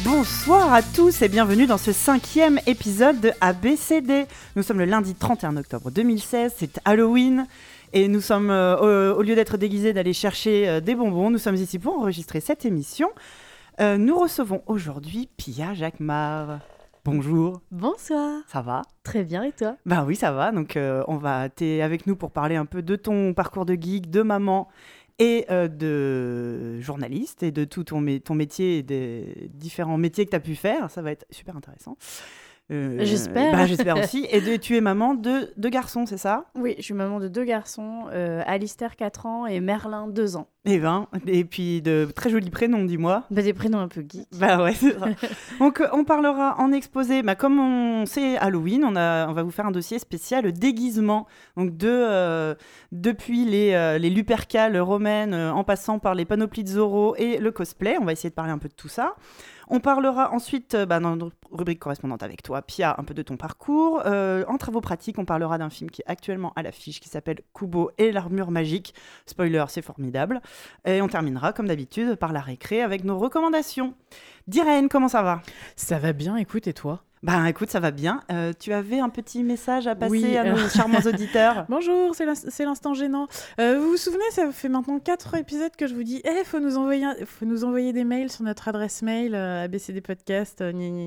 Bonsoir à tous et bienvenue dans ce 5e épisode de ABCD. Nous sommes le lundi 31 octobre 2016, c'est Halloween et nous sommes, au lieu d'être déguisés, d'aller chercher des bonbons, nous sommes ici pour enregistrer cette émission. Nous recevons aujourd'hui Pia Jacquemart. Bonjour. Bonsoir. Ça va ? Très bien, et toi ? Ben oui, ça va. Donc, t'es avec nous pour parler un peu de ton parcours de geek, de maman et de journaliste et de tout ton métier et des différents métiers que tu as pu faire. Ça va être super intéressant. J'espère. J'espère aussi. Et tu es maman de 2 garçons, c'est ça ? Oui, je suis maman de 2 garçons, Alistair 4 ans et Merlin 2 ans. Et puis de très jolis prénoms, dis-moi. Des prénoms un peu geeks. Ouais, c'est ça. Donc on parlera en exposé, comme c'est Halloween, on va vous faire un dossier spécial déguisement. Donc depuis les Lupercales romaines, en passant par les panoplies de Zorro et le cosplay, on va essayer de parler un peu de tout ça. On parlera ensuite, dans notre rubrique correspondante avec toi, Pia, un peu de ton parcours. En travaux pratiques, on parlera d'un film qui est actuellement à l'affiche, qui s'appelle Kubo et l'armure magique. Spoiler, c'est formidable. Et on terminera, comme d'habitude, par la récré avec nos recommandations. Diraine, comment ça va ? Ça va bien, écoute, et toi ? Écoute, ça va bien. Tu avais un petit message à passer Oui, à nos charmants auditeurs. Bonjour, c'est l'instant gênant. Vous vous souvenez, ça fait maintenant 4 épisodes que je vous dis faut nous envoyer des mails sur notre adresse mail abcdpodcast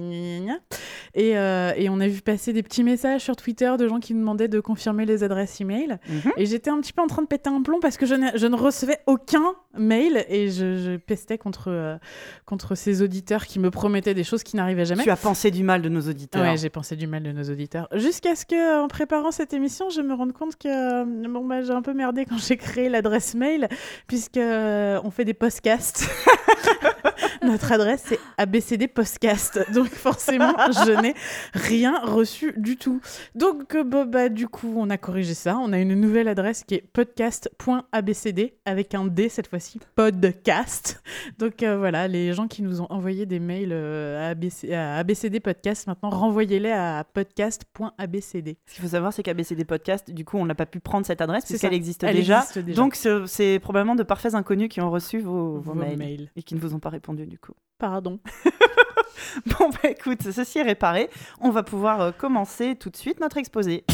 et on a vu passer des petits messages sur Twitter de gens qui nous demandaient de confirmer les adresses email. Et j'étais un petit peu en train de péter un plomb parce que je ne recevais aucun mail et je pestais contre ces auditeurs qui me promettaient des choses qui n'arrivaient jamais. Tu as pensé du mal de nos auditeurs. Ouais, j'ai pensé du mal de nos auditeurs. Jusqu'à ce qu'en préparant cette émission, je me rende compte que j'ai un peu merdé quand j'ai créé l'adresse mail, puisque on fait des podcasts. Notre adresse, c'est ABCD Podcast. Donc forcément, je n'ai rien reçu du tout. Donc du coup, on a corrigé ça. On a une nouvelle adresse qui est podcast.abcd avec un D cette fois-ci, podcast. Donc voilà, les gens qui nous ont envoyé des mails à ABCD Podcast, maintenant renvoyez-les à podcast.abcd. Ce qu'il faut savoir, c'est qu'ABCD Podcast, du coup, on n'a pas pu prendre cette adresse puisqu'elle existe Elle déjà. existe déjà. Donc c'est probablement de parfaits inconnus qui ont reçu vos mails et qui ne vous ont pas répondu du coup. Pardon. Bon, écoute, ceci est réparé. On va pouvoir commencer tout de suite notre exposé.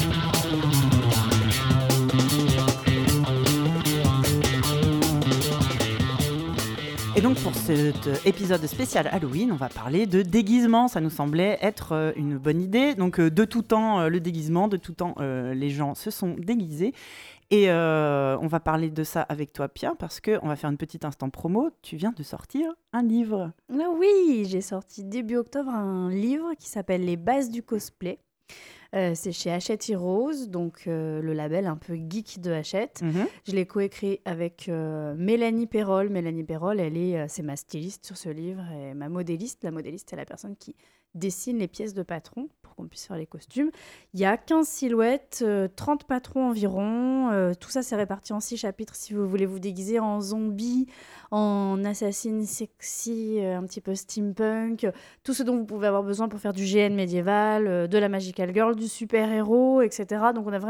Et donc pour cet épisode spécial Halloween, on va parler de déguisement. Ça nous semblait être une bonne idée. Donc de tout temps, le déguisement, de tout temps, les gens se sont déguisés. Et on va parler de ça avec toi, Pia, parce qu'on va faire une petite instant promo. Tu viens de sortir un livre. Oui, j'ai sorti début octobre un livre qui s'appelle Les bases du cosplay. C'est chez Hachette Heroes, donc le label un peu geek de Hachette. Je l'ai coécrit avec Mélanie Perrol. Mélanie Perrol, c'est ma styliste sur ce livre et ma modéliste. La modéliste, c'est la personne qui dessine les pièces de patron pour qu'on puisse faire les costumes. Il y a 15 silhouettes, 30 patrons environ. Tout ça, c'est réparti en 6 chapitres si vous voulez vous déguiser en zombie, en assassin sexy, un petit peu steampunk. Tout ce dont vous pouvez avoir besoin pour faire du GN médiéval, de la magical girl, du super-héros, etc. Donc on a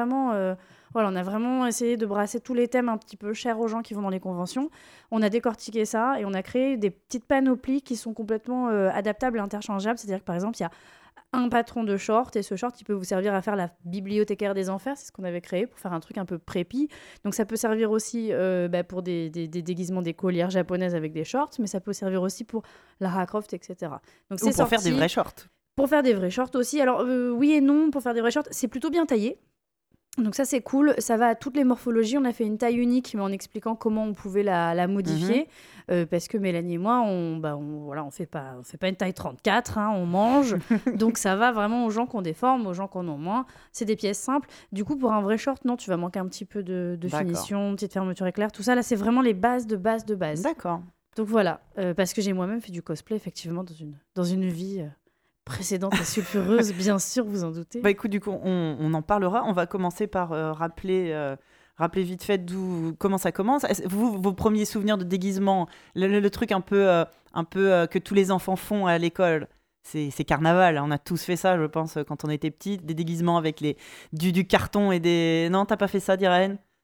vraiment essayé de brasser tous les thèmes un petit peu chers aux gens qui vont dans les conventions. On a décortiqué ça et on a créé des petites panoplies qui sont complètement adaptables et interchangeables. C'est-à-dire que par exemple, il y a un patron de short et ce short, il peut vous servir à faire la bibliothécaire des enfers. C'est ce qu'on avait créé pour faire un truc un peu prépi. Donc ça peut servir aussi pour des déguisements d'écolières japonaises avec des shorts, mais ça peut servir aussi pour Lara Croft, etc. Donc, Ou pour faire des vrais shorts. Pour faire des vrais shorts aussi. Alors oui et non, pour faire des vrais shorts, c'est plutôt bien taillé. Donc ça c'est cool, ça va à toutes les morphologies. On a fait une taille unique mais en expliquant comment on pouvait la modifier parce que Mélanie et moi on fait pas une taille 34, on mange. Donc ça va vraiment aux gens qui ont des formes, aux gens qui en ont moins. C'est des pièces simples. Du coup pour un vrai short, non, tu vas manquer un petit peu de finition, petite fermeture éclair, tout ça. Là c'est vraiment les bases de base. D'accord. Donc voilà, parce que j'ai moi-même fait du cosplay effectivement dans une vie précédente et sulfureuse, bien sûr, vous en doutez. Écoute, du coup, on en parlera. On va commencer par rappeler vite fait comment ça commence. Vos premiers souvenirs de déguisement, le truc un peu que tous les enfants font à l'école, c'est carnaval. On a tous fait ça, je pense, quand on était petits, des déguisements avec du carton et des... Non, t'as pas fait ça, Diraine ?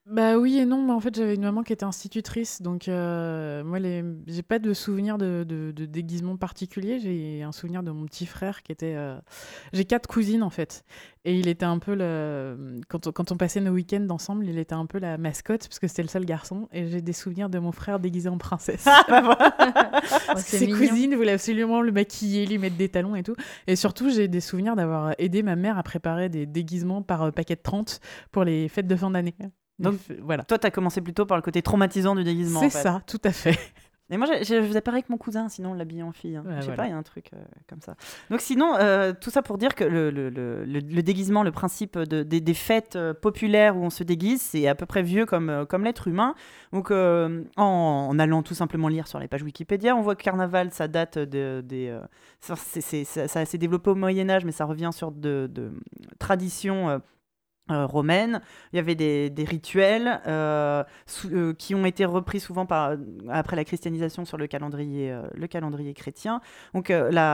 Bah oui et non, mais en fait j'avais une maman qui était institutrice, donc moi j'ai pas de souvenir de déguisement particulier, j'ai un souvenir de mon petit frère qui était... J'ai 4 cousines en fait, et il était un peu quand on passait nos week-ends ensemble, il était un peu la mascotte, parce que c'était le seul garçon, et j'ai des souvenirs de mon frère déguisé en princesse. Ses cousines voulaient absolument le maquiller, lui mettre des talons et tout, et surtout j'ai des souvenirs d'avoir aidé ma mère à préparer des déguisements par paquet de 30 pour les fêtes de fin d'année. Donc, voilà. Toi, t'as commencé plutôt par le côté traumatisant du déguisement. C'est ça, tout à fait. Et moi, je faisais pareil avec mon cousin, sinon on l'habillait en fille. Je sais pas, il y a un truc comme ça. Donc sinon, tout ça pour dire que le déguisement, le principe des fêtes populaires où on se déguise, c'est à peu près vieux comme l'être humain. Donc en allant tout simplement lire sur les pages Wikipédia, on voit que Carnaval, ça date ça s'est développé au Moyen-Âge, mais ça revient sur de traditions romaine. Il y avait des rituels qui ont été repris souvent après la christianisation sur le calendrier chrétien. Donc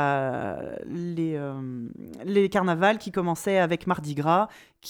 les carnavals qui commençaient avec Mardi Gras,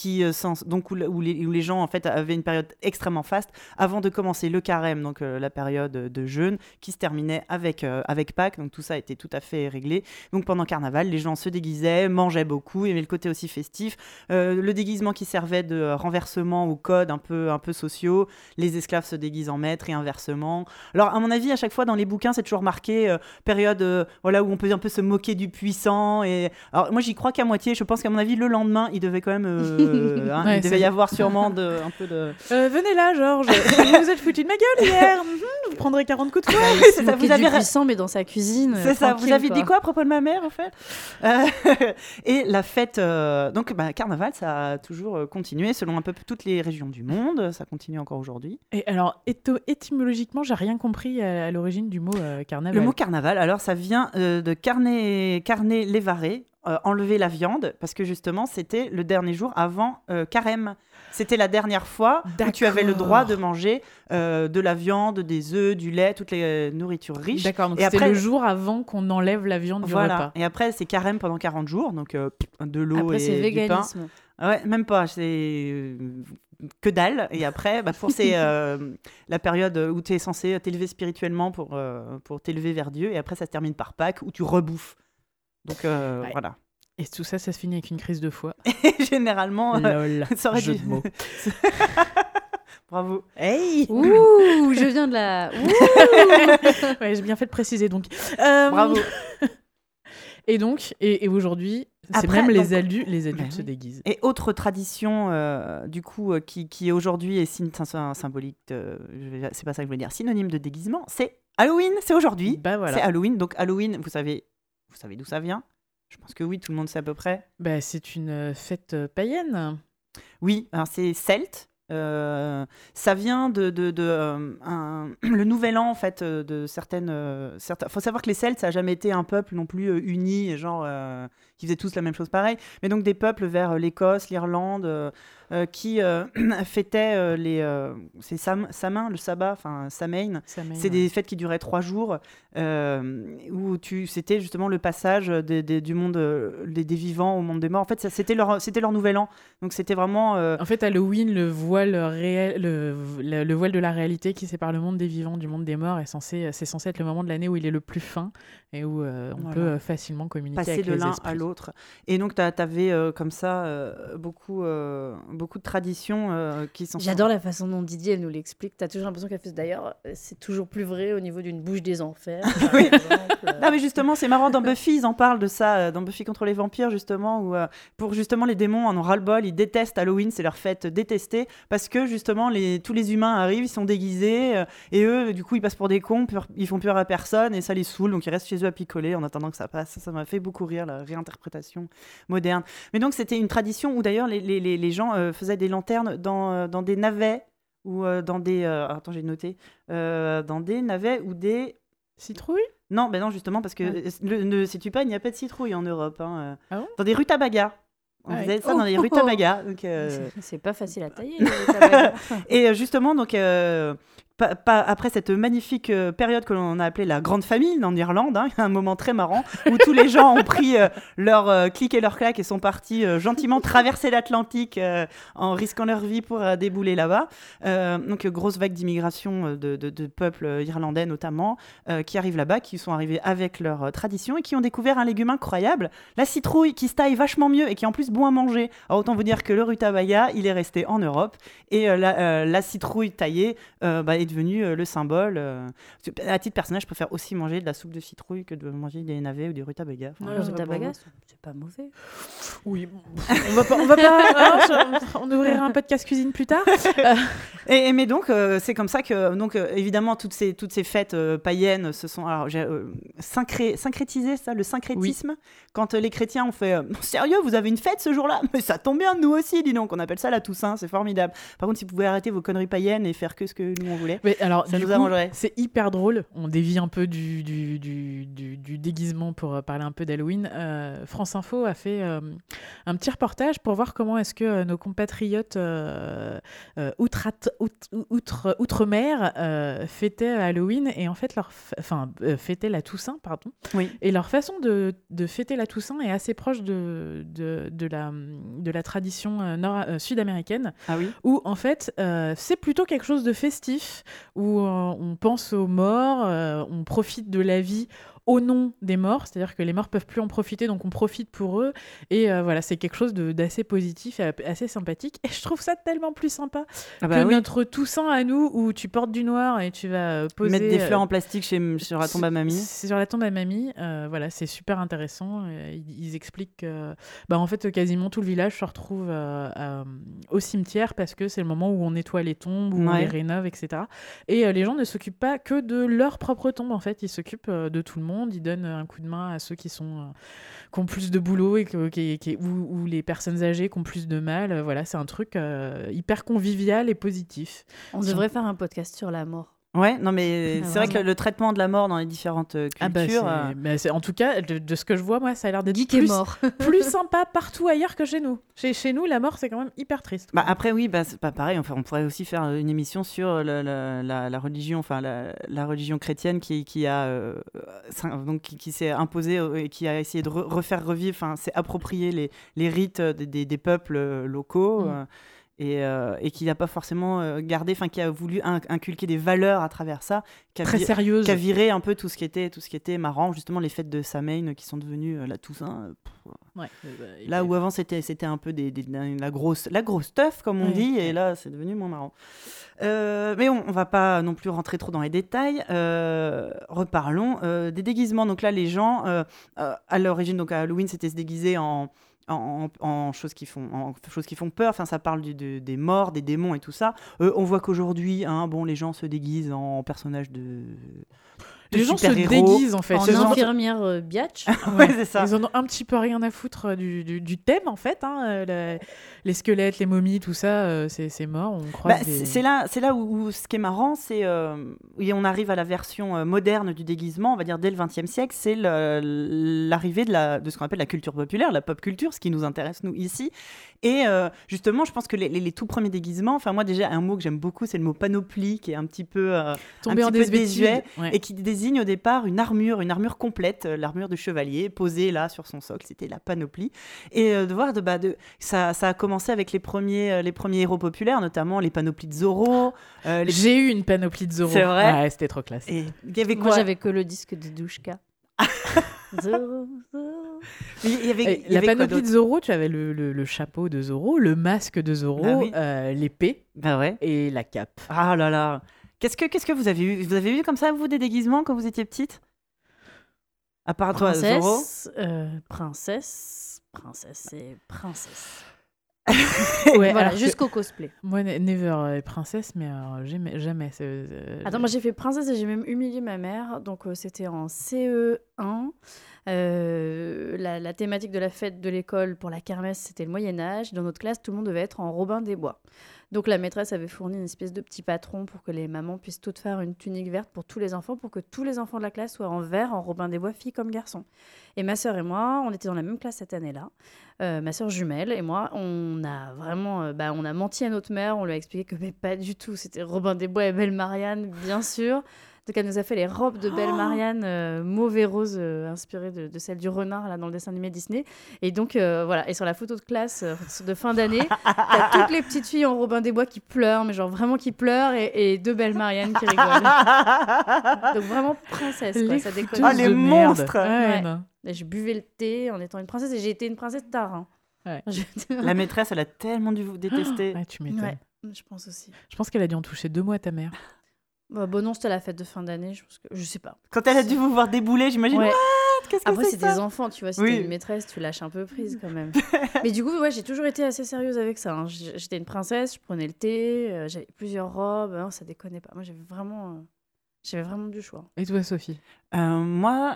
où les gens en fait avaient une période extrêmement faste avant de commencer le carême, donc la période de jeûne qui se terminait avec Pâques. Donc tout ça était tout à fait réglé. Donc pendant Carnaval, les gens se déguisaient, mangeaient beaucoup, il y avait le côté aussi festif, le déguisement qui servait de renversement aux codes un peu sociaux. Les esclaves se déguisent en maîtres et inversement. Alors à mon avis, à chaque fois dans les bouquins, c'est toujours marqué période où on peut un peu se moquer du puissant. Et alors moi j'y crois qu'à moitié. Je pense qu'à mon avis le lendemain il devait quand même il devait y avoir sûrement un peu de... venez là, Georges. Vous êtes foutu de ma gueule hier. Vous prendrez 40 coups de poing. C'est ça, vous avez puissant, mais dans sa cuisine. C'est ça. Vous avez dit quoi à propos de ma mère, en fait Et la fête... donc, Carnaval, ça a toujours continué selon un peu toutes les régions du monde. Ça continue encore aujourd'hui. Et alors, étymologiquement, j'ai rien compris à l'origine du mot Carnaval. Le mot Carnaval, alors, ça vient de carne levare, enlever la viande, parce que justement c'était le dernier jour avant carême. C'était la dernière fois où tu avais le droit de manger de la viande, des œufs, du lait, toutes les nourritures riches. D'accord, donc c'était le jour avant qu'on enlève la viande du repas. Et après c'est carême pendant 40 jours, donc de l'eau après, et c'est du véganisme. pain. Ouais, même pas, c'est que dalle. Et après, pour la période où tu es censé t'élever spirituellement pour t'élever vers Dieu, et après ça se termine par Pâques où tu rebouffes. Donc voilà. Et tout ça, ça se finit avec une crise de foi. Généralement, ça aurait jeu dû... de mots. Bravo. Hey. Ouh, je viens de la... Ouais, j'ai bien fait de préciser donc. Bravo. Et donc, et aujourd'hui, c'est après, même les adultes se déguisent. Et autre tradition, du coup, qui aujourd'hui est symbolique, c'est pas ça que je voulais dire, synonyme de déguisement, c'est Halloween, c'est aujourd'hui. Voilà. C'est Halloween, donc Halloween, vous savez d'où ça vient ? Je pense que oui, tout le monde sait à peu près. C'est une fête païenne. Oui, alors c'est celte. Ça vient le nouvel an en fait de certaines. Faut savoir que les Celtes, ça a jamais été un peuple non plus uni, genre qui faisaient tous la même chose pareil. Mais donc des peuples vers l'Écosse, l'Irlande, qui fêtaient c'est Samhain, le sabbat, enfin Samhain. C'est des fêtes qui duraient 3 jours, où c'était justement le passage du monde des vivants au monde des morts. En fait, c'était leur nouvel an. Donc c'était vraiment. En fait, Halloween, le voile réel, le voile de la réalité qui sépare le monde des vivants du monde des morts c'est censé être le moment de l'année où il est le plus fin et où on peut facilement communiquer passer avec les esprits. Passer de l'un à l'autre. Et donc, tu avais comme ça beaucoup de traditions qui sont... J'adore la façon dont Didier nous l'explique. Tu as toujours l'impression qu'elle fait... D'ailleurs, c'est toujours plus vrai au niveau d'une bouche des enfers, par exemple. Non, mais justement, c'est marrant. Dans Buffy, ils en parlent de ça. Dans Buffy contre les vampires, justement, où pour justement les démons en ont ras-le-bol. Ils détestent Halloween, c'est leur fête détestée. Parce que justement, tous les humains arrivent, ils sont déguisés. Et eux, du coup, ils passent pour des cons. Ils font peur à personne. Et ça les saoule. Donc, ils restent chez eux à picoler en attendant que ça passe. Ça m'a fait beaucoup rire, la réinterprétation moderne. Mais donc, c'était une tradition où d'ailleurs, les gens faisaient des lanternes dans des navets ou dans des... attends, j'ai noté. Dans des navets ou des... Citrouilles ? Non, ben non, justement, parce que ne sais-tu pas, il n'y a pas de citrouilles en Europe. Hein. Ah bon ? Dans des rutabagas. On faisait ça dans les rutabagas. Donc, c'est pas facile à tailler, les rutabagas. Et justement, donc, après cette magnifique période que l'on a appelée la Grande Famine en Irlande, un moment très marrant où tous les gens ont pris leur clic et leur claque et sont partis gentiment traverser l'Atlantique en risquant leur vie pour débouler là-bas. Donc grosse vague d'immigration de peuples irlandais notamment qui arrivent là-bas, qui sont arrivés avec leur tradition et qui ont découvert un légume incroyable, la citrouille, qui se taille vachement mieux et qui est en plus bon à manger. Alors autant vous dire que le rutabaga, il est resté en Europe et la citrouille taillée est devenue le symbole. À titre personnel, je préfère aussi manger de la soupe de citrouille que de manger des navets ou des rutabagas. Le rutabaga, c'est pas mauvais. Oui, on va pas on ouvrira un podcast cuisine plus tard. Mais donc, c'est comme ça que, évidemment, toutes ces fêtes païennes se sont syncrétisées, ça, le syncrétisme. Oui. Quand les chrétiens ont fait sérieux, vous avez une fête ce jour-là? Mais ça tombe bien, nous aussi, dis donc. On appelle ça la Toussaint, c'est formidable. Par contre, si vous pouvez arrêter vos conneries païennes et faire que ce que nous on voulait, mais alors, ça nous arrangerait. C'est hyper drôle. On dévie un peu du déguisement pour parler un peu d'Halloween. France Info a fait un petit reportage pour voir comment est-ce que nos compatriotes outre-mer fêtaient Halloween et en fait fêtaient la Toussaint, pardon. Oui. Et leur façon de fêter la Toussaint est assez proche de la tradition sud-américaine, où en fait c'est plutôt quelque chose de festif, où on pense aux morts, on profite de la vie au nom des morts, c'est-à-dire que les morts peuvent plus en profiter, donc on profite pour eux, et voilà, c'est quelque chose d'assez positif et assez sympathique, et je trouve ça tellement plus sympa que notre Toussaint à nous, où tu portes du noir et tu vas poser... Mettre des fleurs en plastique sur la tombe à mamie. C'est sur la tombe à mamie, voilà, c'est super intéressant, ils expliquent que en fait, quasiment tout le village se retrouve au cimetière, parce que c'est le moment où on nettoie les tombes, où on les rénove, etc. Et les gens ne s'occupent pas que de leur propre tombe, en fait, ils s'occupent de tout le monde. Ils donnent un coup de main à ceux qui ont plus de boulot ou les personnes âgées qui ont plus de mal. Voilà, c'est un truc hyper convivial et positif. On devrait faire un podcast sur la mort. Ouais, non mais c'est vrai que le traitement de la mort dans les différentes cultures... en tout cas, de ce que je vois, moi, ça a l'air d'être plus sympa partout ailleurs que chez nous. Chez nous, la mort, c'est quand même hyper triste. Après, oui, c'est pas pareil. Enfin, on pourrait aussi faire une émission sur la religion, enfin la religion chrétienne qui s'est imposée et qui a essayé de refaire revivre, enfin, s'est approprié les rites des peuples locaux. Et qui n'a pas forcément gardé, enfin qui a voulu inculquer des valeurs à travers ça, très sérieuse, qui a viré un peu tout ce qui était marrant, justement les fêtes de Samhain qui sont devenues la Toussaint. Là où avant c'était un peu la grosse stuff comme on dit, et là c'est devenu moins marrant. Mais on va pas non plus rentrer trop dans les détails. Reparlons des déguisements. Donc là les gens à l'origine, donc à Halloween, c'était se déguiser en choses qui font peur. Enfin, ça parle des morts, des démons et tout ça. On voit qu'aujourd'hui, les gens se déguisent en personnages de les gens se déguisent en fait. En infirmière biatch. Ouais, c'est ça. Ils en ont un petit peu rien à foutre du thème en fait. Les squelettes, les momies, tout ça, c'est mort. On croise c'est là où ce qui est marrant, c'est on arrive à la version moderne du déguisement, on va dire dès le XXe siècle, c'est l'arrivée de ce qu'on appelle la culture populaire, la pop culture, ce qui nous intéresse nous ici. Et justement, je pense que les tout premiers déguisements, enfin moi déjà un mot que j'aime beaucoup, c'est le mot panoplie, qui est un petit peu désuet, et qui désigne au départ une armure complète, l'armure de chevalier posée là sur son socle, c'était la panoplie. Et de voir ça a commencé avec les premiers héros populaires, notamment les panoplies de Zorro. J'ai eu une panoplie de Zorro. C'est vrai. Ouais, c'était trop classe. Et il y avait quoi? Moi j'avais que le disque de Douchka. Zorro. La panoplie de Zorro, tu avais le chapeau de Zorro, le masque de Zorro, l'épée et la cape. Ah là là. Qu'est-ce que vous avez eu? Vous avez eu comme ça, vous, des déguisements quand vous étiez petite? À part toi, Zorro? Princesse et princesse. Alors jusqu'au cosplay. Moi, never princesse, mais jamais. Attends, moi j'ai fait princesse et j'ai même humilié ma mère. Donc c'était en CE1. La thématique de la fête de l'école pour la kermesse, c'était le Moyen-Âge. Dans notre classe, tout le monde devait être en Robin des Bois. Donc la maîtresse avait fourni une espèce de petit patron pour que les mamans puissent toutes faire une tunique verte pour tous les enfants, pour que tous les enfants de la classe soient en vert, en Robin des Bois, filles comme garçons. Et ma sœur et moi, on était dans la même classe cette année-là. Ma sœur jumelle et moi, on a vraiment on a menti à notre mère, on lui a expliqué que mais pas du tout, c'était Robin des Bois et Belle Marianne, bien sûr. Donc elle nous a fait les robes de Belle Marianne mauve et rose inspirées de celle du renard là dans le dessin animé Disney. Et donc voilà, et sur la photo de classe de fin d'année, t'as toutes les petites filles en Robin des Bois qui pleurent, mais genre vraiment qui pleurent, et deux Belle Marianne qui rigolent. Donc vraiment princesse quoi, ça déconne. Les monstres. Ouais. Et je buvais le thé en étant une princesse et j'ai été une princesse tard. Hein. Ouais. La maîtresse, elle a tellement dû vous détester. Ouais, tu m'étonnes. Ouais, je pense aussi. Je pense qu'elle a dû en toucher 2 mois ta mère. Non, c'était la fête de fin d'année, je sais pas. Quand elle a dû vous voir débouler, j'imagine. Ouais. Qu'est-ce que Après, c'est des enfants, tu vois. Si t'es une maîtresse, tu lâches un peu prise quand même. Mais du coup, j'ai toujours été assez sérieuse avec ça. Hein. J'étais une princesse, je prenais le thé, j'avais plusieurs robes. Non, ça déconnait pas. Moi, j'avais vraiment du choix. Et toi, Sophie? Moi,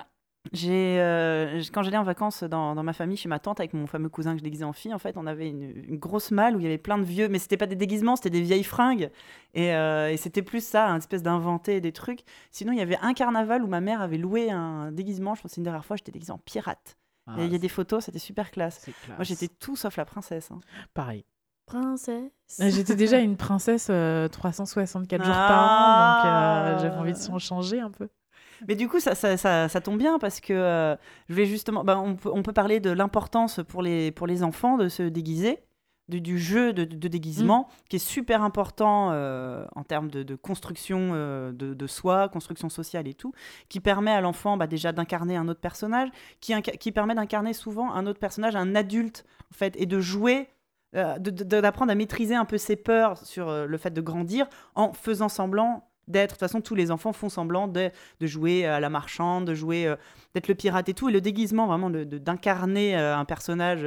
quand j'allais en vacances dans ma famille, chez ma tante, avec mon fameux cousin que je déguisais en fille, en fait, on avait une grosse malle où il y avait plein de vieux, mais c'était pas des déguisements, c'était des vieilles fringues. Et c'était plus ça, une espèce d'inventer des trucs. Sinon, il y avait un carnaval où ma mère avait loué un déguisement. Je pense que une dernière fois, j'étais déguisée en pirate. Il y a des photos, c'était super classe. Moi, j'étais tout sauf la princesse. Hein. Pareil. Princesse. J'étais déjà une princesse 364 jours par an, donc j'avais envie de s'en changer un peu. Mais du coup, ça tombe bien parce que je voulais justement... on peut parler de l'importance pour les enfants de se déguiser, du jeu de déguisement, qui est super important en termes de construction de soi, construction sociale et tout, qui permet à l'enfant déjà d'incarner un autre personnage, qui permet d'incarner souvent un autre personnage, un adulte, en fait, et de jouer... d'apprendre à maîtriser un peu ses peurs sur le fait de grandir en faisant semblant d'être... De toute façon, tous les enfants font semblant de jouer à la marchande, de jouer, d'être le pirate et tout. Et le déguisement, vraiment, d'incarner un personnage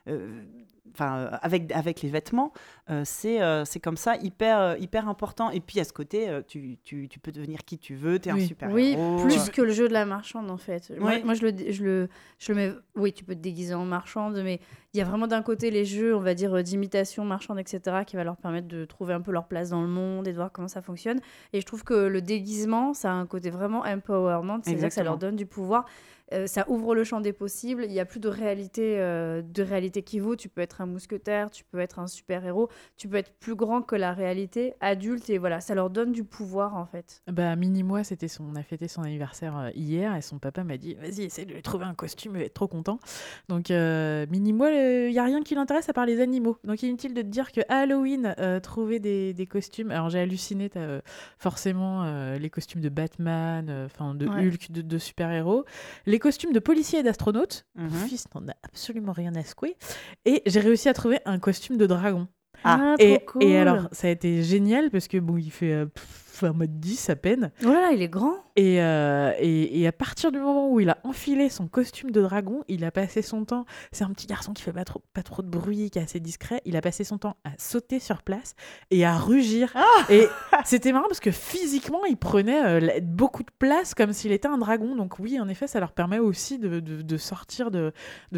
avec les vêtements, c'est comme ça hyper important. Et puis, à ce côté, tu peux devenir qui tu veux, t'es un super-héros. Oui, plus que le jeu de la marchande, en fait. Oui. Moi, je le mets... Oui, tu peux te déguiser en marchande, mais il y a vraiment d'un côté les jeux, on va dire, d'imitation marchande, etc., qui va leur permettre de trouver un peu leur place dans le monde et de voir comment ça fonctionne. Et je trouve que le déguisement, ça a un côté vraiment empowerment, c'est-à-dire que ça leur donne du pouvoir. Ça ouvre le champ des possibles. Il n'y a plus de réalité qui vaut. Tu peux être un mousquetaire, tu peux être un super-héros, tu peux être plus grand que la réalité, adulte, et voilà, ça leur donne du pouvoir, en fait. Mini-moi, on a fêté son anniversaire hier, et son papa m'a dit « Vas-y, essaie de lui trouver un costume, il va être trop content. » Donc, Mini-moi, il n'y a rien qui l'intéresse à part les animaux. Donc, inutile de te dire que Halloween, trouver des costumes... Alors, j'ai halluciné, forcément, les costumes de Batman, de Hulk, de super-héros. Les costumes de policiers et d'astronautes. Mon fils n'en a absolument rien à secouer. Et j'ai réussi à trouver un costume de dragon. Trop cool. Et alors, ça a été génial parce que il fait 1m10 à peine. Oh là là, il est grand. Et à partir du moment où il a enfilé son costume de dragon, il a passé son temps... C'est un petit garçon qui fait pas trop de bruit, qui est assez discret. Il a passé son temps à sauter sur place et à rugir. Et c'était marrant parce que physiquement, il prenait beaucoup de place comme s'il était un dragon. Donc oui, en effet, ça leur permet aussi de sortir de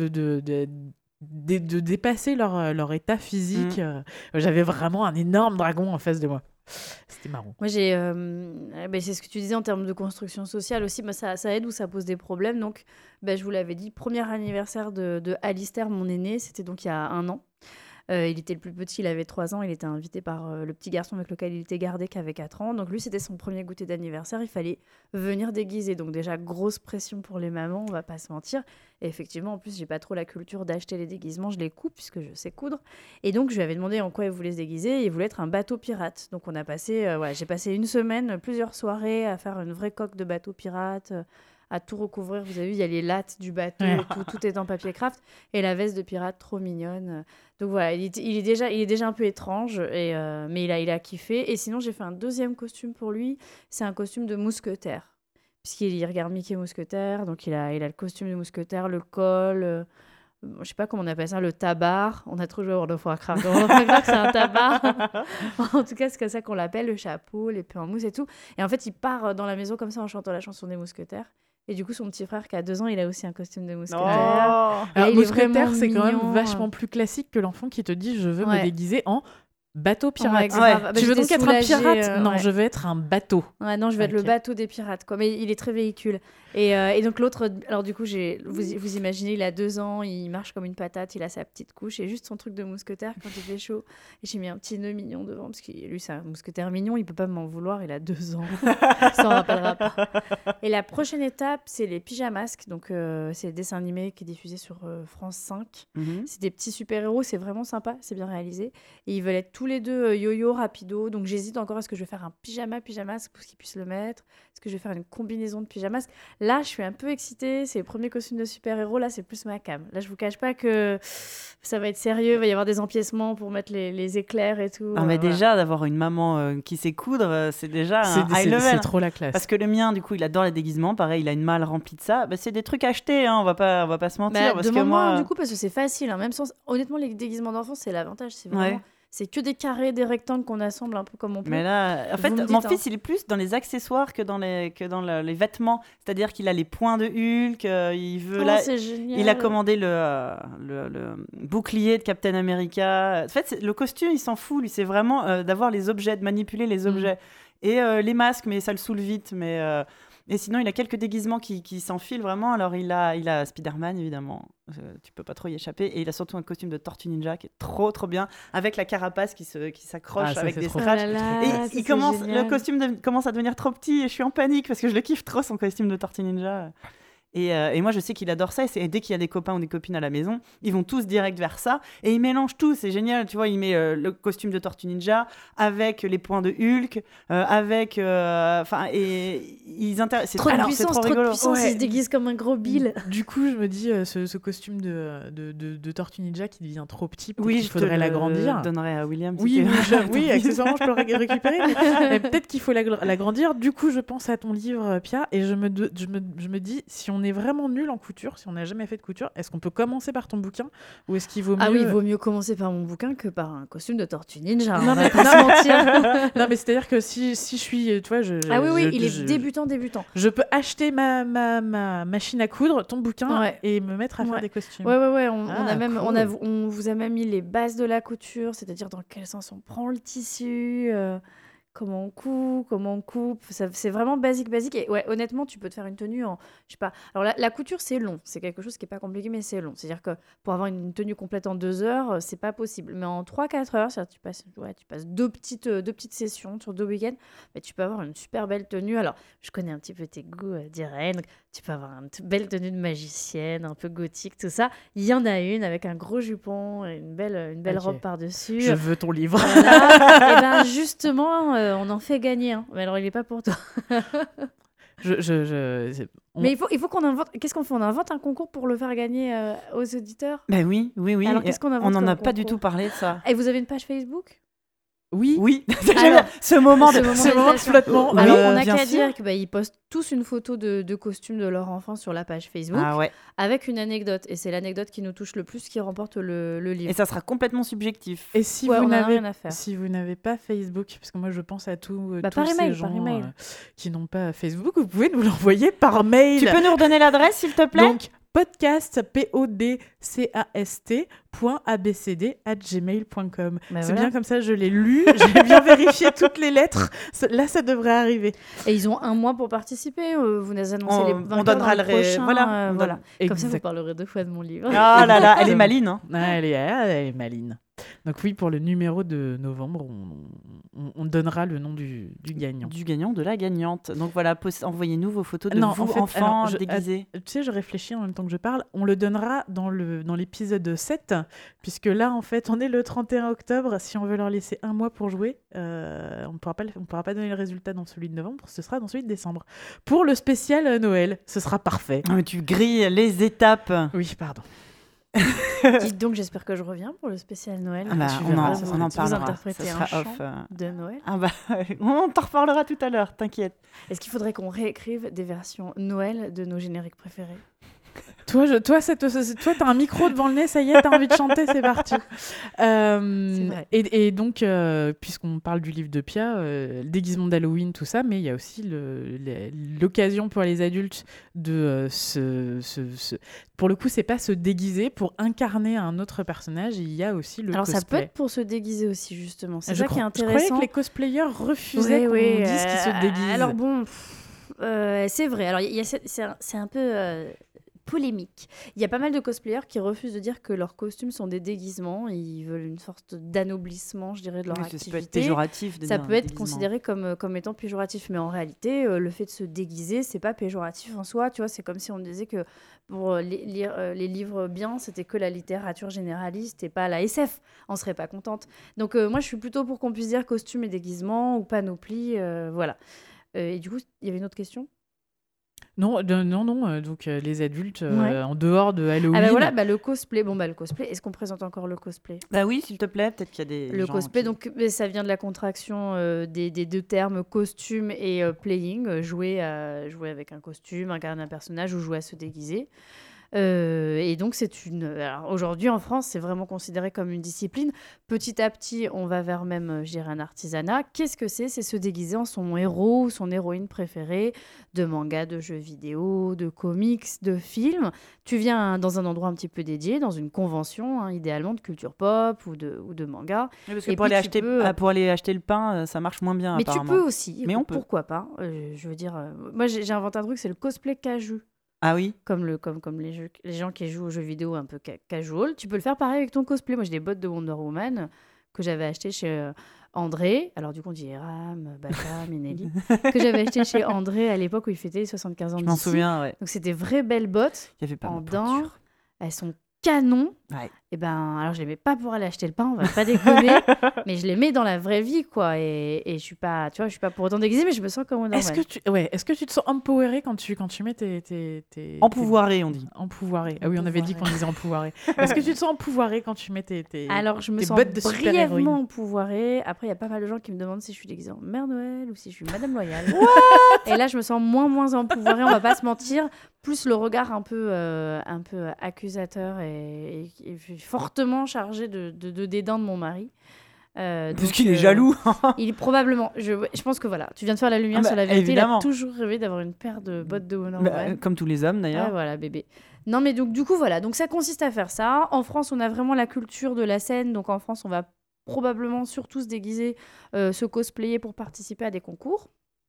dépasser leur état physique. J'avais vraiment un énorme dragon en face de moi. C'était marrant. Moi, c'est ce que tu disais en termes de construction sociale aussi. Ça aide ou ça pose des problèmes. Donc, je vous l'avais dit, premier anniversaire de Alistair, mon aîné, c'était donc il y a 1 an. Il était le plus petit, il avait 3 ans. Il était invité par le petit garçon avec lequel il était gardé qui avait 4 ans. Donc lui, c'était son premier goûter d'anniversaire. Il fallait venir déguiser. Donc déjà, grosse pression pour les mamans, on va pas se mentir. Et effectivement, en plus, j'ai pas trop la culture d'acheter les déguisements. Je les coupe puisque je sais coudre. Et donc, je lui avais demandé en quoi il voulait se déguiser. Et il voulait être un bateau pirate. Donc on a passé, j'ai passé 1 semaine, plusieurs soirées à faire une vraie coque de bateau pirate, à tout recouvrir. Vous avez vu, il y a les lattes du bateau, tout est en papier craft. Et la veste de pirate, trop mignonne. Donc voilà, il est déjà un peu étrange, mais il a kiffé. Et sinon, j'ai fait un 2e costume pour lui. C'est un costume de mousquetaire. Puisqu'il regarde Mickey Mousquetaire. Donc il a le costume de mousquetaire, le col... je sais pas comment on appelle ça, le tabard. On a trop joué à World of Warcraft. On va croire que c'est un tabard. En tout cas, c'est comme ça qu'on l'appelle, le chapeau, l'épée en mousse et tout. Et en fait, il part dans la maison comme ça en chantant la chanson des mousquetaires. Et du coup, son petit frère qui a 2 ans, il a aussi un costume de mousquetaire. Alors, mousquetaire, c'est quand même vachement plus classique que l'enfant qui te dit « Je veux me déguiser en Bateau pirate. Tu veux donc être un pirate ? Non, ouais. je veux être un bateau. Ouais, non, je vais être le bateau des pirates, quoi. Mais il est très véhicule. Et donc l'autre, alors du coup, vous imaginez, il a 2 ans, il marche comme une patate, il a sa petite couche et juste son truc de mousquetaire quand il fait chaud. Et j'ai mis un petit nœud mignon devant parce que lui, c'est un mousquetaire mignon, il peut pas m'en vouloir, il a 2 ans. Il s'en rappellera pas. Et la prochaine étape, c'est les pyjamasques. Donc c'est le dessin animé qui est diffusé sur France 5. C'est des petits super-héros, c'est vraiment sympa, c'est bien réalisé. Et ils veulent être tous les deux yo-yo, rapido. Donc j'hésite encore, est-ce que je vais faire un pyjamasque pour qu'ils puissent le mettre ? Est-ce que je vais faire une combinaison de pyjamasques ? Là, je suis un peu excitée. C'est le premier costume de super-héros. Là, c'est plus ma cam. Là, je vous cache pas que ça va être sérieux. Il va y avoir des empiècements pour mettre les éclairs et tout. Non, mais déjà, d'avoir une maman qui sait coudre, c'est déjà un high level. C'est trop la classe. Parce que le mien, du coup, il adore les déguisements. Pareil, il a une malle remplie de ça. Bah, c'est des trucs achetés, hein. On va pas se mentir. Parce que moi, du coup, parce que c'est facile. Hein. Même sans... Honnêtement, les déguisements d'enfants, c'est l'avantage. C'est vraiment... C'est que des carrés, des rectangles qu'on assemble un peu comme on peut. Mais là, en fait, mon fils, il est plus dans les accessoires que dans les vêtements. C'est-à-dire qu'il a les points de Hulk. C'est génial. Il a commandé le bouclier de Captain America. En fait, le costume, il s'en fout. Lui, c'est vraiment d'avoir les objets, de manipuler les objets. Et les masques, mais ça le saoule vite. Et sinon, il a quelques déguisements qui s'enfilent vraiment. Alors, il a Spider-Man, évidemment. Tu peux pas trop y échapper. Et il a surtout un costume de Tortue Ninja qui est trop, trop bien. Avec la carapace qui s'accroche avec des scratchs. Le costume commence à devenir trop petit et je suis en panique parce que je le kiffe trop, son costume de Tortue Ninja. Et moi, je sais qu'il adore ça. Et dès qu'il y a des copains ou des copines à la maison, ils vont tous direct vers ça. Et ils mélangent tout. C'est génial. Tu vois, il met le costume de Tortue Ninja avec les points de Hulk, avec... et ils c'est trop trop rigolo. Puissance, il se déguise comme un gros Bill. Du coup, je me dis, ce costume de Tortue Ninja qui devient trop petit, oui, il faudrait l'agrandir. Je donnerais à William. Oui, accessoirement, je peux le récupérer. Mais peut-être qu'il faut l'agrandir. Du coup, je pense à ton livre, Pia, et je me dis, si on est vraiment nul en couture, si on n'a jamais fait de couture, est-ce qu'on peut commencer par ton bouquin ou est-ce qu'il vaut mieux... Ah oui, il vaut mieux commencer par mon bouquin que par un costume de Tortue Ninja. Non, mais pas se mentir. Non, mais c'est-à-dire que si je suis, tu vois, il est débutant. Je peux acheter ma machine à coudre, ton bouquin, et me mettre à faire des costumes. Ouais. On vous a même mis les bases de la couture, c'est-à-dire dans quel sens on prend le tissu. Comment on coupe, c'est vraiment basique. Et ouais, honnêtement, tu peux te faire une tenue en, je sais pas. Alors la couture, c'est long, c'est quelque chose qui est pas compliqué, mais c'est long. C'est-à-dire que pour avoir une tenue complète en 2 heures, c'est pas possible. Mais en 3-4 heures, tu passes 2 petites sessions sur 2 week-ends, mais tu peux avoir une super belle tenue. Alors, je connais un petit peu tes goûts d'Irène. Tu peux avoir une belle tenue de magicienne, un peu gothique, tout ça. Il y en a une avec un gros jupon et une belle robe par-dessus. Je veux ton livre. Voilà. Et ben justement, on en fait gagner. Hein. Mais alors, il n'est pas pour toi. Mais il faut qu'on invente. Qu'est-ce qu'on fait ? On invente un concours pour le faire gagner aux auditeurs ? Ben oui. Alors, qu'est-ce qu'on invente ? On n'en a pas du tout parlé de ça. Et vous avez une page Facebook ? Oui. Alors, ce moment de flottement. Alors, on n'a qu'à dire qu'ils postent tous une photo de costume de leur enfant sur la page Facebook avec une anecdote. Et c'est l'anecdote qui nous touche le plus qui remporte le livre. Et ça sera complètement subjectif. Et si vous n'avez pas Facebook, parce que moi je pense à tous ces gens qui n'ont pas Facebook, vous pouvez nous l'envoyer par mail. Tu peux nous redonner l'adresse, s'il te plaît ? Donc, podcast, podcast@abcd@gmail.com. C'est bien comme ça, je l'ai lu, j'ai bien vérifié toutes les lettres. Là, ça devrait arriver. Et ils ont 1 mois pour participer. Vous nous annoncez les vainqueurs. On donnera le prochain. Voilà. Comme ça, vous parlerez 2 fois de mon livre. Ah là là, elle est maline. Hein. Elle est maline. Donc oui, pour le numéro de novembre, on donnera le nom du gagnant. Du gagnant, de la gagnante. Donc voilà, envoyez-nous vos photos de enfants déguisés. Tu sais, je réfléchis en même temps que je parle. On le donnera dans l'épisode 7, puisque là, en fait, on est le 31 octobre. Si on veut leur laisser 1 mois pour jouer, on ne pourra pas donner le résultat dans celui de novembre, ce sera dans celui de décembre. Pour le spécial Noël, ce sera parfait. Mais tu grilles les étapes. Oui, pardon. Dites donc, j'espère que je reviens pour le spécial Noël. On en parlera. Vous interprétez un chant de Noël. On t'en reparlera tout à l'heure, t'inquiète. Est-ce qu'il faudrait qu'on réécrive des versions Noël de nos génériques préférés ? Toi, t'as un micro devant le nez, ça y est, t'as envie de chanter, c'est parti. C'est vrai. Et donc, puisqu'on parle du livre de Pia, le déguisement d'Halloween, tout ça, mais il y a aussi l'occasion pour les adultes de pour le coup, c'est pas se déguiser pour incarner un autre personnage, il y a aussi le Alors cosplay. ça peut être pour se déguiser aussi, justement. C'est ça qui est Je intéressant. croyais que les cosplayers refusaient qu'on dise qu'ils se déguisent. Alors bon, c'est vrai. Alors c'est un peu polémique. Il y a pas mal de cosplayers qui refusent de dire que leurs costumes sont des déguisements. Ils veulent une sorte d'anoblissement, je dirais, de leur activité. Ça peut être péjoratif. Ça peut être considéré comme étant péjoratif. Mais en réalité, le fait de se déguiser, c'est pas péjoratif en soi. Tu vois, c'est comme si on disait que pour lire les livres bien, c'était que la littérature généraliste et pas la SF. On serait pas contente. Donc moi, je suis plutôt pour qu'on puisse dire costume et déguisement ou panoplie. Voilà. Et du coup, il y avait une autre question ? Non. Donc les adultes en dehors de Halloween. Ah bah voilà, le cosplay. Bon le cosplay. Est-ce qu'on présente encore le cosplay ? Bah oui, s'il te plaît. Peut-être qu'il y a des. Le cosplay, donc ça vient de la contraction des deux termes costume et playing, jouer avec un costume, incarner un personnage ou jouer à se déguiser. Et donc alors, aujourd'hui en France, c'est vraiment considéré comme une discipline. Petit à petit, on va vers même, je dirais, un artisanat. Qu'est-ce que c'est ? C'est se déguiser en son héros ou son héroïne préférée de manga, de jeux vidéo, de comics, de films. Tu viens dans un endroit un petit peu dédié, dans une convention, idéalement de culture pop ou de manga. Oui, parce que pour aller acheter le pain, ça marche moins bien. Mais apparemment. tu peux aussi. Mais on peut. Pourquoi pas ? Je veux dire, moi j'ai inventé un truc, c'est le cosplay caju. Ah oui. Comme les gens qui jouent aux jeux vidéo un peu casual. Tu peux le faire pareil avec ton cosplay. Moi, j'ai des bottes de Wonder Woman que j'avais achetées chez André. Alors, du coup, on dit Ram, Baka, Minelli. Que j'avais achetées chez André à l'époque où il fêtait les 75 ans Je d'ici. m'en souviens, ouais. Donc, c'était vraies belles bottes. Il y avait pas en de daim. pointure. Elles sont canon. Ouais. Et ben, alors je les mets pas pour aller acheter le pain, on va pas déconner, mais je les mets dans la vraie vie, quoi. Et je suis pas, tu vois, je suis pas pour autant déguisée, mais je me sens comme Wonder Woman. Est-ce que tu te sens empowerée quand tu mets tes... Empouvoirée, on dit. Empouvoirée. Ah oui, on avait dit qu'on disait empouvoirée. Est-ce que tu te sens empouvoirée quand tu mets tes Alors, je me sens brièvement empouvoirée. Après, il y a pas mal de gens qui me demandent si je suis déguisée en Mère Noël ou si je suis Madame Loyale. Et là, je me sens moins empouvoirée, on va pas se mentir. Plus le regard un peu accusateur et fortement chargé de dédain de mon mari. Parce qu'il est jaloux. Il est probablement. Je pense que voilà, tu viens de faire la lumière sur la vérité. Évidemment. Il a toujours rêvé d'avoir une paire de bottes de Wonder Woman. Comme tous les hommes d'ailleurs. Ah, voilà, bébé. Non, mais donc du coup voilà, donc ça consiste à faire ça. En France, on a vraiment la culture de la scène. Donc en France, on va probablement surtout se déguiser, se cosplayer pour participer à des concours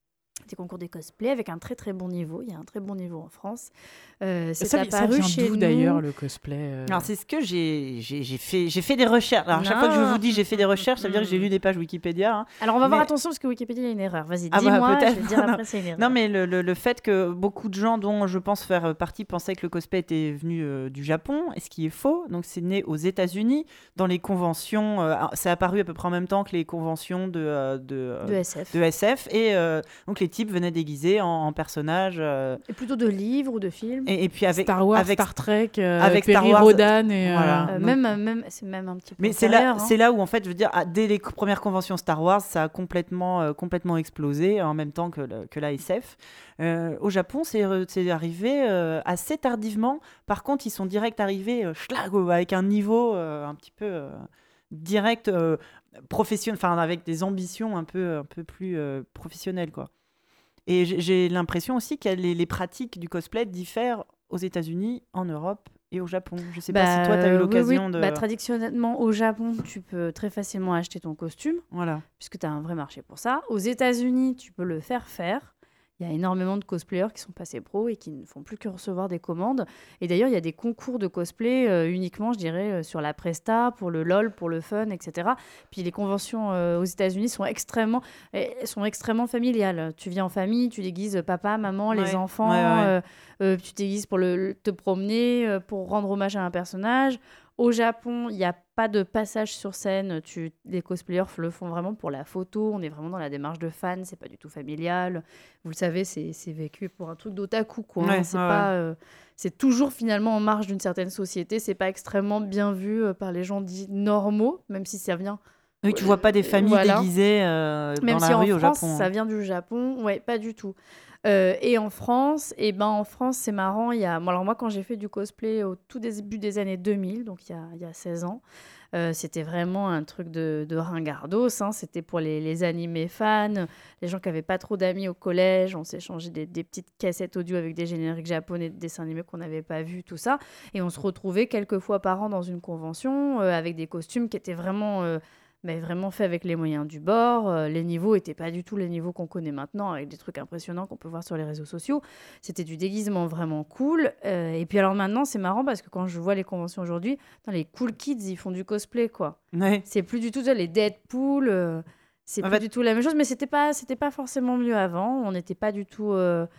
de cosplay avec un très très bon niveau. Il y a un très bon niveau en France. C'est apparu chez nous. D'ailleurs le cosplay Alors c'est ce que j'ai fait. J'ai fait des recherches. Alors à chaque fois que je vous dis j'ai fait des recherches, ça veut dire que j'ai lu des pages Wikipédia. Hein. Alors on va voir attention parce que Wikipédia il y a une erreur. Vas-y, dis-moi. Je vais te dire après c'est une erreur. Non mais le fait que beaucoup de gens dont je pense faire partie pensaient que le cosplay était venu du Japon, et ce qui est faux. Donc c'est né aux États-Unis dans les conventions. C'est apparu à peu près en même temps que les conventions de SF. Et donc les types venaient déguisés en personnages. Et plutôt de livres ou de films. Et puis avec Star Wars, Star Trek, avec Perry Rhodan et voilà. C'est même un petit peu. Mais c'est là où en fait, je veux dire, dès les premières conventions Star Wars, ça a complètement explosé en même temps que la SF. Au Japon, c'est arrivé assez tardivement. Par contre, ils sont direct arrivés avec un niveau un petit peu direct, professionnel, enfin avec des ambitions un peu plus professionnelles, quoi. Et j'ai l'impression aussi que les pratiques du cosplay diffèrent aux États-Unis, en Europe et au Japon. Je ne sais pas si toi, tu as eu l'occasion de... Traditionnellement, au Japon, tu peux très facilement acheter ton costume, puisque tu as un vrai marché pour ça. Aux États-Unis, tu peux le faire. Il y a énormément de cosplayers qui sont passés pro et qui ne font plus que recevoir des commandes. Et d'ailleurs, il y a des concours de cosplay uniquement, je dirais, sur la Presta, pour le LOL, pour le fun, etc. Puis les conventions aux États-Unis sont extrêmement familiales. Tu viens en famille, tu déguises papa, maman, les enfants. Tu déguises pour te promener, pour rendre hommage à un personnage. Au Japon, il n'y a pas de passage sur scène. Les cosplayers le font vraiment pour la photo. On est vraiment dans la démarche de fan. C'est pas du tout familial. Vous le savez, c'est vécu pour un truc d'otaku, quoi. C'est toujours finalement en marge d'une certaine société. C'est pas extrêmement bien vu par les gens dits normaux, même si ça vient Oui, tu vois pas des familles déguisées même dans si la rue en au France, Japon. ça vient du Japon, ouais, pas du tout. Et en France, c'est marrant. Alors moi, quand j'ai fait du cosplay au tout début des années 2000, donc il y a 16 ans, c'était vraiment un truc de ringardos. C'était pour les animés fans, les gens qui n'avaient pas trop d'amis au collège. On s'échangeait des petites cassettes audio avec des génériques japonais de dessins animés qu'on n'avait pas vus, tout ça. Et on se retrouvait quelques fois par an dans une convention avec des costumes qui étaient vraiment fait avec les moyens du bord. Les niveaux n'étaient pas du tout les niveaux qu'on connaît maintenant, avec des trucs impressionnants qu'on peut voir sur les réseaux sociaux. C'était du déguisement vraiment cool. Et puis alors maintenant, c'est marrant parce que quand je vois les conventions aujourd'hui, les cool kids, ils font du cosplay, quoi. Ouais. C'est plus du tout les Deadpool, c'est plus du tout la même chose, mais c'était pas forcément mieux avant. On n'était pas du tout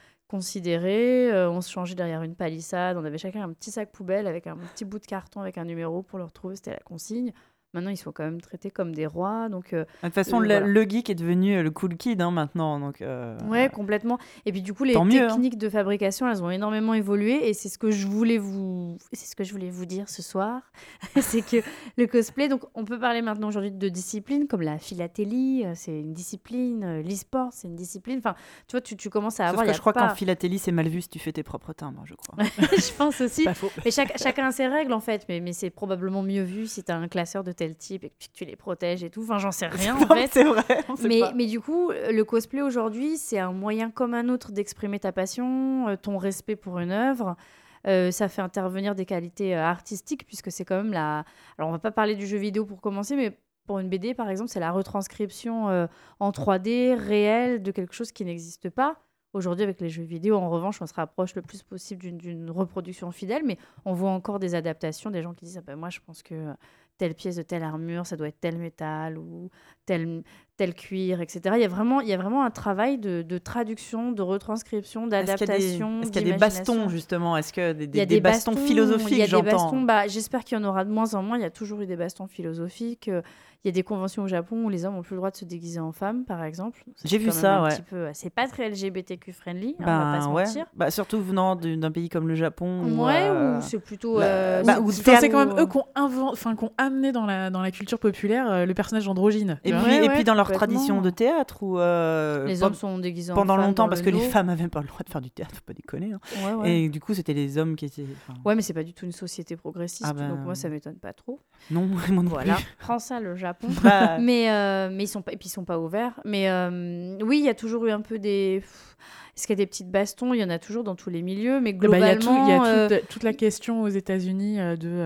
considérés. On se changeait derrière une palissade. On avait chacun un petit sac poubelle avec un petit bout de carton avec un numéro pour le retrouver. C'était la consigne. Maintenant, ils sont quand même traités comme des rois. Donc, de toute façon, le geek est devenu le cool kid maintenant. Donc, ouais, complètement. Et puis, du coup, les techniques de fabrication, elles ont énormément évolué. Et c'est ce que je voulais vous dire ce soir. C'est que le cosplay, donc, on peut parler maintenant aujourd'hui de disciplines comme la philatélie, c'est une discipline. L'e-sport, c'est une discipline. Enfin, tu vois, tu commences à avoir... Sauf que je crois qu'en philatélie, c'est mal vu si tu fais tes propres timbres, je crois. Je pense aussi. Pas faux. Mais chacun a ses règles, en fait. Mais c'est probablement mieux vu si tu as un classeur de tel type et que tu les protèges et tout. Enfin, j'en sais rien, en fait. C'est vrai, on sait pas. Mais du coup, le cosplay aujourd'hui, c'est un moyen comme un autre d'exprimer ta passion, ton respect pour une œuvre. Ça fait intervenir des qualités artistiques, puisque c'est quand même Alors, on va pas parler du jeu vidéo pour commencer, mais pour une BD, par exemple, c'est la retranscription en 3D réelle de quelque chose qui n'existe pas. Aujourd'hui, avec les jeux vidéo, en revanche, on se rapproche le plus possible d'une reproduction fidèle, mais on voit encore des adaptations, des gens qui disent moi, je pense que telle pièce de telle armure, ça doit être tel métal ou tel cuir, etc. Il y a vraiment un travail de traduction, de retranscription, d'adaptation. Est-ce qu'il y a des bastons, justement? Est-ce qu'il y a des bastons philosophiques, il y a j'entends. Des bastons, j'espère qu'il y en aura de moins en moins. Il y a toujours eu des bastons philosophiques. Il y a des conventions au Japon où les hommes n'ont plus le droit de se déguiser en femmes, par exemple. J'ai vu ça, ouais. C'est pas très LGBTQ friendly, on va pas se mentir. Surtout venant d'un pays comme le Japon. Où c'est plutôt... c'est quand même eux qui ont amené dans la culture populaire le personnage androgyne. Et puis dans leur tradition de théâtre où les hommes sont déguisés en femmes pendant longtemps parce que dos. Les femmes n'avaient pas le droit de faire du théâtre, faut pas déconner. Et du coup, c'était les hommes qui étaient... Ouais, mais c'est pas du tout une société progressiste, donc moi ça m'étonne pas trop. Non, moi non plus. Prends ça, le Japon. Mais ils sont pas ouverts. Mais oui, il y a toujours eu un peu des... Est-ce qu'il y a des petites bastons? Il y en a toujours dans tous les milieux, mais globalement... Il y a toute la question aux États-Unis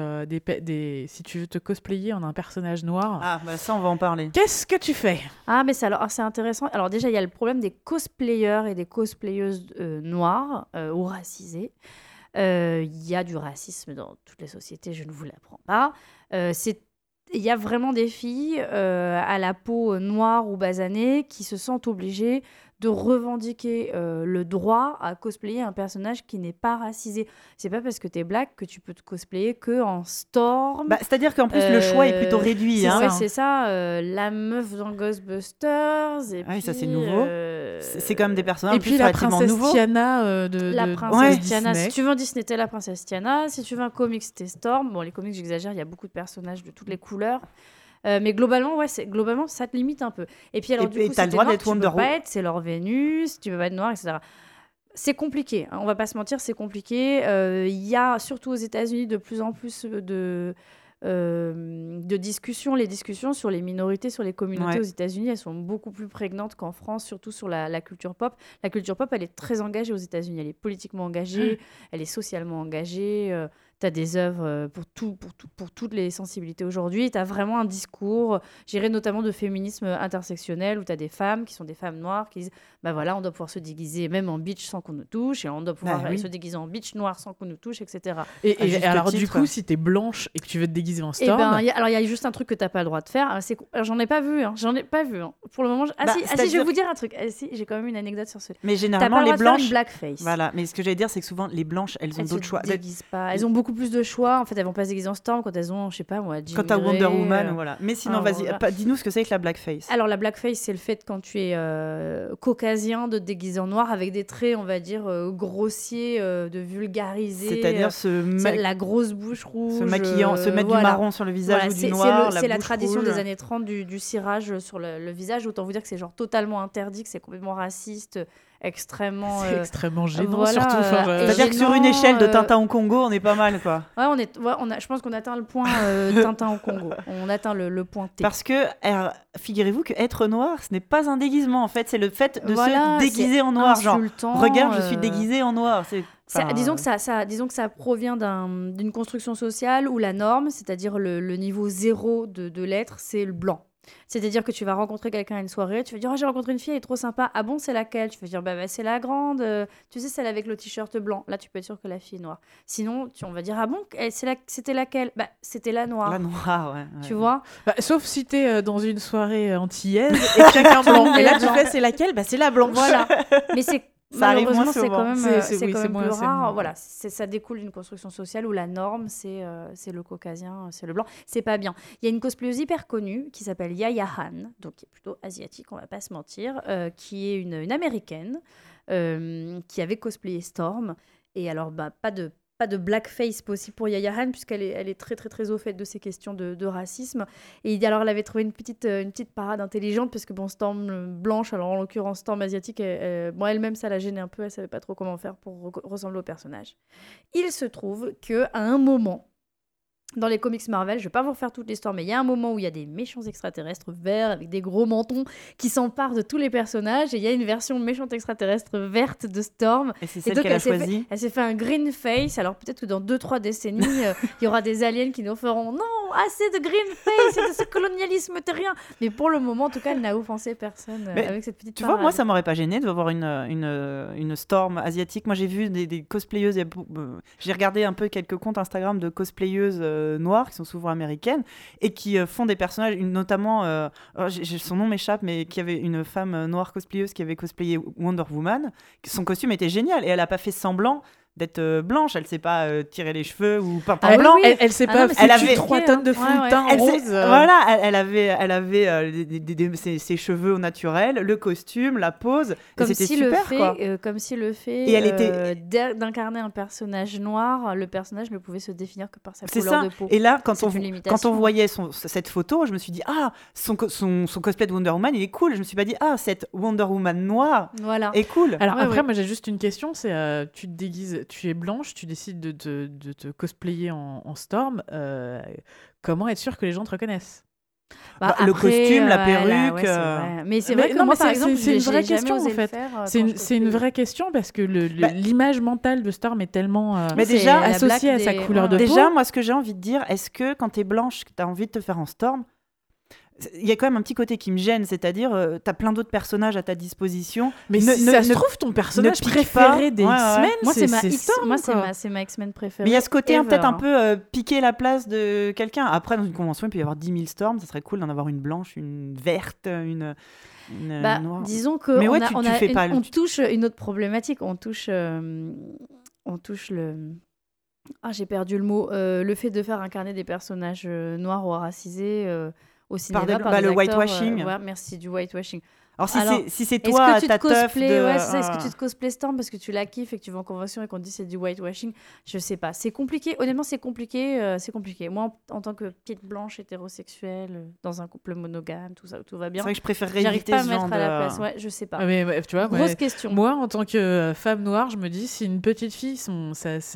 si tu veux te cosplayer en un personnage noir. Ah, ça, on va en parler. Qu'est-ce que tu fais? Ah, mais c'est intéressant. Alors déjà, il y a le problème des cosplayers et des cosplayeuses noires ou racisées. Il y a du racisme dans toutes les sociétés, je ne vous l'apprends pas. Il y a vraiment des filles à la peau noire ou basanée qui se sentent obligées de revendiquer le droit à cosplayer un personnage qui n'est pas racisé. C'est pas parce que t'es black que tu peux te cosplayer que en Storm. C'est-à-dire qu'en plus le choix est plutôt réduit. C'est ça. La meuf dans Ghostbusters. Et puis, ça c'est nouveau. C'est quand même des personnages et puis la princesse Tiana la princesse Tiana. Si tu veux un Disney, t'es la princesse Tiana. Si tu veux un comics, t'es Storm. Bon, les comics, j'exagère. Il y a beaucoup de personnages de toutes les couleurs. Mais globalement, ça te limite un peu. Et puis alors, du coup, t'as le droit d'être Wonder Woman. C'est leur Vénus, tu peux pas être noir, etc. C'est compliqué, on va pas se mentir, c'est compliqué. Il y a, surtout aux États-Unis, de plus en plus de discussions. Les discussions sur les minorités, sur les communautés aux États-Unis, elles sont beaucoup plus prégnantes qu'en France, surtout sur la culture pop. La culture pop, elle est très engagée aux États-Unis. Elle est politiquement engagée, elle est socialement engagée. Tu as des œuvres pour toutes les sensibilités aujourd'hui. Tu as vraiment un discours, j'irais notamment de féminisme intersectionnel, où tu as des femmes qui sont des femmes noires qui disent on doit pouvoir se déguiser même en bitch sans qu'on nous touche, et on doit pouvoir se déguiser en bitch noire sans qu'on nous touche, etc. Et alors, du coup, si tu es blanche et que tu veux te déguiser en Storm... il y a juste un truc que tu n'as pas le droit de faire. Alors, j'en ai pas vu. Pour le moment, je vais vous dire un truc. J'ai quand même une anecdote sur ce. Mais généralement, les blanches... blackface. Voilà, mais ce que j'allais dire, c'est que souvent, les blanches, elles ont d'autres choix. Elles se déguisent pas. Elles ont beaucoup beaucoup plus de choix. En fait, elles vont pas se déguiser en Storm quand elles ont, je sais pas moi, Jean quand t'as Grey, Wonder Woman, voilà. Mais sinon, vas-y, voilà. dis-nous ce que c'est que la blackface. Alors, la blackface, c'est le fait quand tu es caucasien de te déguiser en noir avec des traits, on va dire, grossiers, de vulgariser. C'est-à-dire la grosse bouche rouge. se maquillant, se mettre du marron sur le visage ou du noir. C'est la bouche tradition rouge. des années 30 du cirage sur le visage. Autant vous dire que c'est genre totalement interdit, que c'est complètement raciste, extrêmement... C'est extrêmement gênant, voilà, surtout. C'est-à-dire que sur une échelle de Tintin au Congo, on est pas mal, quoi. Ouais, je pense qu'on atteint le point Tintin au Congo. On atteint le point T. Parce que, figurez-vous que être noir, ce n'est pas un déguisement, en fait. C'est le fait de se déguiser en noir. Genre, regarde, je suis déguisée en noir. Disons que ça provient d'une construction sociale où la norme, c'est-à-dire le niveau 0 de l'être, c'est le blanc. C'est-à-dire que tu vas rencontrer quelqu'un à une soirée, tu vas dire « Oh, j'ai rencontré une fille, elle est trop sympa. Ah bon, c'est laquelle ?» Tu vas dire bah, c'est la grande. Tu sais, celle avec le t-shirt blanc. Là, tu peux être sûr que la fille est noire. Sinon, on va dire « Ah bon, c'était laquelle ?» Bah, c'était la noire. La noire, ouais. Tu vois sauf si t'es dans une soirée antillaise et quelqu'un blanc. Et là, tu fais « C'est laquelle ?» Bah, c'est la blanche. Voilà. Mais malheureusement, c'est quand même moins plus rare. moins. Voilà, ça découle d'une construction sociale où la norme, c'est le caucasien, c'est le blanc. C'est pas bien. Il y a une cosplayeuse hyper connue qui s'appelle Yaya Han, donc qui est plutôt asiatique, on va pas se mentir, qui est une américaine qui avait cosplayé Storm. Et alors, pas de blackface possible pour Yaya Han, puisqu'elle est très, très, très au fait de ces questions de racisme. Et alors, elle avait trouvé une petite parade intelligente, parce que, bon, Storm blanche, alors en l'occurrence, Storm asiatique, elle-même, ça la gênait un peu, elle savait pas trop comment faire pour ressembler au personnage. Il se trouve qu'à un moment, dans les comics Marvel, je vais pas vous refaire toute l'histoire, mais il y a un moment où il y a des méchants extraterrestres verts avec des gros mentons qui s'emparent de tous les personnages, et il y a une version méchante extraterrestre verte de Storm. Et c'est celle qu'elle a choisie. Elle s'est fait un green face. Alors peut-être que dans 2-3 décennies, il y aura des aliens qui nous feront non, assez de green face et de ce colonialisme terrien. Mais pour le moment, en tout cas, elle n'a offensé personne avec cette petite parade. Tu vois, moi, ça m'aurait pas gêné de voir une Storm asiatique. Moi, j'ai vu des cosplayeuses. J'ai regardé un peu quelques comptes Instagram de cosplayeuses noires qui sont souvent américaines et qui font des personnages, notamment son nom m'échappe, mais qui avait une femme noire cosplayeuse qui avait cosplayé Wonder Woman. Son costume était génial et elle a pas fait semblant d'être blanche, elle sait pas tirer les cheveux ou peindre en blanc. Oui. Elle sait pas. Elle avait 3 tonnes de fond de teint rose. Voilà, elle avait ses cheveux au naturel, le costume, la pose. Comme c'était si super, comme si le fait et elle était d'incarner un personnage noir, le personnage ne pouvait se définir que par sa couleur de peau. Et là, quand on voyait cette photo, je me suis dit son cosplay de Wonder Woman, il est cool. Je me suis pas dit cette Wonder Woman noire est cool. Alors après, moi j'ai juste une question, c'est tu te déguises, tu es blanche, tu décides de te cosplayer en Storm, comment être sûr que les gens te reconnaissent? Le costume, la perruque. Mais c'est vrai que moi, par exemple, c'est une vraie question en fait. C'est une vraie question parce que l'image mentale de Storm est tellement associée à sa couleur de peau. Déjà, moi, ce que j'ai envie de dire, est-ce que quand t'es blanche, t'as envie de te faire en Storm? Il y a quand même un petit côté qui me gêne, c'est-à-dire t'as plein d'autres personnages à ta disposition. Mais ça se trouve, ton personnage préféré des X-Men, moi c'est ma Storm, c'est ma X-Men préférée. Mais il y a ce côté peut-être un peu piquer la place de quelqu'un. Après, dans une convention, il peut y avoir 10 000 Storms, ça serait cool d'en avoir une blanche, une verte, une noire. Disons que on touche une autre problématique, on touche le... Ah, j'ai perdu le mot. Le fait de faire incarner des personnages noirs ou racisés au cinéma par des le acteurs, whitewashing. Merci, du whitewashing. Alors, si c'est toi, ta teuf de... Est-ce que tu te cosplays Storm parce que tu la kiffes et que tu vas en convention et qu'on te dit c'est du whitewashing? Je sais pas. C'est compliqué. Honnêtement, c'est compliqué. Moi, en tant que petite blanche hétérosexuelle, dans un couple monogame, tout va bien. C'est vrai que je préférerais éviter ce genre de... J'arrive pas à mettre à la place. Ouais, je sais pas. Mais tu vois, grosse question. Moi, en tant que femme noire, je me dis, si une petite fille, son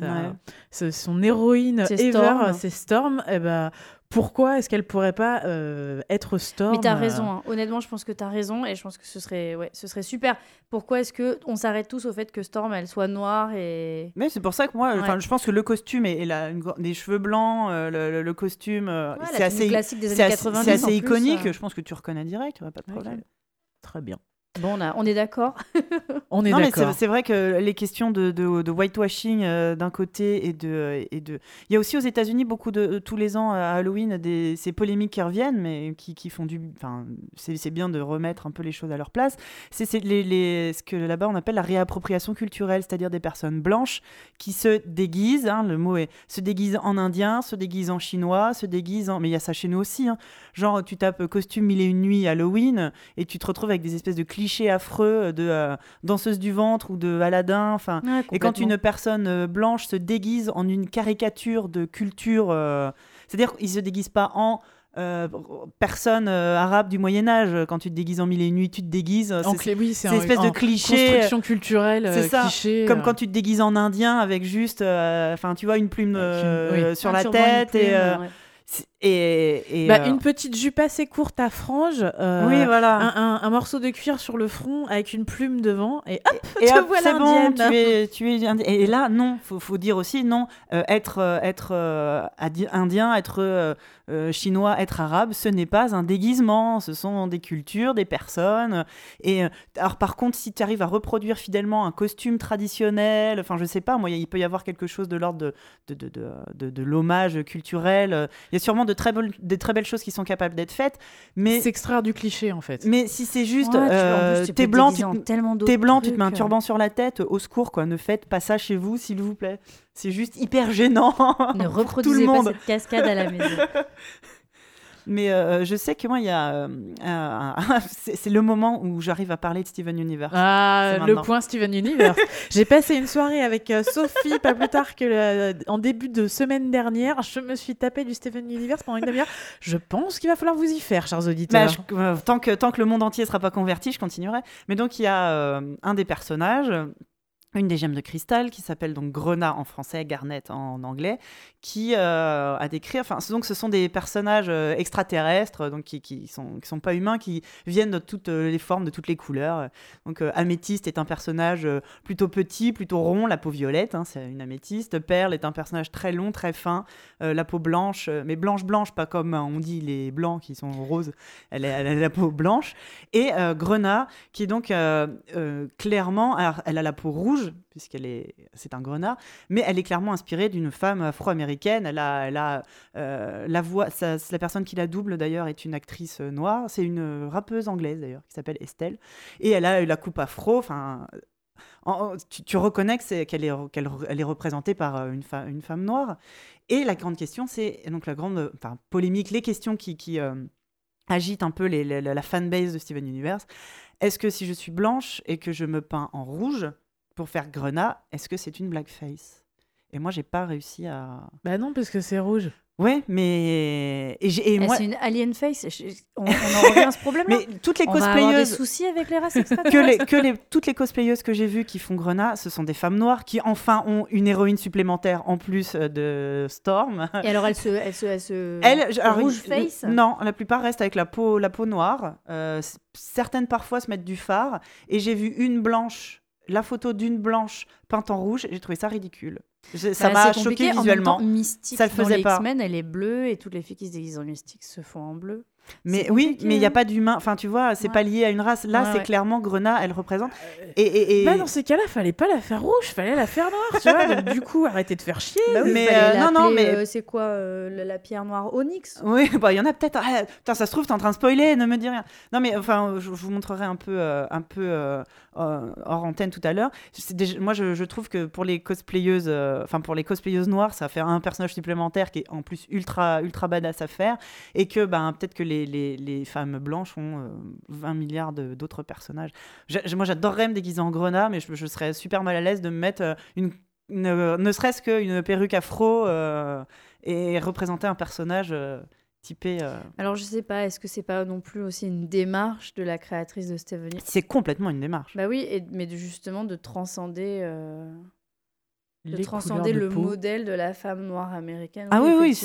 héroïne ever, c'est Storm, eh ben... Pourquoi est-ce qu'elle pourrait pas être Storm? Mais t'as raison, hein. Honnêtement, je pense que t'as raison et je pense que ce serait super. Pourquoi est-ce qu'on s'arrête tous au fait que Storm, elle soit noire et... Mais c'est pour ça que moi, je pense que le costume et des cheveux blancs, le costume, c'est assez classique des années 90. C'est assez iconique. Je pense que tu reconnais direct, pas de problème. Très bien. Bon, on est d'accord. On est non, d'accord. Mais c'est vrai que les questions de whitewashing d'un côté et de... Il y a aussi aux États-Unis beaucoup tous les ans à Halloween ces polémiques qui reviennent, mais qui font du... Enfin, c'est bien de remettre un peu les choses à leur place. C'est ce que là-bas on appelle la réappropriation culturelle, c'est-à-dire des personnes blanches qui se déguisent, le mot est se déguisent en indien, se déguisent en chinois, se déguisent en... Mais il y a ça chez nous aussi. Genre, tu tapes costume 1001 nuits Halloween et tu te retrouves avec des espèces de clichés affreux de danseuse du ventre ou de Aladdin. Enfin, et quand une personne blanche se déguise en une caricature de culture, c'est-à-dire qu'ils se déguisent pas en personne arabe du Moyen-Âge. Quand tu te déguises en 1001 nuits, tu te déguises. C'est une espèce de cliché. Construction culturelle, c'est ça. cliché. Comme quand tu te déguises en indien avec juste, tu vois, une plume sur la tête et une petite jupe assez courte à franges, oui, voilà. un morceau de cuir sur le front avec une plume devant et hop, voilà c'est indienne. Bon, tu es indien. Et là, non, faut dire aussi non. Être indien, être chinois, être arabe, ce n'est pas un déguisement. Ce sont des cultures, des personnes. Et alors, par contre, si tu arrives à reproduire fidèlement un costume traditionnel, enfin, je sais pas, moi, il peut y avoir quelque chose de l'ordre de l'hommage culturel. Il y a sûrement des très belles choses qui sont capables d'être faites, mais s'extraire du cliché en fait. Mais si c'est juste t'es blanc, tu te mets un turban sur la tête, au secours quoi, ne faites pas ça chez vous s'il vous plaît. C'est juste hyper gênant. Ne reproduisez pas cette cascade à la maison. Mais je sais que moi, il y a c'est le moment où j'arrive à parler de Steven Universe. Ah, le point Steven Universe. J'ai passé une soirée avec Sophie, pas plus tard que en début de semaine dernière. Je me suis tapé du Steven Universe pendant une demi-heure. Je pense qu'il va falloir vous y faire, chers auditeurs. Tant que le monde entier ne sera pas converti, je continuerai. Mais donc, il y a un des personnages... Une des gemmes de cristal qui s'appelle donc Grenat en français, Garnet en anglais, qui a décrit. Enfin, donc ce sont des personnages extraterrestres, donc qui sont pas humains, qui viennent de toutes les formes, de toutes les couleurs. Donc Améthyste est un personnage plutôt petit, plutôt rond, la peau violette, c'est une améthyste. Perle est un personnage très long, très fin, la peau blanche, mais blanche, pas comme on dit les blancs qui sont roses. Elle a la peau blanche. Et Grenat, qui est donc clairement, alors, elle a la peau rouge, c'est un grenat, mais elle est clairement inspirée d'une femme afro-américaine. Elle a la voix, la personne qui la double d'ailleurs est une actrice noire, c'est une rappeuse anglaise d'ailleurs qui s'appelle Estelle, et elle a la coupe afro. Enfin, tu reconnais qu'elle est représentée par une femme noire. Et la grande question, c'est donc la grande polémique, les questions qui agitent un peu la fanbase de Steven Universe. Est-ce que si je suis blanche et que je me peins en rouge pour faire Grenat, est-ce que c'est une blackface ? Et moi, j'ai pas réussi à... Bah non, parce que c'est rouge. Ouais, mais... moi... C'est une alien face. On en revient à ce problème-là. Mais toutes les cosplayeuses... On va avoir des soucis avec les races extraterrestres. Toutes les cosplayeuses que j'ai vues qui font Grenat, ce sont des femmes noires qui enfin ont une héroïne supplémentaire en plus de Storm. Et alors, elle se rouge face ? Non, la plupart restent avec la peau noire. Certaines parfois se mettent du fard. Et j'ai vu une blanche... La photo d'une blanche peinte en rouge, j'ai trouvé ça ridicule. Ça m'a choqué visuellement. En même temps, Mystique, ça le faisait dans pas. les X-Men, elle est bleue et toutes les filles qui se déguisent en Mystique se font en bleu. Mais oui, mais il n'y a pas d'humain. Enfin, tu vois, c'est pas lié à une race. Là, c'est clairement Grenat, elle représente. Bah, dans ces cas-là, fallait pas la faire rouge, fallait la faire noire, tu vois. Donc, du coup, arrêtez de faire chier. Bah oui, mais c'est quoi la pierre noire Onyx ? Oui, bah il y en a peut-être. Putain, ça se trouve, t'es en train de spoiler, ne me dis rien. Non, mais enfin, je vous montrerai un peu hors antenne tout à l'heure. Moi, je trouve que pour les cosplayeuses, noires, ça fait un personnage supplémentaire qui est en plus ultra badass à faire, et que peut-être que les femmes blanches ont 20 milliards d'autres personnages. Moi, j'adorerais me déguiser en Grenat, mais je serais super mal à l'aise de me mettre ne serait-ce qu'une perruque afro et représenter un personnage typé... Alors, je sais pas, est-ce que c'est pas non plus aussi une démarche de la créatrice de Steven Universe ? C'est complètement une démarche. Bah oui, mais justement de transcender... de transcender le modèle de la femme noire américaine. Ah oui,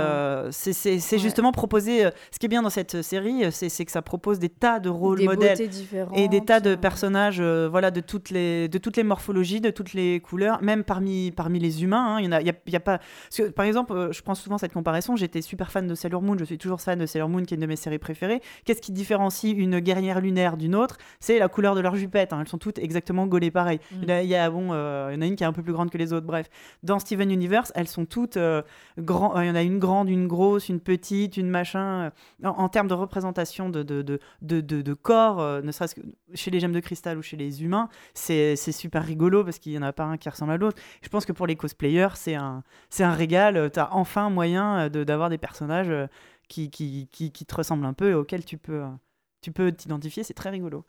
c'est justement proposer... ce qui est bien dans cette série, c'est que ça propose des tas de rôles modèles et des tas de personnages de toutes les morphologies, de toutes les couleurs, même parmi les humains. Hein, il y a pas... Parce que, par exemple, je prends souvent cette comparaison, j'étais super fan de Sailor Moon, je suis toujours fan de Sailor Moon, qui est une de mes séries préférées. Qu'est-ce qui différencie une guerrière lunaire d'une autre ? C'est la couleur de leur jupette. Hein, elles sont toutes exactement gaulées pareil. Il y en a une qui est un peu plus grande que les autres. Bref, dans Steven Universe, elles sont toutes grandes. Il y en a une grande, une grosse, une petite, une machin. En termes de représentation de corps, ne serait-ce que chez les gemmes de cristal ou chez les humains, c'est super rigolo parce qu'il n'y en a pas un qui ressemble à l'autre. Je pense que pour les cosplayers, c'est un régal. Tu as enfin moyen d'avoir des personnages qui te ressemblent un peu et auxquels tu peux t'identifier. C'est très rigolo.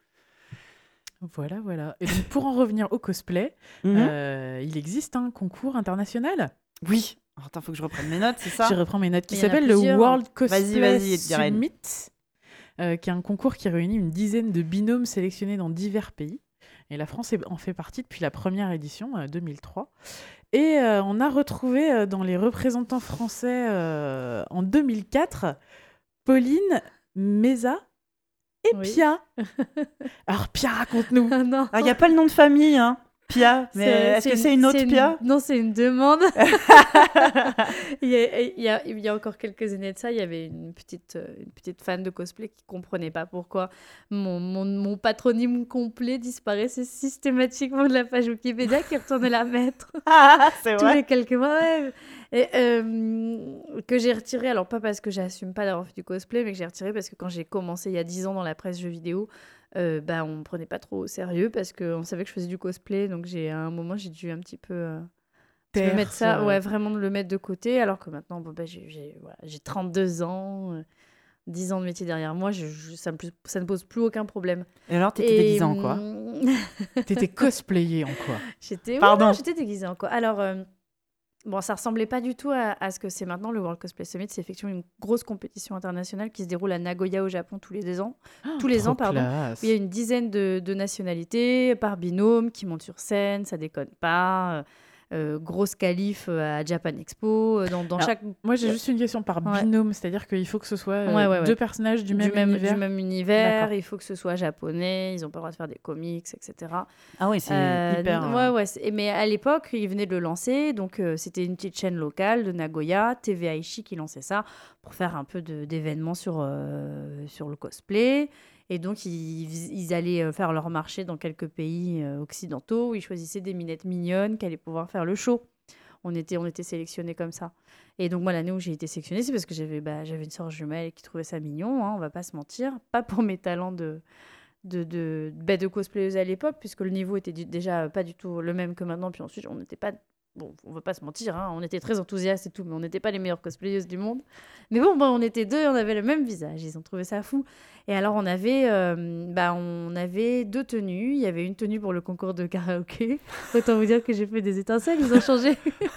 Voilà. Et donc, pour en revenir au cosplay, il existe un concours international. Oui. Attends, il faut que je reprenne mes notes, c'est ça ? Je reprends mes notes, qui s'appelle le World Cosplay Summit, qui est un concours qui réunit une dizaine de binômes sélectionnés dans divers pays. Et la France en fait partie depuis la première édition, 2003. Et on a retrouvé dans les représentants français en 2004, Pauline, Meza et Pia. Alors Pia, raconte-nous. Il n'y a pas le nom de famille, hein. Pia, mais est-ce que c'est une autre Pia ? Non, c'est une demande. il y a encore quelques années de ça, il y avait une petite fan de cosplay qui comprenait pas pourquoi mon patronyme complet disparaissait systématiquement de la page Wikipédia, qui retournait la mettre. C'est tous vrai. les quelques mois. Ouais. Et, que j'ai retiré, alors pas parce que j'assume pas d'avoir fait du cosplay, mais que j'ai retiré parce que quand j'ai commencé il y a 10 ans dans la presse jeux vidéo, on me prenait pas trop au sérieux parce qu'on savait que je faisais du cosplay, donc à un moment j'ai dû un petit peu mettre ça, vraiment le mettre de côté, alors que maintenant j'ai 32 ans, 10 ans de métier derrière moi, ça ne pose plus aucun problème. Et alors t'étais déguisée en quoi ? T'étais cosplayée en quoi ? J'étais déguisée en quoi ? Alors ça ressemblait pas du tout à ce que c'est maintenant. Le World Cosplay Summit, c'est effectivement une grosse compétition internationale qui se déroule à Nagoya au Japon tous les ans. Où il y a une dizaine de nationalités par binôme qui montent sur scène, ça déconne pas. Grosse qualif à Japan Expo. Moi, j'ai juste une question par binôme, c'est-à-dire qu'il faut que ce soit deux personnages du même univers. Il faut que ce soit japonais, ils n'ont pas le droit de faire des comics, etc. Ah oui, c'est hyper... Mais à l'époque, ils venaient de le lancer, donc c'était une petite chaîne locale de Nagoya, TV Aichi, qui lançait ça pour faire un peu d'événements sur le cosplay. Et donc, ils allaient faire leur marché dans quelques pays occidentaux où ils choisissaient des minettes mignonnes qui allaient pouvoir faire le show. On était sélectionnés comme ça. Et donc, moi, l'année où j'ai été sélectionnée, c'est parce que j'avais une sœur jumelle qui trouvait ça mignon, hein, on va pas se mentir. Pas pour mes talents de cosplayeuse à l'époque, puisque le niveau était déjà pas du tout le même que maintenant. Puis ensuite, on n'était pas... Bon, on va pas se mentir, hein, on était très enthousiastes et tout, mais on n'était pas les meilleures cosplayeuses du monde. Mais bon, on était deux, on avait le même visage, ils ont trouvé ça fou. Et alors, on avait deux tenues. Il y avait une tenue pour le concours de karaoké. Autant vous dire que j'ai fait des étincelles. Ils ont changé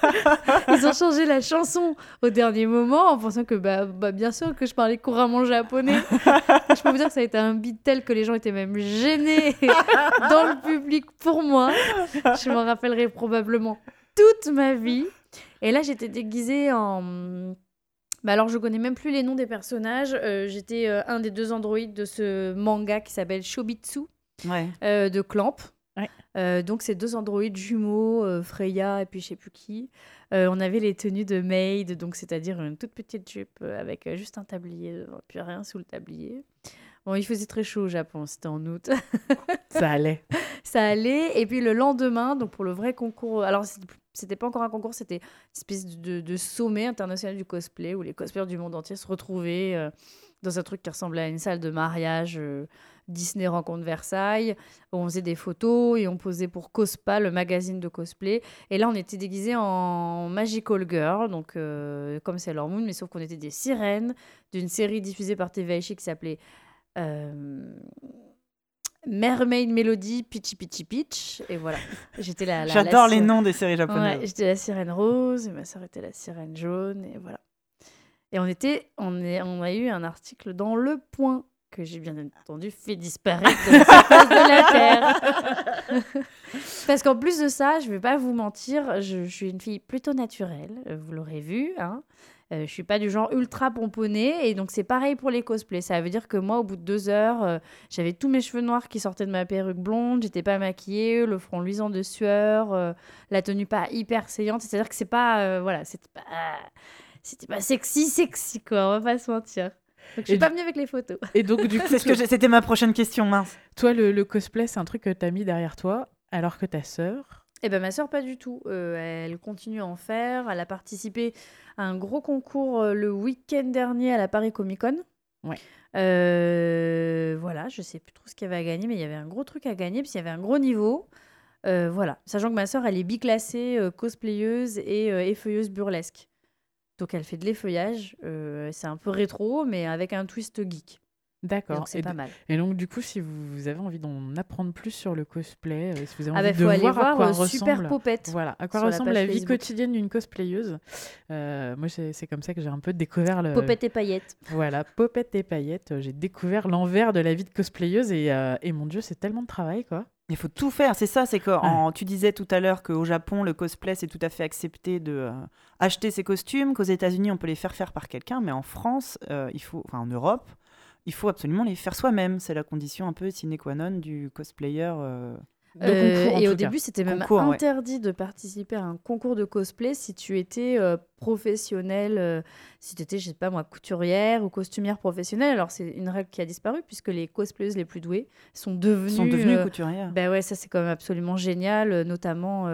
la chanson au dernier moment en pensant que, bien sûr, que je parlais couramment japonais. Je peux vous dire que ça a été un beat tel que les gens étaient même gênés dans le public pour moi. Je m'en rappellerai probablement toute ma vie. Et là, j'étais déguisée en... alors, je connais même plus les noms des personnages. J'étais un des deux androïdes de ce manga qui s'appelle Shobitsu, de Clamp. Ouais. Donc, c'est deux androïdes jumeaux, Freya et puis je sais plus qui. On avait les tenues de maid, donc c'est-à-dire une toute petite jupe avec juste un tablier, puis rien sous le tablier. Bon, il faisait très chaud au Japon, c'était en août. Ça allait. Ça allait. Et puis le lendemain, donc pour le vrai concours... Alors, c'était pas encore un concours, c'était une espèce de sommet international du cosplay où les cosplayers du monde entier se retrouvaient dans un truc qui ressemblait à une salle de mariage Disney Rencontre Versailles, où on faisait des photos et on posait pour Cospa, le magazine de cosplay. Et là, on était déguisés en Magical Girl, donc comme Sailor Moon, mais sauf qu'on était des sirènes d'une série diffusée par TV Aichi qui s'appelait... Mermaid Melody, Peachy Peachy Peach, et voilà. J'étais J'adore les noms des séries japonaises. Ouais, j'étais la sirène rose, et ma sœur était la sirène jaune, et voilà. Et on a eu un article dans Le Point que j'ai bien entendu fait disparaître de la surface de la Terre. Parce qu'en plus de ça, je ne vais pas vous mentir, je suis une fille plutôt naturelle, vous l'aurez vu. Hein. Je ne suis pas du genre ultra pomponnée, et donc c'est pareil pour les cosplays. Ça veut dire que moi, au bout de 2 heures, j'avais tous mes cheveux noirs qui sortaient de ma perruque blonde, j'étais pas maquillée, le front luisant de sueur, la tenue pas hyper saillante. C'est-à-dire que c'est pas, c'était pas sexy quoi, on va pas se mentir. Donc je suis pas venue avec les photos. Et donc du coup, c'était ma prochaine question, mince. Toi, le cosplay, c'est un truc que t'as mis derrière toi, alors que ta sœur... Eh ben ma sœur pas du tout. Elle continue à en faire. Elle a participé à un gros concours le week-end dernier à la Paris Comic Con. Ouais. Voilà, je sais plus trop ce qu'elle avait à gagner, mais il y avait un gros truc à gagner parce qu'il y avait un gros niveau. Voilà, sachant que ma sœur elle est biclassée, cosplayeuse et effeuilleuse burlesque. Donc elle fait de l'effeuillage. C'est un peu rétro, mais avec un twist geek. D'accord. Donc c'est pas mal. Et donc du coup, si vous avez envie d'en apprendre plus sur le cosplay, si vous avez envie faut de aller voir à quoi Super ressemble, Popette. voilà, à quoi sur ressemble la vie Facebook. quotidienne d'une cosplayeuse. Moi, c'est comme ça que j'ai un peu découvert le. Popette et paillettes. Voilà, Popette et paillettes. J'ai découvert l'envers de la vie de cosplayeuse et mon Dieu, c'est tellement de travail, quoi. Il faut tout faire, c'est ça. C'est que tu disais tout à l'heure qu'au Japon, le cosplay, c'est tout à fait accepté de acheter ses costumes, qu'aux États-Unis, on peut les faire par quelqu'un, mais en France, en Europe, il faut absolument les faire soi-même. C'est la condition un peu sine qua non du cosplayer de concours. Et au début, c'était même Concours, interdit de participer à un concours de cosplay si tu étais professionnelle, si tu étais, je sais pas moi, couturière ou costumière professionnelle. Alors, c'est une règle qui a disparu puisque les cosplayeuses les plus douées sont devenues couturières. Bah ouais, ça c'est quand même absolument génial, notamment.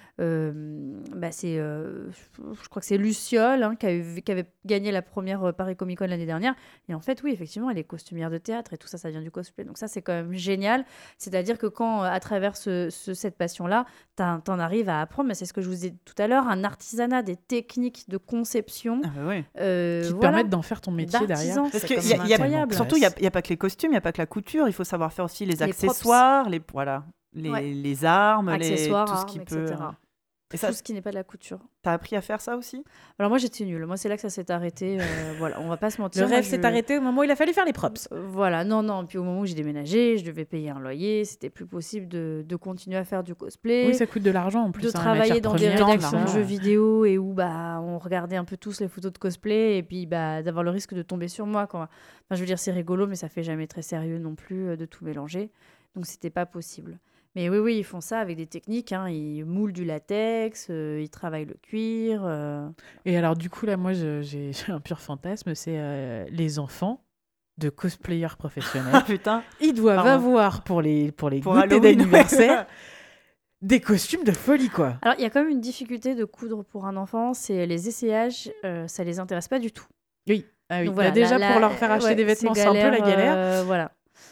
Je crois que c'est Luciole qui avait gagné la première Paris Comic Con l'année dernière. Et en fait, oui, effectivement, elle est costumière de théâtre et tout ça, ça vient du cosplay. Donc ça, c'est quand même génial. C'est-à-dire que quand, à travers cette passion-là, t'en arrives à apprendre, mais c'est ce que je vous disais tout à l'heure, un artisanat, des techniques de conception. Ah bah oui. Qui te permettent d'en faire ton métier derrière. Parce qu'il y a surtout, il n'y a pas que les costumes, il n'y a pas que la couture. Il faut savoir faire aussi les accessoires, les armes, accessoires, tout ce qui peut... etc. Et ça, tout ce qui n'est pas de la couture. T'as appris à faire ça aussi ? Alors moi j'étais nulle. Moi c'est là que ça s'est arrêté. Voilà, on va pas se mentir. Le rêve s'est arrêté au moment où il a fallu faire les props. Voilà, non. Puis au moment où j'ai déménagé, je devais payer un loyer. C'était plus possible de continuer à faire du cosplay. Oui, ça coûte de l'argent en plus. De travailler dans des rédactions de jeux vidéo et où on regardait un peu tous les photos de cosplay et puis d'avoir le risque de tomber sur moi. Enfin, je veux dire c'est rigolo, mais ça fait jamais très sérieux non plus de tout mélanger. Donc c'était pas possible. Mais oui, ils font ça avec des techniques. Ils moulent du latex, ils travaillent le cuir. Et alors, du coup, là, moi, j'ai un pur fantasme. C'est les enfants de cosplayers professionnels. Putain. Ils doivent avoir pour les goûters d'anniversaire des costumes de folie, quoi. Alors, il y a quand même une difficulté de coudre pour un enfant. C'est les essayages, ça les intéresse pas du tout. Oui. Ah oui. Donc, voilà, déjà, pour leur faire acheter des vêtements, c'est un peu la galère. Voilà.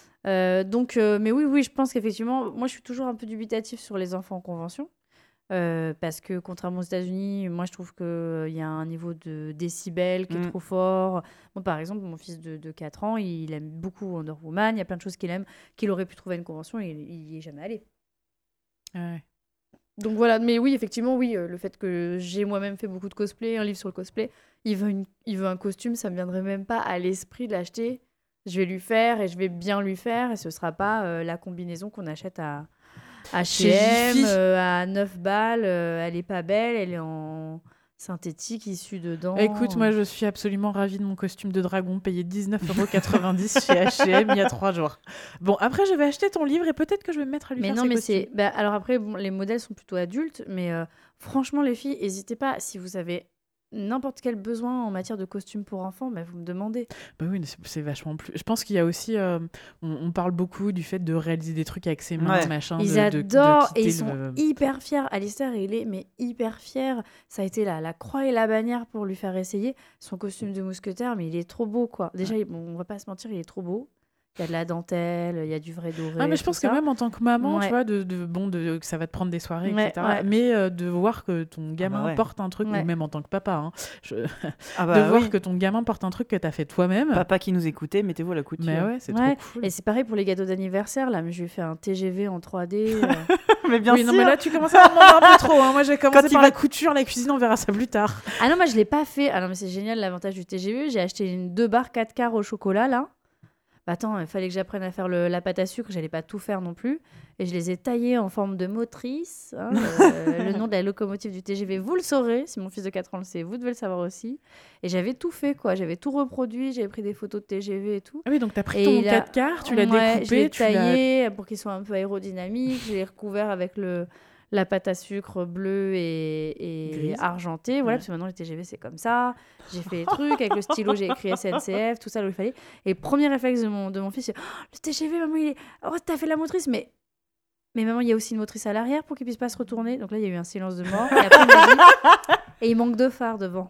Mais oui, je pense qu'effectivement, moi je suis toujours un peu dubitative sur les enfants en convention parce que contrairement aux États-Unis, moi je trouve qu'il y a un niveau de décibels qui est trop fort. Moi par exemple, mon fils de 4 ans, il aime beaucoup Wonder Woman, il y a plein de choses qu'il aime, qu'il aurait pu trouver à une convention et il n'y est jamais allé. Ouais. Donc voilà, mais oui, effectivement, le fait que j'ai moi-même fait beaucoup de cosplay, un livre sur le cosplay, il veut un costume, ça me viendrait même pas à l'esprit de l'acheter. Je vais lui faire et je vais bien lui faire et ce sera pas la combinaison qu'on achète à H&M à 9 balles. Elle est pas belle, elle est en synthétique issue dedans. Écoute, moi je suis absolument ravie de mon costume de dragon payé 19,90 € chez H&M il y a 3 jours. Bon, après je vais acheter ton livre et peut-être que je vais me mettre à lui faire ses costumes. Alors après, les modèles sont plutôt adultes, mais franchement les filles, n'hésitez pas, si vous avez n'importe quel besoin en matière de costumes pour enfants, vous me demandez. Bah oui, c'est vachement plus... Je pense qu'il y a aussi... on parle beaucoup du fait de réaliser des trucs avec ses mains, machin. Ils adorent et ils sont hyper fiers. Alistair, il est hyper fier. Ça a été la croix et la bannière pour lui faire essayer son costume de mousquetaire, mais il est trop beau, quoi. Déjà, on va pas se mentir, il est trop beau. Il y a de la dentelle, il y a du vrai doré. Ah, mais je pense que même en tant que maman, tu vois, que ça va te prendre des soirées, etc. Ouais. Mais de voir que ton gamin porte un truc, ou même en tant que papa, voir que ton gamin porte un truc que tu as fait toi-même. Papa qui nous écoutait, mettez-vous à la couture. Mais ouais, c'est trop cool. Et c'est pareil pour les gâteaux d'anniversaire, là. Mais je lui ai fait un TGV en 3D. Mais bien sûr. Non, mais là, tu commences à me demander un peu trop. Moi, j'ai commencé par la couture, la cuisine, on verra ça plus tard. Ah non, moi, je l'ai pas fait. Ah non, mais c'est génial, l'avantage du TGV. J'ai acheté 2 barres 4 quarts au chocolat, là. Attends, il fallait que j'apprenne à faire la pâte à sucre, j'allais pas tout faire non plus. Et je les ai taillés en forme de motrice. Hein, le nom de la locomotive du TGV, vous le saurez, si mon fils de 4 ans le sait, vous devez le savoir aussi. Et j'avais tout fait, quoi. J'avais tout reproduit, j'avais pris des photos de TGV et tout. Ah oui, donc tu as pris ton 4x, tu l'as découpé. Je l'ai taillé pour qu'il soit un peu aérodynamique. Je l'ai recouvert avec la pâte à sucre bleue et argentée. Voilà, parce que maintenant, les TGV, c'est comme ça. J'ai fait les trucs. Avec le stylo, j'ai écrit SNCF, tout ça, là où il fallait. Et le premier réflexe de mon fils, c'est le TGV, maman, il est... Oh, t'as fait la motrice, mais maman, il y a aussi une motrice à l'arrière pour qu'il puisse pas se retourner. Donc là, il y a eu un silence de mort. Et après, il m'a dit... Et il manque 2 phares devant.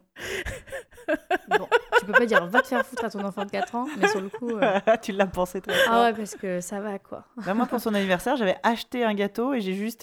Bon, tu peux pas dire va te faire foutre à ton enfant de 4 ans, mais sur le coup... Tu l'as pensé très fort. Ah ouais, parce que ça va, quoi. Bah, moi, pour son anniversaire, j'avais acheté un gâteau et j'ai juste,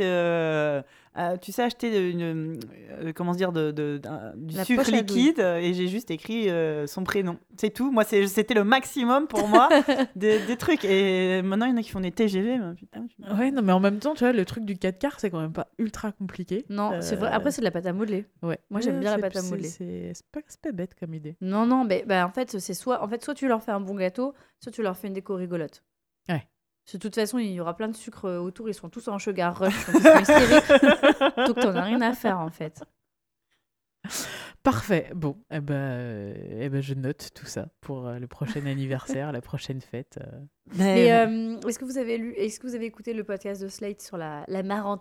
tu sais, acheté comment se dire, du sucre liquide et j'ai juste écrit son prénom. C'est tout. Moi, c'était le maximum pour moi des trucs. Et maintenant, il y en a qui font des TGV. Putain. Ouais, non, mais en même temps, tu vois, le truc du 4x, c'est quand même pas ultra compliqué. Non, c'est vrai. Après, c'est de la pâte à modeler. Ouais. Moi, j'aime bien la pâte à modeler. C'est pas bête comme idée. Non, mais en fait, c'est soit tu leur fais un bon gâteau, soit tu leur fais une déco rigolote. Ouais. De toute façon, il y aura plein de sucre autour, ils seront tous en sugar rush, donc ils seront hystériques. Donc t'en as rien à faire, en fait. Parfait. Bon, je note tout ça pour le prochain anniversaire, la prochaine fête. Et est-ce que vous avez écouté le podcast de Slate sur la marentalité ?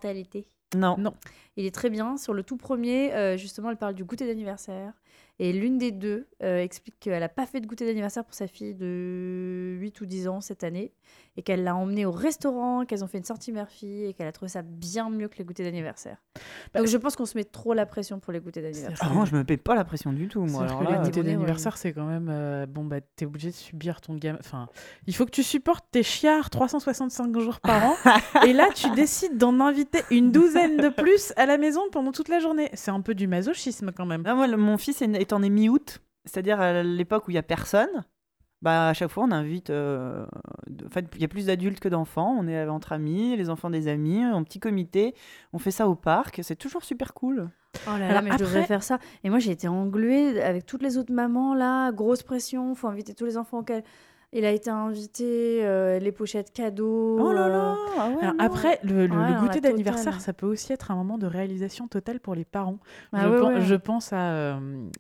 Non. Il est très bien. Sur le tout premier, justement, elle parle du goûter d'anniversaire. Et l'une des deux explique qu'elle n'a pas fait de goûter d'anniversaire pour sa fille de 8 ou 10 ans cette année. Et qu'elle l'a emmenée au restaurant, qu'elles ont fait une sortie mère-fille et qu'elle a trouvé ça bien mieux que les goûters d'anniversaire. Donc je pense qu'on se met trop la pression pour les goûters d'anniversaire. Moi, je me paie pas la pression du tout. Moi, alors là, les goûters d'anniversaire, c'est quand même... t'es obligé de subir ton gamin. Enfin, il faut que tu supportes tes chiards 365 jours par an. Et là, tu décides d'en inviter une douzaine de plus à la maison pendant toute la journée. C'est un peu du masochisme quand même. Moi, mon fils est en mi-août, c'est-à-dire à l'époque où il y a personne. Bah, à chaque fois, on invite... En fait, il y a plus d'adultes que d'enfants. On est entre amis, les enfants des amis, en petit comité. On fait ça au parc. C'est toujours super cool. Oh là là, mais je devrais faire ça. Et moi, j'ai été engluée avec toutes les autres mamans, là. Grosse pression. Faut inviter tous les enfants auxquels... Il a été invité, les pochettes cadeaux. Oh là là. Alors, après, le goûter d'anniversaire, ça peut aussi être un moment de réalisation totale pour les parents. Je pense à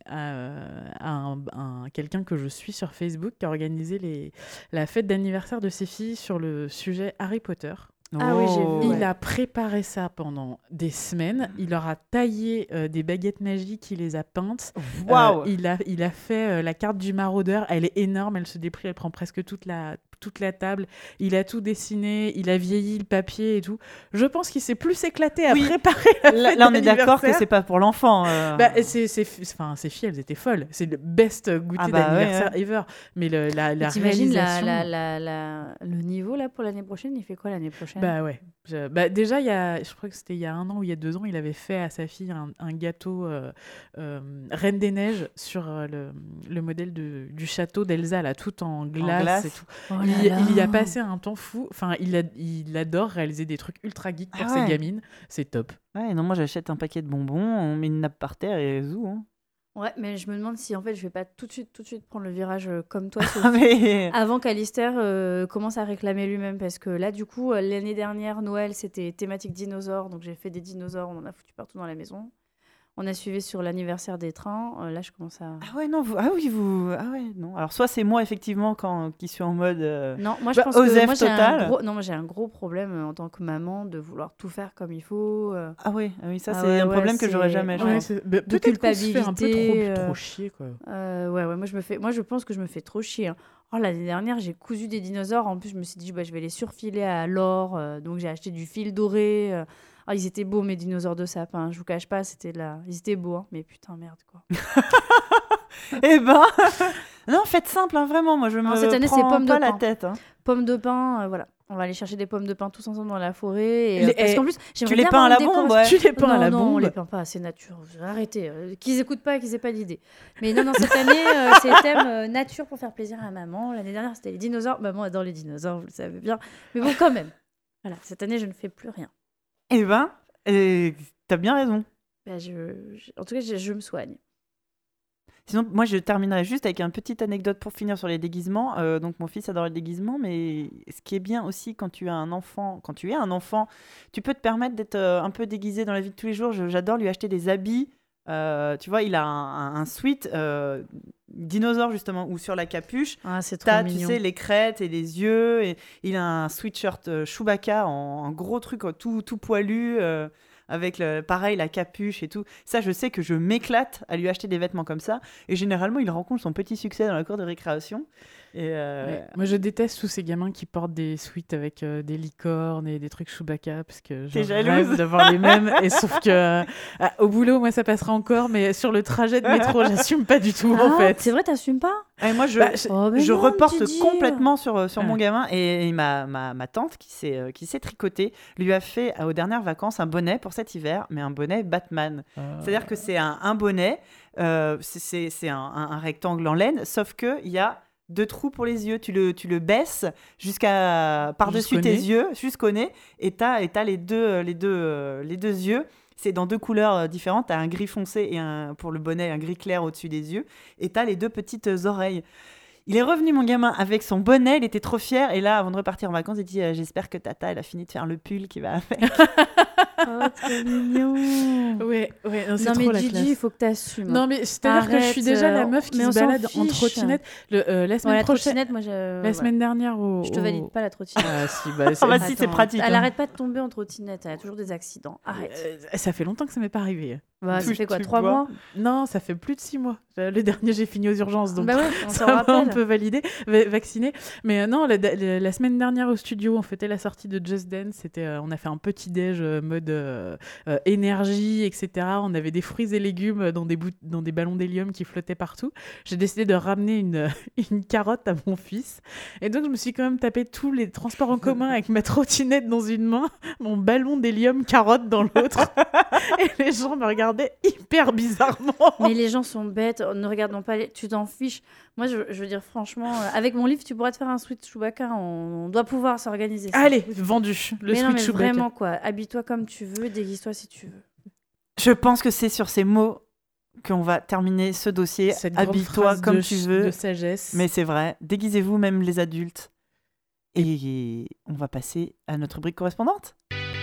quelqu'un que je suis sur Facebook qui a organisé la fête d'anniversaire de ses filles sur le sujet Harry Potter. Ah oui, j'ai vu. Il a préparé ça pendant des semaines. Il leur a taillé des baguettes magiques, il les a peintes. Waouh. Il a fait la carte du maraudeur. Elle est énorme, elle se déplie, elle prend presque toute la table. Il a tout dessiné, il a vieilli le papier et tout. Je pense qu'il s'est plus éclaté à préparer la fête là, on est d'accord que c'est pas pour l'enfant. Ces filles, elles étaient folles. C'est le best goûter d'anniversaire ever. Mais la réalisation... le niveau là pour l'année prochaine, il fait quoi l'année prochaine ? Bah ouais. Déjà, je crois que c'était il y a 1 an ou il y a 2 ans, il avait fait à sa fille un gâteau Reine des Neiges sur le modèle du château d'Elsa, là, tout en glace et tout. Oh il y a passé un temps fou. Enfin, il adore réaliser des trucs ultra geeks pour ses gamines. C'est top. Ouais, non, moi j'achète un paquet de bonbons, on met une nappe par terre et zou. Hein. Ouais, mais je me demande si en fait je vais pas tout de suite prendre le virage comme toi, Sophie, avant qu'Alistair commence à réclamer lui-même, parce que là du coup l'année dernière Noël c'était thématique dinosaures, donc j'ai fait des dinosaures, on en a foutu partout dans la maison. On a suivi sur l'anniversaire des trains. Là, je commence à... Ah ouais, non, vous... Ah ouais, non. Alors, soit c'est moi, effectivement, qui suis en mode... Non, moi, je pense que moi, j'ai un gros problème en tant que maman de vouloir tout faire comme il faut. Ah oui, ça, c'est un problème que j'aurais jamais. De culpabilité. Un peu trop chier, quoi. Moi, je pense que je me fais trop chier. Hein. Oh, l'année dernière, j'ai cousu des dinosaures. En plus, je me suis dit, je vais les surfiler à l'or. Donc, j'ai acheté du fil doré. Ah, ils étaient beaux, mes dinosaures de sapin. Je vous cache pas, ils étaient beaux, hein. Mais putain, merde, quoi. Eh ben, non, faites simple, hein, vraiment. Moi, je me cette année, prends c'est pommes pas de la pain. Tête. Hein. Pommes de pain, voilà. On va aller chercher des pommes de pain tous ensemble dans la forêt. Parce qu'en plus, tu les peins à la bombe, ouais. Tu les peins à la bombe. Non, on les peint pas, c'est nature. Arrêtez. Qu'ils écoutent pas, qu'ils aient pas d'idée. Mais non, cette année, c'est le thème nature pour faire plaisir à maman. L'année dernière, c'était les dinosaures. Maman adore les dinosaures, vous le savez bien. Mais bon, quand même. Voilà, cette année, je ne fais plus rien. Eh ben, t'as bien raison. En tout cas, je me soigne. Sinon, moi, je terminerai juste avec une petite anecdote pour finir sur les déguisements. Donc, mon fils adore les déguisements, mais ce qui est bien aussi quand tu es un enfant, tu peux te permettre d'être un peu déguisé dans la vie de tous les jours. J'adore lui acheter des habits. Tu vois, il a un sweat dinosaure, justement, où sur la capuche, c'est trop mignon. Tu sais, les crêtes et les yeux. Et il a un sweatshirt Chewbacca en gros truc tout poilu. Avec pareil la capuche et tout. Ça, je sais que je m'éclate à lui acheter des vêtements comme ça. Et généralement, il rencontre son petit succès dans la cour de récréation. Ouais. Moi, je déteste tous ces gamins qui portent des sweats avec des licornes et des trucs Chewbacca parce que je rêve d'avoir les mêmes. Et sauf que au boulot, moi, ça passera encore, mais sur le trajet de métro, j'assume pas du tout en fait. C'est vrai, t'assumes pas? Et moi, je reporte complètement sur mon gamin. Et ma tante qui s'est tricotée lui a fait aux dernières vacances un bonnet pour cet hiver, mais un bonnet Batman. C'est-à-dire que c'est un bonnet, c'est un rectangle en laine, sauf qu'il y a 2 trous pour les yeux. Tu le baisses par-dessus tes yeux, jusqu'au nez, et t'as les deux yeux. C'est dans 2 couleurs différentes. T'as un gris foncé et pour le bonnet, un gris clair au-dessus des yeux. Et t'as les 2 petites oreilles. Il est revenu, mon gamin, avec son bonnet. Il était trop fier. Et là, avant de repartir en vacances, il dit j'espère que Tata, elle a fini de faire le pull qui va avec. Oh, trop mignon. Ouais, non, c'est non, trop mais la Gigi, classe. il faut que t'assumes. Non, mais c'est-à-dire que je suis déjà la meuf qui se balade en trottinette. La semaine prochaine, la semaine dernière. Je te valide pas la trottinette. Ah, si, si, c'est pratique. Elle arrête pas de tomber en trottinette. Elle a toujours des accidents. Arrête. Ça fait longtemps que ça m'est pas arrivé. Ça fait quoi, 3 mois? Non, ça fait plus de 6 mois. Le dernier, j'ai fini aux urgences, donc on peut valider, vacciner. Mais non, la semaine dernière au studio, on fêtait la sortie de Just Dance. On a fait un petit déj mode énergie, etc. On avait des fruits et légumes dans des ballons d'hélium qui flottaient partout. J'ai décidé de ramener une carotte à mon fils. Et donc, je me suis quand même tapé tous les transports en commun avec ma trottinette dans une main, mon ballon d'hélium carotte dans l'autre. Et les gens me regardaient hyper bizarrement. Mais les gens sont bêtes. Ne regardons pas tu t'en fiches. Moi, je veux dire, franchement, avec mon livre, tu pourras te faire un sweat Chewbacca. On doit pouvoir s'organiser ça. Allez, vendu. Le sweat Chewbacca. Vraiment, quoi. Habille-toi comme tu veux, déguise-toi si tu veux. Je pense que c'est sur ces mots qu'on va terminer ce dossier. Habille-toi comme tu veux. De sagesse. Mais c'est vrai. Déguisez-vous, même les adultes. Et on va passer à notre rubrique correspondante.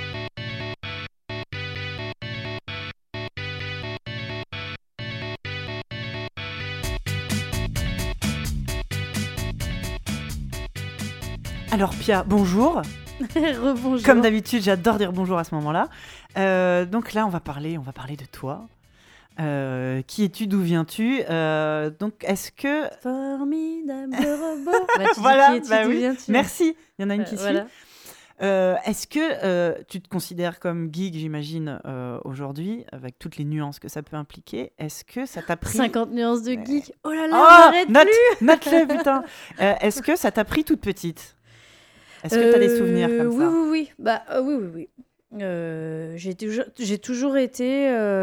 Alors Pia, bonjour. Rebonjour. Comme d'habitude, j'adore dire bonjour à ce moment-là. Donc là, on va parler de toi. Qui es-tu, d'où viens-tu? Donc, est-ce que... Formidable robot. Voilà, qui es-tu, d'où viens-tu? Merci. Il y en a une qui suit. Voilà. Est-ce que tu te considères comme geek, j'imagine, aujourd'hui, avec toutes les nuances que ça peut impliquer? Est-ce que ça t'a pris... 50 nuances de geek. Oh là là, note-le, putain. Est-ce que ça t'a pris toute petite? Est-ce que tu as des souvenirs comme ça? Oui. Oui. J'ai toujours été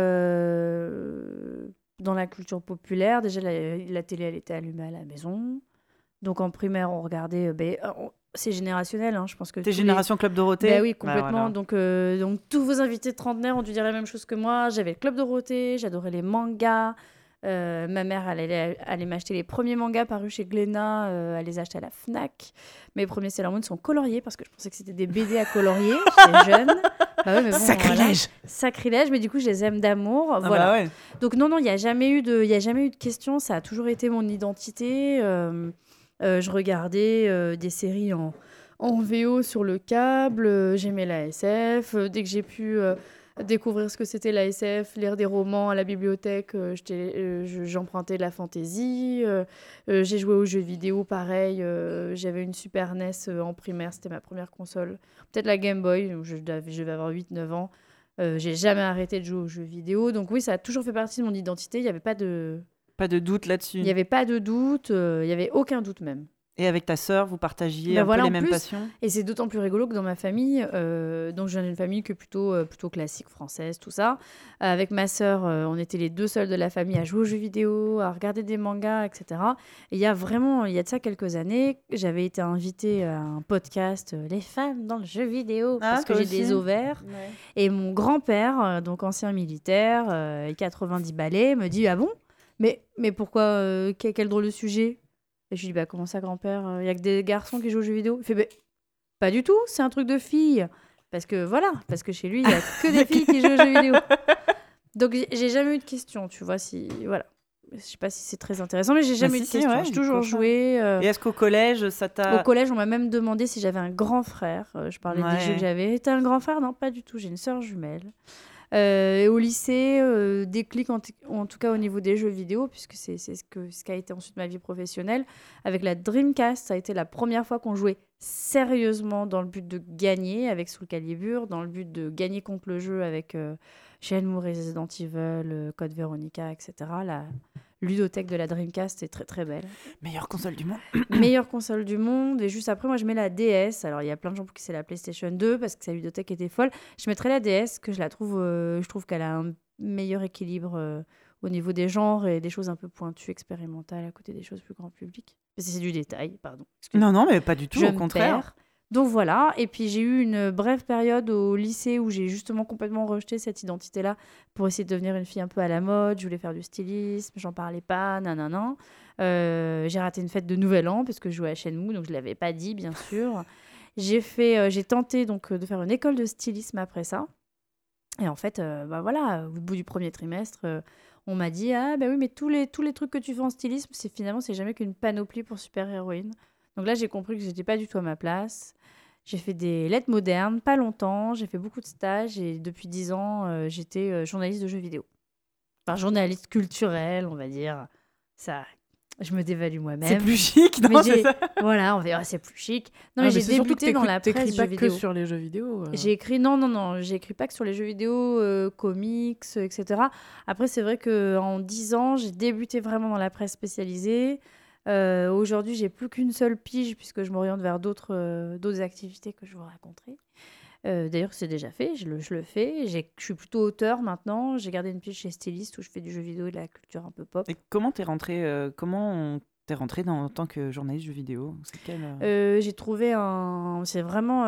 dans la culture populaire. Déjà, la télé, elle était allumée à la maison. Donc, en primaire, on regardait... c'est générationnel, hein, je pense que... T'es génération Club Dorothée? Oui, complètement. Voilà. Donc, tous vos invités de trentenaire ont dû dire la même chose que moi. J'avais le Club Dorothée, j'adorais les mangas. Ma mère, elle allait m'acheter les premiers mangas parus chez Glénat. Elle les achetait à la Fnac. Mes premiers Sailor Moon sont coloriés parce que je pensais que c'était des BD à colorier. J'étais jeune. Bah ouais, mais bon, sacrilège. Voilà. Sacrilège, mais du coup, je les aime d'amour. Voilà. Bah ouais. Donc non, il n'y a jamais eu de question. Ça a toujours été mon identité. Je regardais des séries en VO sur le câble. J'aimais la SF. Dès que j'ai pu... découvrir ce que c'était la SF, lire des romans à la bibliothèque, j'empruntais de la fantaisie, j'ai joué aux jeux vidéo, pareil, j'avais une Super NES en primaire, c'était ma première console, peut-être la Game Boy, je devais avoir 8-9 ans, j'ai jamais arrêté de jouer aux jeux vidéo, donc oui, ça a toujours fait partie de mon identité, il n'y avait pas de doute là-dessus. Il n'y avait pas de doute, il n'y avait aucun doute même. Et avec ta sœur, vous partagiez peu les mêmes passions? Et c'est d'autant plus rigolo que dans ma famille, donc je viens d'une famille plutôt classique, française, tout ça. Avec ma sœur, on était les 2 seuls de la famille à jouer aux jeux vidéo, à regarder des mangas, etc. Et il y a de ça quelques années, j'avais été invitée à un podcast Les femmes dans le jeu vidéo, parce que j'ai des ovaires. Ouais. Et mon grand-père, donc ancien militaire, 90 balais, me dit « Ah bon ? mais pourquoi quel drôle de sujet? Et je lui dis, bah comment ça, grand-père? Il y a que des garçons qui jouent aux jeux vidéo. Il fait, bah, pas du tout, c'est un truc de filles. Parce que chez lui, il y a que des filles qui jouent aux jeux vidéo. Donc j'ai jamais eu de questions, tu vois, si voilà. Je sais pas si c'est très intéressant, mais j'ai jamais eu de questions. Ouais, j'ai toujours joué. Et est-ce qu'au collège, ça t'a... Au collège, on m'a même demandé si j'avais un grand frère. Je parlais des jeux que j'avais. T'as un grand frère? Non, pas du tout. J'ai une sœur jumelle. Et au lycée, déclic en tout cas au niveau des jeux vidéo, puisque c'est ce qu'a été ensuite ma vie professionnelle. Avec la Dreamcast, ça a été la première fois qu'on jouait sérieusement dans le but de gagner avec Soul Calibur, dans le but de gagner contre le jeu avec Shenmue, Resident Evil, Code Veronica, etc. La ludothèque de la Dreamcast est très très belle. Meilleure console du monde. Meilleure console du monde. Et juste après, moi, je mets la DS. Alors, il y a plein de gens pour qui c'est la PlayStation 2 parce que sa ludothèque était folle. Je mettrais la DS, que je trouve qu'elle a un meilleur équilibre au niveau des genres et des choses un peu pointues, expérimentales, à côté des choses plus grand public. C'est du détail, pardon. Non, mais pas du tout, au contraire. Donc voilà, et puis j'ai eu une brève période au lycée où j'ai justement complètement rejeté cette identité-là pour essayer de devenir une fille un peu à la mode. Je voulais faire du stylisme, j'en parlais pas, nanana. J'ai raté une fête de Nouvel An parce que je jouais à Shenmue, donc je l'avais pas dit, bien sûr. J'ai tenté donc de faire une école de stylisme après ça. Et en fait, voilà, au bout du premier trimestre, on m'a dit ah bah oui, mais tous les trucs que tu fais en stylisme, c'est jamais qu'une panoplie pour super-héroïne. Donc là, j'ai compris que j'étais pas du tout à ma place. J'ai fait des lettres modernes, pas longtemps. J'ai fait beaucoup de stages et depuis 10 ans, j'étais journaliste de jeux vidéo. Enfin, journaliste culturel, on va dire. Ça, je me dévalue moi-même. C'est plus chic, non? C'est ça. Voilà, on va dire, c'est plus chic. Non, mais j'ai débuté dans la presse jeux vidéo. Que sur les jeux vidéo. J'ai écrit, non, j'ai écrit pas que sur les jeux vidéo, comics, etc. Après, c'est vrai qu'en 10 ans, j'ai débuté vraiment dans la presse spécialisée. Aujourd'hui, j'ai plus qu'une seule pige puisque je m'oriente vers d'autres activités que je vous raconterai. D'ailleurs, c'est déjà fait, je le fais. Je suis plutôt auteur maintenant. J'ai gardé une pige chez Styliste où je fais du jeu vidéo et de la culture un peu pop. Et comment t'es rentrée en tant que journaliste jeu vidéo? J'ai trouvé c'est vraiment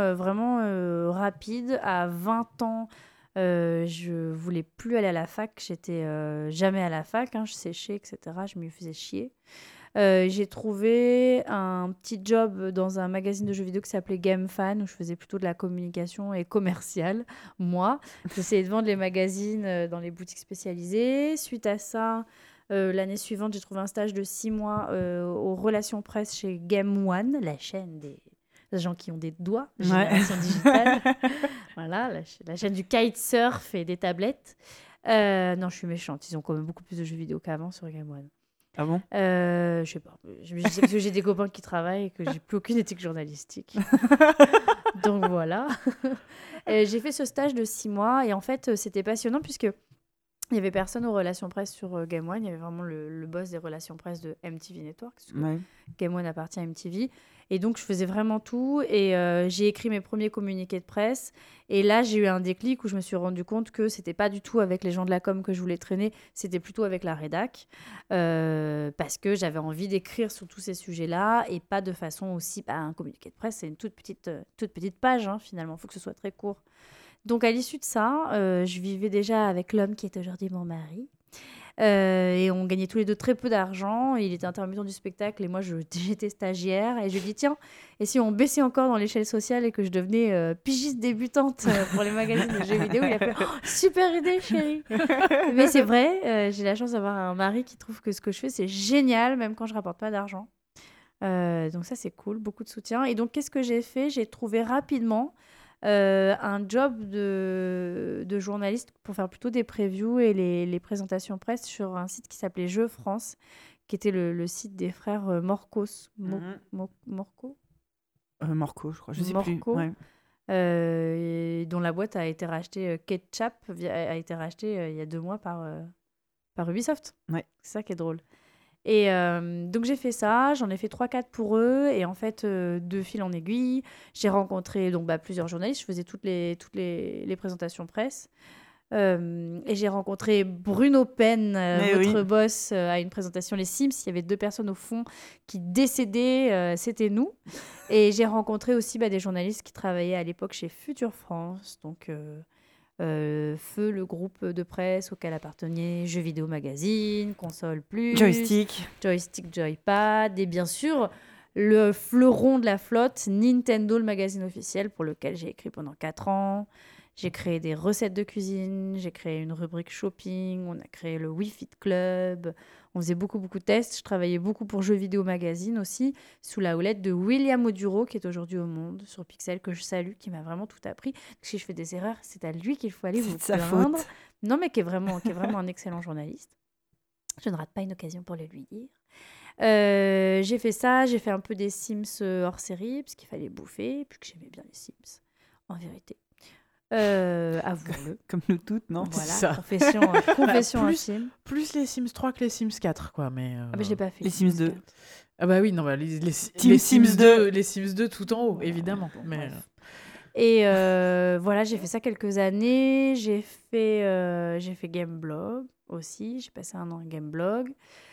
rapide. À 20 ans, je voulais plus aller à la fac. J'étais jamais à la fac. Je séchais, etc. Je me faisais chier. J'ai trouvé un petit job dans un magazine de jeux vidéo qui s'appelait Game Fan, où je faisais plutôt de la communication et commerciale. Moi, j'essayais de vendre les magazines dans les boutiques spécialisées. Suite à ça, l'année suivante, j'ai trouvé un stage de 6 mois aux relations presse chez Game One, la chaîne des gens qui ont des doigts, génération digitale. Voilà, la chaîne du kitesurf et des tablettes. Non, je suis méchante. Ils ont quand même beaucoup plus de jeux vidéo qu'avant sur Game One. Ah bon? Je sais pas. Je sais que j'ai des copains qui travaillent et que j'ai plus aucune éthique journalistique. Donc voilà. J'ai fait ce stage de 6 mois et en fait, c'était passionnant puisque il y avait personne aux relations presse sur Game One. Il y avait vraiment le boss des relations presse de MTV Network. Ouais. Game One appartient à MTV. Et donc, je faisais vraiment tout. Et j'ai écrit mes premiers communiqués de presse. Et là, j'ai eu un déclic où je me suis rendu compte que c'était pas du tout avec les gens de la com que je voulais traîner. C'était plutôt avec la rédac. Parce que j'avais envie d'écrire sur tous ces sujets-là. Et pas de façon aussi... un communiqué de presse, c'est une toute petite page, finalement. Il faut que ce soit très court. Donc, à l'issue de ça, je vivais déjà avec l'homme qui est aujourd'hui mon mari. Et on gagnait tous les deux très peu d'argent. Il était intermittent du spectacle et moi, j'étais stagiaire. Et je lui ai dit, tiens, et si on baissait encore dans l'échelle sociale et que je devenais pigiste débutante pour les magazines de jeux vidéo? Il a fait, super idée, chérie. Mais c'est vrai, j'ai la chance d'avoir un mari qui trouve que ce que je fais, c'est génial, même quand je rapporte pas d'argent. Donc ça, c'est cool, beaucoup de soutien. Et donc, qu'est-ce que j'ai fait? J'ai trouvé rapidement un job de journaliste pour faire plutôt des previews et les présentations presse sur un site qui s'appelait Jeux France, qui était le site des frères Morcos. Morco, je crois, je sais plus. Ouais. Dont la boîte a été rachetée, Ketchup a été rachetée il y a 2 mois par Ubisoft. Ouais. C'est ça qui est drôle. Et donc j'ai fait ça, j'en ai fait 3-4 pour eux et en fait de fil en aiguille, j'ai rencontré plusieurs journalistes, je faisais toutes les présentations presse et j'ai rencontré Bruno Penn, votre boss, à une présentation Les Sims. Il y avait 2 personnes au fond qui décédaient, c'était nous. Et j'ai rencontré aussi des journalistes qui travaillaient à l'époque chez Future France, donc Feu, le groupe de presse auquel appartenait Jeux Vidéo Magazine, Console Plus, Joystick, Joypad, et bien sûr le fleuron de la flotte, Nintendo, le magazine officiel, pour lequel j'ai écrit pendant 4 ans. J'ai créé des recettes de cuisine, j'ai créé une rubrique shopping, on a créé le Wii Fit Club, on faisait beaucoup de tests. Je travaillais beaucoup pour Jeux Vidéo Magazine aussi, sous la houlette de William Oduro, qui est aujourd'hui au Monde, sur Pixel, que je salue, qui m'a vraiment tout appris. Si je fais des erreurs, c'est à lui qu'il faut aller vous plaindre. Non, mais qui est vraiment un excellent journaliste. Je ne rate pas une occasion pour le lui dire. J'ai fait ça, j'ai fait un peu des Sims hors série, parce qu'il fallait bouffer, puis que j'aimais bien les Sims, en vérité. Avouons-le. Comme nous toutes, non? Voilà, confession intime. Plus les Sims 3 que les Sims 4, quoi. Mais, je l'ai pas fait. Les Sims 2. Ah bah oui, non, bah, les Sims 2. Les Sims 2 tout en haut, évidemment. Bon, mais... Et voilà, j'ai fait ça quelques années. J'ai fait Gameblog aussi. J'ai passé 1 an à Gameblog.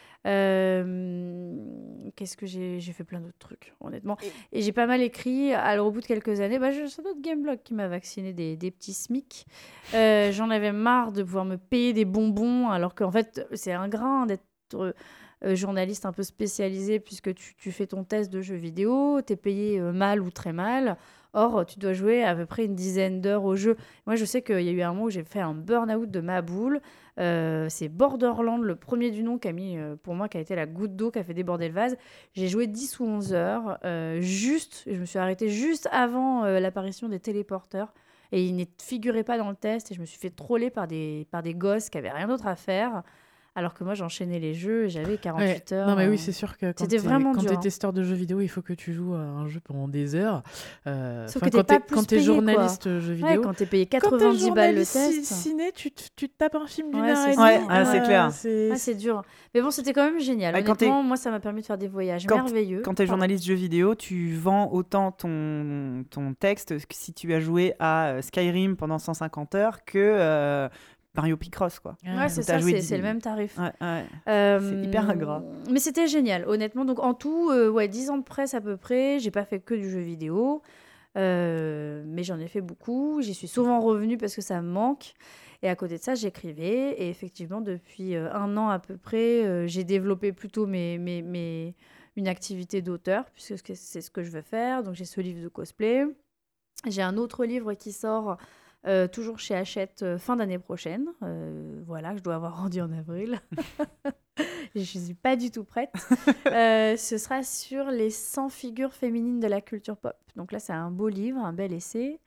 Qu'est-ce que j'ai fait plein d'autres trucs, honnêtement. Et j'ai pas mal écrit. Alors, au bout de quelques années, c'est d'autres Gameblog qui m'a vacciné des petits SMIC. J'en avais marre de pouvoir me payer des bonbons, alors qu'en fait, c'est ingrat d'être journaliste un peu spécialisé, puisque tu fais ton test de jeux vidéo, t'es payé mal ou très mal. Or, tu dois jouer à peu près une dizaine d'heures au jeu. Moi, je sais qu'il y a eu un moment où j'ai fait un burn-out de ma boule. C'est Borderland, le premier du nom, qui a été la goutte d'eau qui a fait déborder le vase. J'ai joué 10 ou 11 heures. Je me suis arrêtée juste avant l'apparition des téléporteurs. Et ils ne figuraient pas dans le test. Et je me suis fait troller par des gosses qui n'avaient rien d'autre à faire. Alors que moi, j'enchaînais les jeux et j'avais 48 heures. Non, mais oui, c'est sûr que quand tu es dur. testeur de jeux vidéo, il faut que tu joues à un jeu pendant des heures. Sauf que quand tu es journaliste jeux vidéo. Quand tu es payé 90 balles le test. Quand tu es ciné, tu te tapes un film d'une heure et demie. C'est clair. C'est dur. Mais bon, c'était quand même génial. Honnêtement, moi, ça m'a permis de faire des voyages merveilleux. Quand tu es journaliste jeux vidéo, tu vends autant ton texte que si tu as joué à Skyrim pendant 150 heures que... Mario Picross, quoi. Ouais, c'est ça, c'est le même tarif. C'est hyper ingrat. Mais c'était génial, honnêtement. Donc, en tout, 10 ans de presse à peu près. J'ai pas fait que du jeu vidéo, mais j'en ai fait beaucoup. J'y suis souvent revenue parce que ça me manque. Et à côté de ça, j'écrivais. Et effectivement, depuis 1 an à peu près, j'ai développé plutôt une activité d'auteur, puisque c'est ce que je veux faire. Donc, j'ai ce livre de cosplay. J'ai un autre livre qui sort... toujours chez Hachette fin d'année prochaine, que je dois avoir rendu en avril. Je ne suis pas du tout prête. Ce sera sur les 100 figures féminines de la culture pop. Donc là, c'est un beau livre, un bel essai.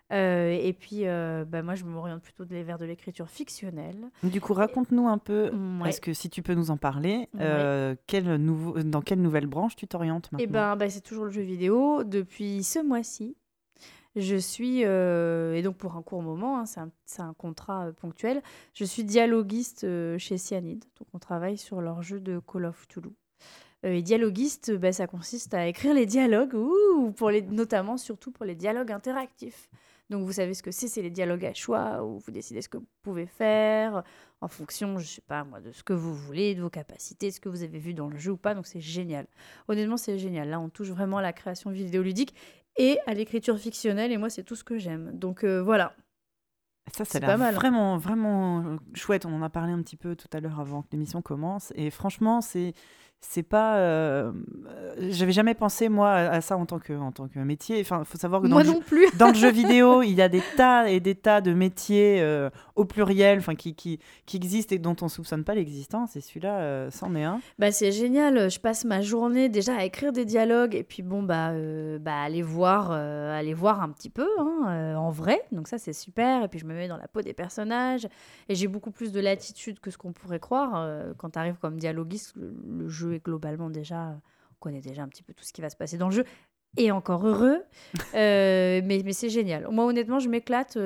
Et puis, moi, je m'oriente plutôt vers de l'écriture fictionnelle. Du coup, raconte-nous un peu, est-ce que si tu peux nous en parler, dans quelle nouvelle branche tu t'orientes maintenant? C'est toujours le jeu vidéo. Depuis ce mois-ci, je suis, et donc pour un court moment, c'est un contrat ponctuel, je suis dialoguiste chez Cyanide. Donc on travaille sur leur jeu de Call of Cthulhu. Et dialoguiste, ça consiste à écrire les dialogues, notamment surtout pour les dialogues interactifs. Donc vous savez ce que c'est les dialogues à choix, où vous décidez ce que vous pouvez faire en fonction, je sais pas moi, de ce que vous voulez, de vos capacités, de ce que vous avez vu dans le jeu ou pas. Donc c'est génial. Honnêtement, c'est génial. Là, on touche vraiment à la création vidéoludique et à l'écriture fictionnelle, et moi, c'est tout ce que j'aime. Donc voilà. Ça a l'air vraiment, vraiment chouette. On en a parlé un petit peu tout à l'heure avant que l'émission commence. Et franchement, c'est pas... j'avais jamais pensé, moi, à ça en tant que métier. Enfin, il faut savoir que dans le jeu vidéo, il y a des tas et des tas de métiers au pluriel qui existent et dont on ne soupçonne pas l'existence. Et celui-là, c'en est un. C'est génial. Je passe ma journée déjà à écrire des dialogues et puis aller voir un petit peu en vrai. Donc ça, c'est super. Et puis je me mets dans la peau des personnages. Et j'ai beaucoup plus de latitude que ce qu'on pourrait croire. Quand tu arrives comme dialoguiste, le jeu est globalement déjà... On connaît déjà un petit peu tout ce qui va se passer dans le jeu. Et encore heureux. Mais c'est génial. Moi, honnêtement, je m'éclate.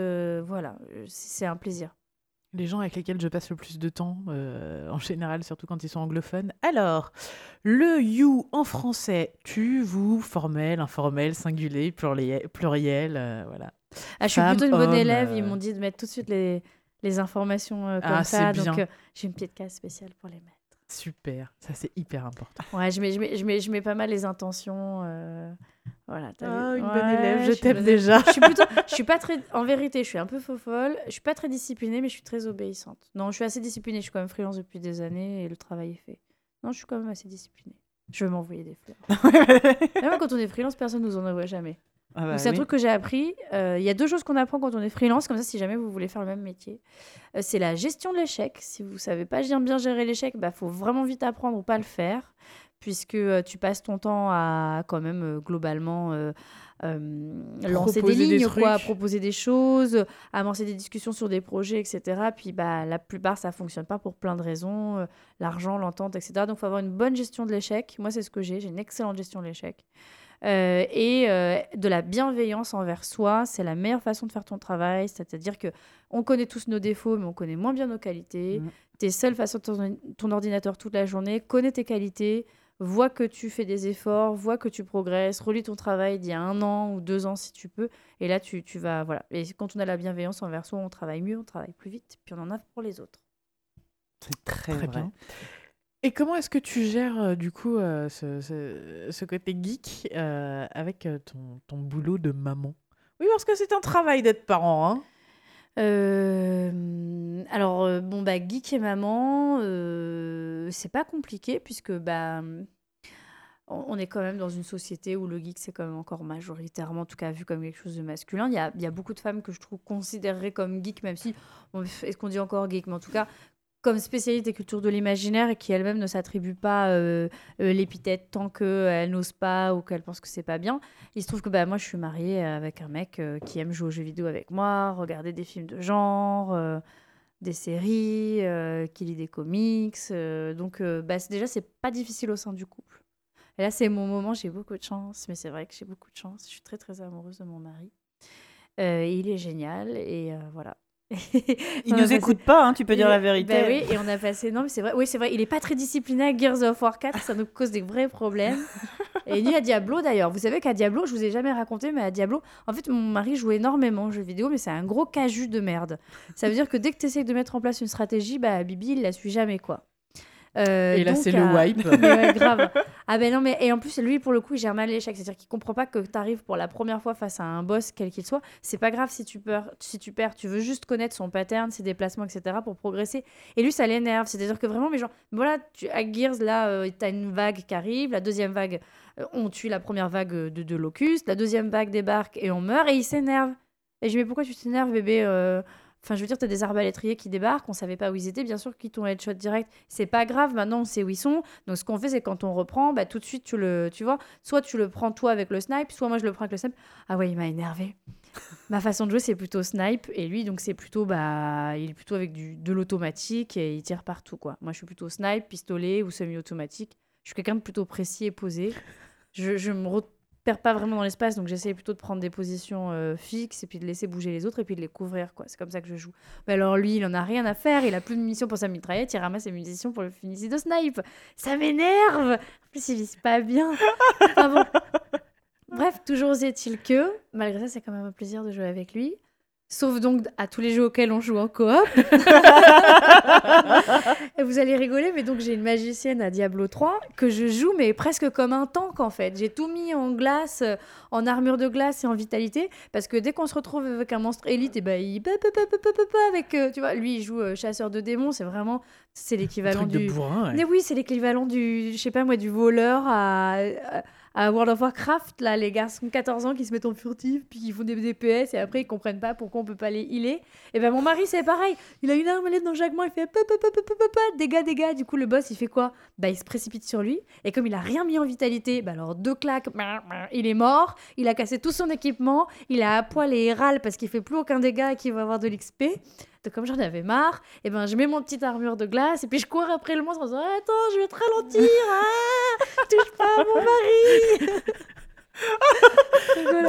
C'est un plaisir. Les gens avec lesquels je passe le plus de temps, en général, surtout quand ils sont anglophones. Alors, le you en français, tu, vous, formel, informel, singulier, pluriel, voilà. Je suis plutôt une bonne élève. Ils m'ont dit de mettre tout de suite les informations comme ça. Donc, j'ai une petite case spéciale pour les mettre. Super, ça c'est hyper important. Ouais, je mets pas mal les intentions. Voilà, une bonne élève, je t'aime déjà. Je suis pas très, en vérité, je suis un peu folle. Je suis pas très disciplinée, mais je suis très obéissante. Non, je suis assez disciplinée. Je suis quand même freelance depuis des années et le travail est fait. Non, je suis quand même assez disciplinée. Je vais m'envoyer des fleurs. Même quand on est freelance, personne nous en envoie jamais. Ah bah, donc c'est un truc que j'ai appris. Il y a 2 choses qu'on apprend quand on est freelance, comme ça, si jamais vous voulez faire le même métier. C'est la gestion de l'échec. Si vous savez pas bien gérer l'échec, faut vraiment vite apprendre ou pas le faire, puisque tu passes ton temps à quand même globalement lancer des lignes, proposer des choses, amorcer des discussions sur des projets, etc. Puis la plupart, ça fonctionne pas pour plein de raisons, l'argent, l'entente, etc. Donc il faut avoir une bonne gestion de l'échec. Moi, c'est ce que j'ai une excellente gestion de l'échec. Et de la bienveillance envers soi, c'est la meilleure façon de faire ton travail. C'est-à-dire que on connaît tous nos défauts, mais on connaît moins bien nos qualités. T'es seul face à ton ordinateur toute la journée, connais tes qualités, vois que tu fais des efforts, vois que tu progresses, relis ton travail d'il y a 1 an ou 2 ans si tu peux. Et là, tu vas... Voilà. Et quand on a la bienveillance envers soi, on travaille mieux, on travaille plus vite, puis on en a pour les autres. C'est très vrai. Bien. Et comment est-ce que tu gères du coup ce côté geek avec ton boulot de maman ? Oui, parce que c'est un travail d'être parent, hein. Alors, geek et maman, c'est pas compliqué puisque on est quand même dans une société où le geek, c'est quand même encore majoritairement, en tout cas vu comme quelque chose de masculin. Il y a beaucoup de femmes que je trouve considéreraient comme geek, même si, est-ce qu'on dit encore geek ? Mais en tout cas, comme spécialité culture de l'imaginaire et qui elle-même ne s'attribue pas l'épithète tant qu'elle n'ose pas ou qu'elle pense que c'est pas bien. Il se trouve que moi je suis mariée avec un mec qui aime jouer aux jeux vidéo avec moi, regarder des films de genre, des séries, qui lit des comics. Donc déjà c'est pas difficile au sein du couple. Et là c'est mon moment, j'ai beaucoup de chance, mais c'est vrai que j'ai beaucoup de chance. Je suis très très amoureuse de mon mari. Il est génial et voilà. Il nous écoute pas, hein, tu peux dire la vérité. Oui, et on a passé... Non, mais c'est vrai. Oui, c'est vrai. Il est pas très discipliné à Gears of War 4. Ça nous cause des vrais problèmes. Et ni à Diablo, d'ailleurs. Vous savez qu'à Diablo, je vous ai jamais raconté, mais à Diablo, en fait, mon mari joue énormément aux jeux vidéo, mais c'est un gros caju de merde. Ça veut dire que dès que tu essaies de mettre en place une stratégie, Bibi, il la suit jamais, quoi. Et là, c'est le wipe. Ouais, grave. Ah non, mais et en plus, lui, pour le coup, il gère mal l'échec. C'est-à-dire qu'il comprend pas que tu arrives pour la première fois face à un boss, quel qu'il soit. C'est pas grave si tu perds. Tu veux juste connaître son pattern, ses déplacements, etc. pour progresser. Et lui, ça l'énerve. C'est-à-dire que vraiment, mais genre, voilà, à Gears, là, t'as une vague qui arrive. La deuxième vague, on tue la première vague de locustes. La deuxième vague débarque et on meurt. Et il s'énerve. Et je dis, mais pourquoi tu t'énerves, bébé Enfin, je veux dire, t'as des arbalétriers qui débarquent, on savait pas où ils étaient, bien sûr, qui t'ont headshot direct. C'est pas grave, maintenant on sait où ils sont. Donc ce qu'on fait, c'est quand on reprend, tout de suite, tu vois, soit tu le prends toi avec le snipe, soit moi je le prends avec le snipe. Ah ouais, il m'a énervé. Ma façon de jouer, c'est plutôt snipe, et lui, donc c'est plutôt, il est plutôt avec de l'automatique et il tire partout, quoi. Moi, je suis plutôt snipe, pistolet ou semi-automatique. Je suis quelqu'un de plutôt précis et posé. Je me perds pas vraiment dans l'espace, donc j'essaie plutôt de prendre des positions fixes et puis de laisser bouger les autres et puis de les couvrir, quoi. C'est comme ça que je joue. Mais alors lui, il en a rien à faire, il a plus de munitions pour sa mitraillette, il ramasse ses munitions pour le fusil de snipe. Ça m'énerve. En plus, il vise pas bien. Enfin bon. Bref, toujours est-il que, malgré ça, c'est quand même un plaisir de jouer avec lui. Sauf donc à tous les jeux auxquels on joue en coop. Et vous allez rigoler, mais donc j'ai une magicienne à Diablo 3 que je joue, mais presque comme un tank en fait. J'ai tout mis en glace, en armure de glace et en vitalité, parce que dès qu'on se retrouve avec un monstre élite, et il avec, tu vois, lui il joue chasseur de démons, c'est l'équivalent du bourrin, ouais. Mais oui, c'est l'équivalent du, je sais pas moi, du voleur à World of Warcraft, là, les garçons de 14 ans qui se mettent en furtif, puis qui font des DPS, et après ils comprennent pas pourquoi on peut pas les healer. Et mon mari, c'est pareil. Il a une arbalète dans chaque main, il fait dégâts. Du coup, le boss, il fait quoi ? Il se précipite sur lui, et comme il a rien mis en vitalité, alors 2 claques, il est mort, il a cassé tout son équipement, il a à poil et il râle parce qu'il fait plus aucun dégât et qu'il va avoir de l'XP. Donc comme j'en avais marre, je mets mon petite armure de glace et puis je cours après le monstre en disant « Attends, je vais te ralentir, touche pas à mon mari !»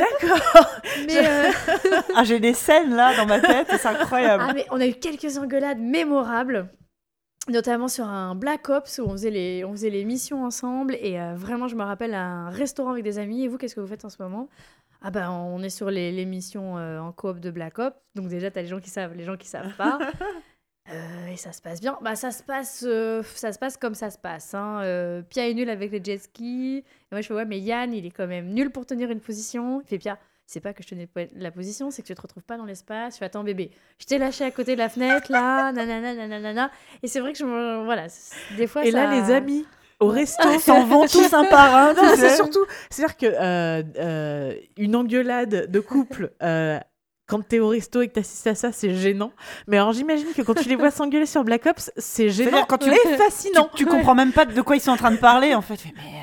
D'accord. Mais j'ai des scènes là dans ma tête, c'est incroyable. Ah mais on a eu quelques engueulades mémorables, notamment sur un Black Ops où on faisait les missions ensemble et vraiment je me rappelle un restaurant avec des amis. Et vous, qu'est-ce que vous faites en ce moment ? On est sur les missions en coop de Black Ops. Donc déjà, t'as les gens qui savent pas. Et ça se passe bien. Ça se passe comme ça se passe. Hein. Pia est nul avec les jet skis. Et moi, je fais, ouais, mais Yann, il est quand même nul pour tenir une position. Il fait, Pia, c'est pas que je tenais la position, c'est que tu te retrouves pas dans l'espace. Je fais, attends, bébé, je t'ai lâché à côté de la fenêtre, là, nanana, nanana. Et c'est vrai que voilà, des fois, et ça... là, les amis au resto s'en vont tous un par un. Non, c'est surtout, c'est-à-dire que une engueulade de couple... quand t'es au resto et que t'assistes à ça, c'est gênant. Mais alors j'imagine que quand tu les vois s'engueuler sur Black Ops, c'est gênant, quand mais fascinant. Tu comprends même pas de quoi ils sont en train de parler, en fait.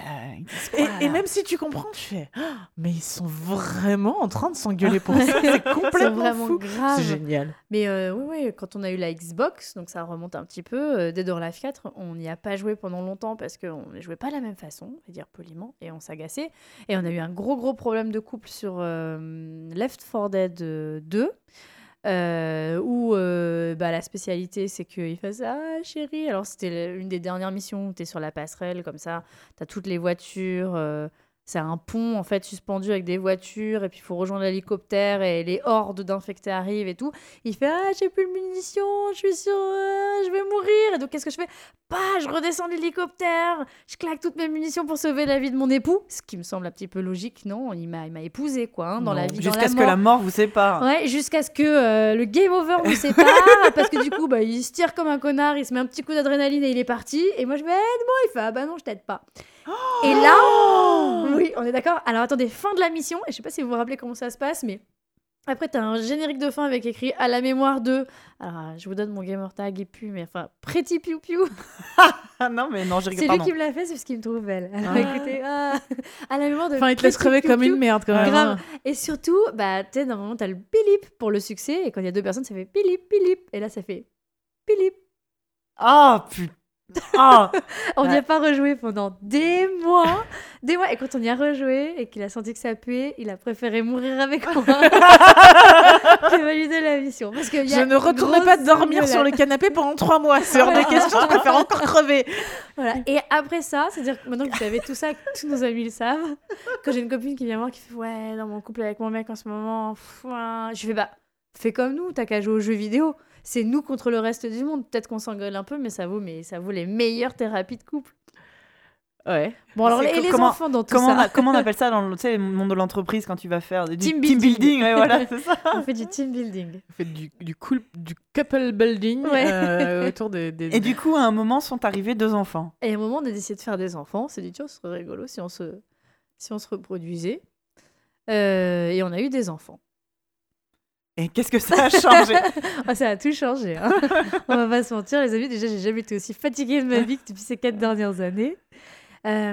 Et même si tu comprends, tu fais mais ils sont vraiment en train de s'engueuler pour ça. C'est complètement fou. Grave. C'est génial. Mais oui, quand on a eu la Xbox, donc ça remonte un petit peu, Dead or Alive 4, on n'y a pas joué pendant longtemps parce qu'on ne jouait pas de la même façon, on va dire poliment, et on s'agaçait. Et on a eu un gros problème de couple sur Left 4 Dead 2. Où la spécialité c'est qu'il fasse chérie, alors c'était une des dernières missions où t'es sur la passerelle comme ça, t'as toutes les voitures, c'est un pont en fait suspendu avec des voitures et puis il faut rejoindre l'hélicoptère et les hordes d'infectés arrivent et tout. Il fait j'ai plus de munitions, je suis sûr je vais mourir, et donc qu'est-ce que je fais? Je redescends de l'hélicoptère, je claque toutes mes munitions pour sauver la vie de mon époux, ce qui me semble un petit peu logique. Non, il m'a épousé quoi, hein, dans la vie, jusqu'à ce que la mort vous sépare. Ouais, jusqu'à ce que le game over vous sépare, parce que du coup il se tire comme un connard, il se met un petit coup d'adrénaline et il est parti, et moi je vais aide-moi, il fait non je t'aide pas. Et là, oui, on est d'accord. Alors attendez, fin de la mission, et je sais pas si vous vous rappelez comment ça se passe, mais après t'as un générique de fin avec écrit à la mémoire de... Alors je vous donne mon gamer tag, il pue, mais enfin, Pretty Piu Piu. Non mais non, j'ai C'est lui qui me l'a fait, c'est ce qui me trouve belle. Alors écoutez, à la mémoire de... Enfin, il te laisse crever comme une merde quand même. Grave. Et surtout, tu sais, dans un moment, t'as le pilip pour le succès, et quand il y a deux personnes, ça fait pilip, pilip, et là ça fait pilip. Ah putain. On n'y a pas rejoué pendant des mois, et quand on y a rejoué et qu'il a senti que ça puait, il a préféré mourir avec moi que valider la mission, parce que je ne retournerai pas dormir sur le canapé pendant 3 mois, c'est hors de question, je préfère encore crever. Voilà. Et après ça, c'est-à-dire que maintenant que vous savez tout ça, que tous nos amis le savent, quand j'ai une copine qui vient me voir qui fait ouais, dans mon couple avec mon mec en ce moment, je fais fais comme nous, t'as qu'à jouer aux jeux vidéo. C'est nous contre le reste du monde. Peut-être qu'on s'engueule un peu, mais ça vaut les meilleures thérapies de couple. Ouais. Bon, alors, les enfants dans tout ça. Comment on appelle ça dans le monde de l'entreprise quand tu vas faire du team building. Ouais, voilà, c'est ça. On fait du team building. On fait du couple building autour des... Et du coup, à un moment, sont arrivés 2 enfants. Et à un moment, on a décidé de faire des enfants. C'est dit, tiens, ce serait rigolo si on se reproduisait. Et on a eu des enfants. Et qu'est-ce que ça a changé? Ça a tout changé. Hein. On va pas se mentir, les amis. Déjà, j'ai jamais été aussi fatiguée de ma vie que depuis ces 4 dernières années. Mais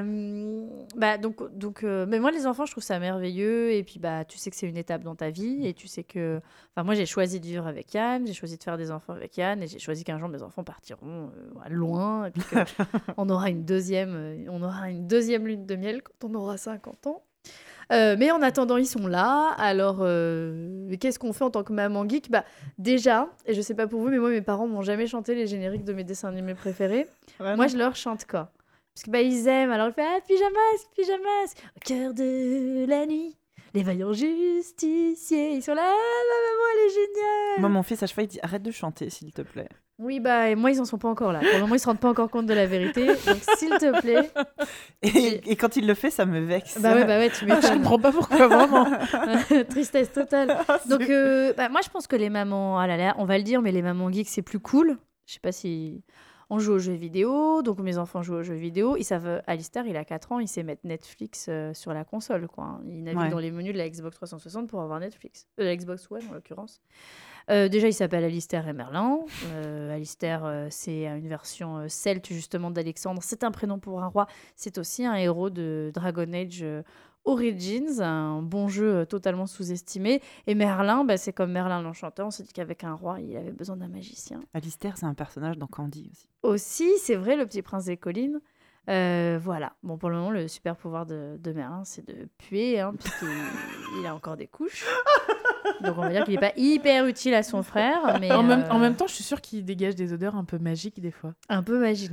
moi, les enfants, je trouve ça merveilleux. Et puis, tu sais que c'est une étape dans ta vie. Et tu sais que... moi, j'ai choisi de vivre avec Yann. J'ai choisi de faire des enfants avec Yann. Et j'ai choisi qu'un jour, mes enfants partiront loin. Et puis qu'on aura une deuxième lune de miel quand on aura 50 ans. Mais en attendant, ils sont là. Alors, qu'est-ce qu'on fait en tant que maman geek? Déjà, et je sais pas pour vous, mais moi, mes parents m'ont jamais chanté les génériques de mes dessins animés préférés. Moi, je leur chante quoi? Parce que ils aiment. Alors, je fais pyjamas, au cœur de la nuit. Les vaillants justiciers, ils sont là. Maman, elle est géniale. Moi, mon fils à cheval, il dit arrête de chanter, s'il te plaît. Oui, et moi, ils en sont pas encore là. Pour le moment, ils se rendent pas encore compte de la vérité. Donc, s'il te plaît. Et quand il le fait, ça me vexe. Tu m'étonnes. Je comprends pas pourquoi, vraiment. Tristesse totale. Donc, moi, je pense que les mamans, on va le dire, mais les mamans geeks, c'est plus cool. Je sais pas si... On joue aux jeux vidéo, donc mes enfants jouent aux jeux vidéo. Ils savent, Alistair, il a 4 ans, il sait mettre Netflix sur la console, quoi. Il navigue dans les menus de la Xbox 360 pour avoir Netflix. La Xbox One, en l'occurrence. Déjà, il s'appelle Alistair et Merlin. Alistair, c'est une version celte, justement, d'Alexandre. C'est un prénom pour un roi. C'est aussi un héros de Dragon Age Origins, un bon jeu totalement sous-estimé. Et Merlin, c'est comme Merlin l'Enchanteur. On s'est dit qu'avec un roi, il avait besoin d'un magicien. Alistair, c'est un personnage dans Candy aussi. Aussi, c'est vrai, le petit prince des collines. Voilà. Bon, pour le moment, le super pouvoir de Merlin, c'est de puer, puisqu'il a encore des couches. Donc, on va dire qu'il n'est pas hyper utile à son frère. Mais en même temps, je suis sûre qu'il dégage des odeurs un peu magiques des fois. Un peu magiques, non.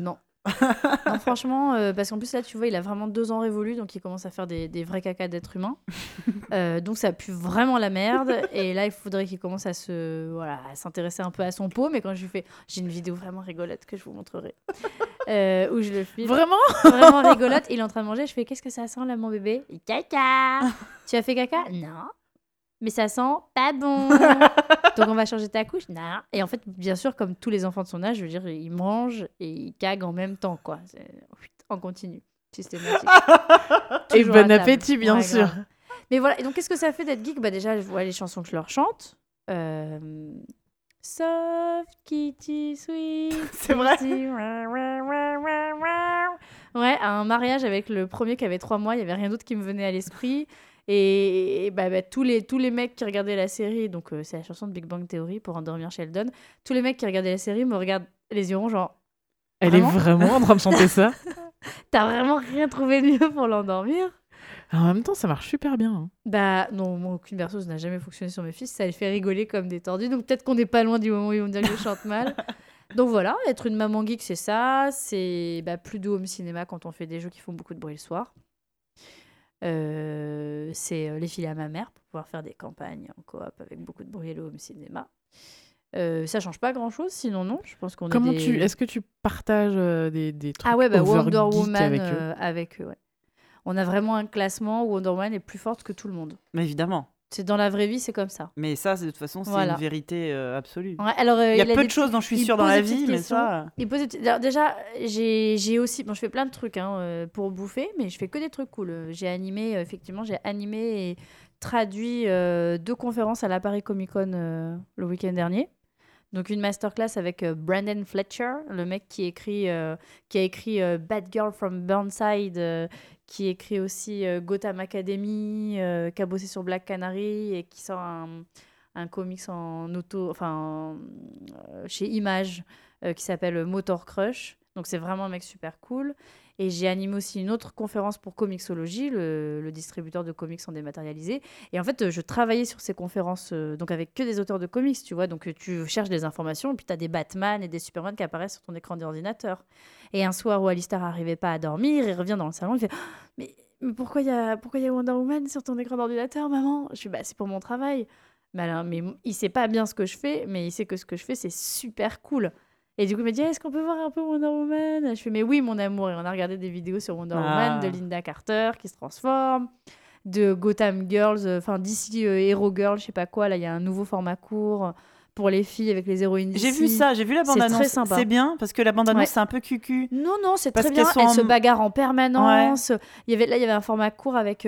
Non, franchement, parce qu'en plus là, tu vois, il a vraiment 2 ans révolu, donc il commence à faire des vrais caca d'être humain. Donc ça pue vraiment la merde. Et là, il faudrait qu'il commence à s'intéresser un peu à son pot. Mais quand je lui fais, j'ai une vidéo vraiment rigolote que je vous montrerai, où je le filme. Vraiment rigolote. Il est en train de manger. Je fais, qu'est-ce que ça sent là, mon bébé? Caca. Tu as fait caca? Non. Mais ça sent pas bon. Donc on va changer ta couche? Non. Et en fait, bien sûr, comme tous les enfants de son âge, je veux dire, ils mangent et ils caguent en même temps, quoi. En continu, systématique. Et bon appétit, bien sûr. Grave. Mais voilà, et donc qu'est-ce que ça fait d'être geek? Bah déjà, je vois les chansons que je leur chante. Soft Kitty Sweet. C'est vrai. Ouais, à un mariage avec le premier qui avait 3 mois, il n'y avait rien d'autre qui me venait à l'esprit. Et tous les mecs qui regardaient la série, donc c'est la chanson de Big Bang Theory pour endormir Sheldon, tous les mecs qui regardaient la série me regardent les yeux ronds genre... Elle est vraiment en train de chanter ça? T'as vraiment rien trouvé de mieux pour l'endormir? En même temps, ça marche super bien. Hein. Bah non, moi, aucune berceuse n'a jamais fonctionné sur mes fils, ça les fait rigoler comme des tordus, donc peut-être qu'on n'est pas loin du moment où ils vont me dire que je chante mal. Donc voilà, être une maman geek, c'est ça, c'est plus de home cinéma quand on fait des jeux qui font beaucoup de bruit le soir. C'est les filer à ma mère pour pouvoir faire des campagnes en coop avec beaucoup de bruit et le home cinéma. Ça change pas grand chose, sinon non. Je pense qu'on Est-ce que tu partages des trucs? Ah ouais, Wonder Woman avec eux, ouais. On a vraiment un classement où Wonder Woman est plus forte que tout le monde. Mais évidemment. C'est dans la vraie vie, c'est comme ça. Mais ça, de toute façon, c'est une vérité absolue. Ouais, alors, il y a peu de choses dont je suis sûre dans la vie, mais ça... Alors, déjà, j'ai aussi... Bon, je fais plein de trucs pour bouffer, mais je fais que des trucs cool. J'ai animé et traduit 2 conférences à la Paris Comic Con le week-end dernier. Donc, une masterclass avec Brandon Fletcher, le mec qui a écrit Bad Girl from Burnside, qui écrit aussi Gotham Academy, qui a bossé sur Black Canary et qui sort un comics chez Image qui s'appelle Motor Crush. Donc c'est vraiment un mec super cool. Et j'ai animé aussi une autre conférence pour Comixology, le distributeur de comics en dématérialisé. Et en fait, je travaillais sur ces conférences donc avec que des auteurs de comics, tu vois. Donc tu cherches des informations et puis tu as des Batman et des Superman qui apparaissent sur ton écran d'ordinateur. Et un soir où Alistair n'arrivait pas à dormir, il revient dans le salon, il fait « Mais pourquoi il y a Wonder Woman sur ton écran d'ordinateur, maman ?» Je dis « c'est pour mon travail. » Mais il sait pas bien ce que je fais, mais il sait que ce que je fais, c'est super cool. Et du coup, il m'a dit, est-ce qu'on peut voir un peu Wonder Woman? Je fais, mais oui, mon amour. Et on a regardé des vidéos sur Wonder Woman, de Linda Carter qui se transforme, de Gotham Girls, DC Hero Girl, je sais pas quoi. Là, il y a un nouveau format court pour les filles avec les héroïnes DC. J'ai vu ça, j'ai vu la bande-annonce. C'est très sympa. C'est bien, parce que la bande-annonce, c'est un peu cucu. Non, c'est très bien. Elle se bagarre en permanence. Ouais. Il y avait un format court avec...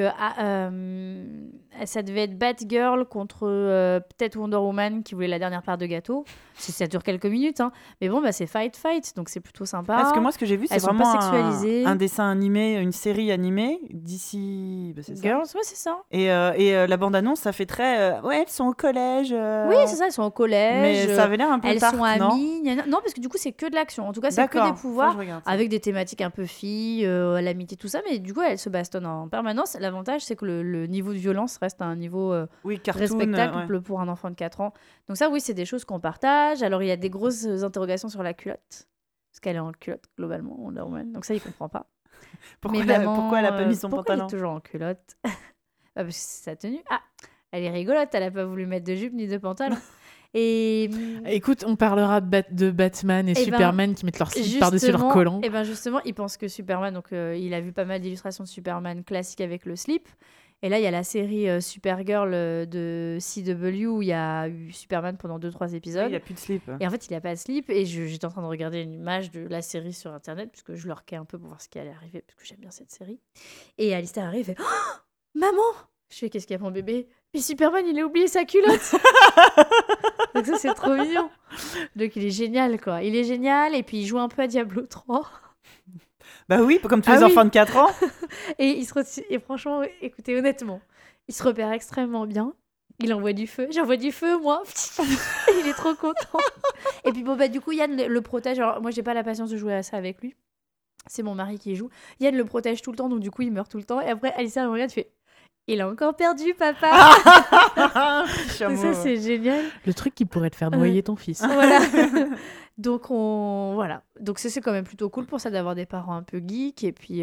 ça devait être Batgirl contre peut-être Wonder Woman qui voulait la dernière part de gâteau. Ça dure quelques minutes, hein. Mais bon, c'est fight, donc c'est plutôt sympa. Parce que moi, ce que j'ai vu, c'est vraiment un dessin animé, une série animée d'ici... c'est Girls, ouais, c'est ça. Et la bande-annonce, ça fait très... ouais, elles sont au collège. Oui, c'est ça, elles sont au collège. Mais ça avait l'air un peu elles sont amies. Non, parce que du coup, c'est que de l'action. En tout cas, c'est que des pouvoirs avec des thématiques un peu filles, l'amitié, tout ça. Mais du coup, elles se bastonnent en permanence. L'avantage, c'est que le niveau de violence reste à un niveau respectable pour un enfant de 4 ans. Donc ça, oui, c'est des choses qu'on partage. Alors, il y a des grosses interrogations sur la culotte. Parce qu'elle est en culotte, globalement, Wonder Woman. Donc ça, il comprend pas. Pourquoi elle a pas mis son pantalon? Pourquoi elle est toujours en culotte? Parce que c'est sa tenue. Ah, elle est rigolote. Elle a pas voulu mettre de jupe ni de pantalon. Et... Écoute, on parlera de Batman et Superman qui mettent leur slip par-dessus leur collant. Et bien justement, il pense que Superman, donc il a vu pas mal d'illustrations de Superman classiques avec le slip. Et là, il y a la série Supergirl de CW où il y a eu Superman pendant 2-3 épisodes. Oui, il n'y a plus de slip. Et en fait, il n'a pas de slip. Et j'étais en train de regarder une image de la série sur Internet puisque je lurquais un peu pour voir ce qui allait arriver parce que j'aime bien cette série. Et Alistair arrive et fait oh, maman! Je fais qu'est-ce qu'il y a mon bébé? Puis Superman, il a oublié sa culotte. Donc ça, c'est trop mignon. Donc il est génial, quoi. Il est génial et puis il joue un peu à Diablo 3. Bah oui, comme tous les enfants de 4 ans. Et franchement, écoutez, honnêtement, il se repère extrêmement bien. Il envoie du feu. J'envoie du feu, moi. Il est trop content. Et puis du coup, Yann le protège. Alors moi, j'ai pas la patience de jouer à ça avec lui. C'est mon mari qui joue. Yann le protège tout le temps, donc du coup, il meurt tout le temps. Et après, Alicia me regarde, fait il a encore perdu, papa. Ça, c'est génial. Le truc qui pourrait te faire noyer ton fils. Voilà. Donc, voilà. Donc, c'est quand même plutôt cool pour ça d'avoir des parents un peu geeks. Et puis,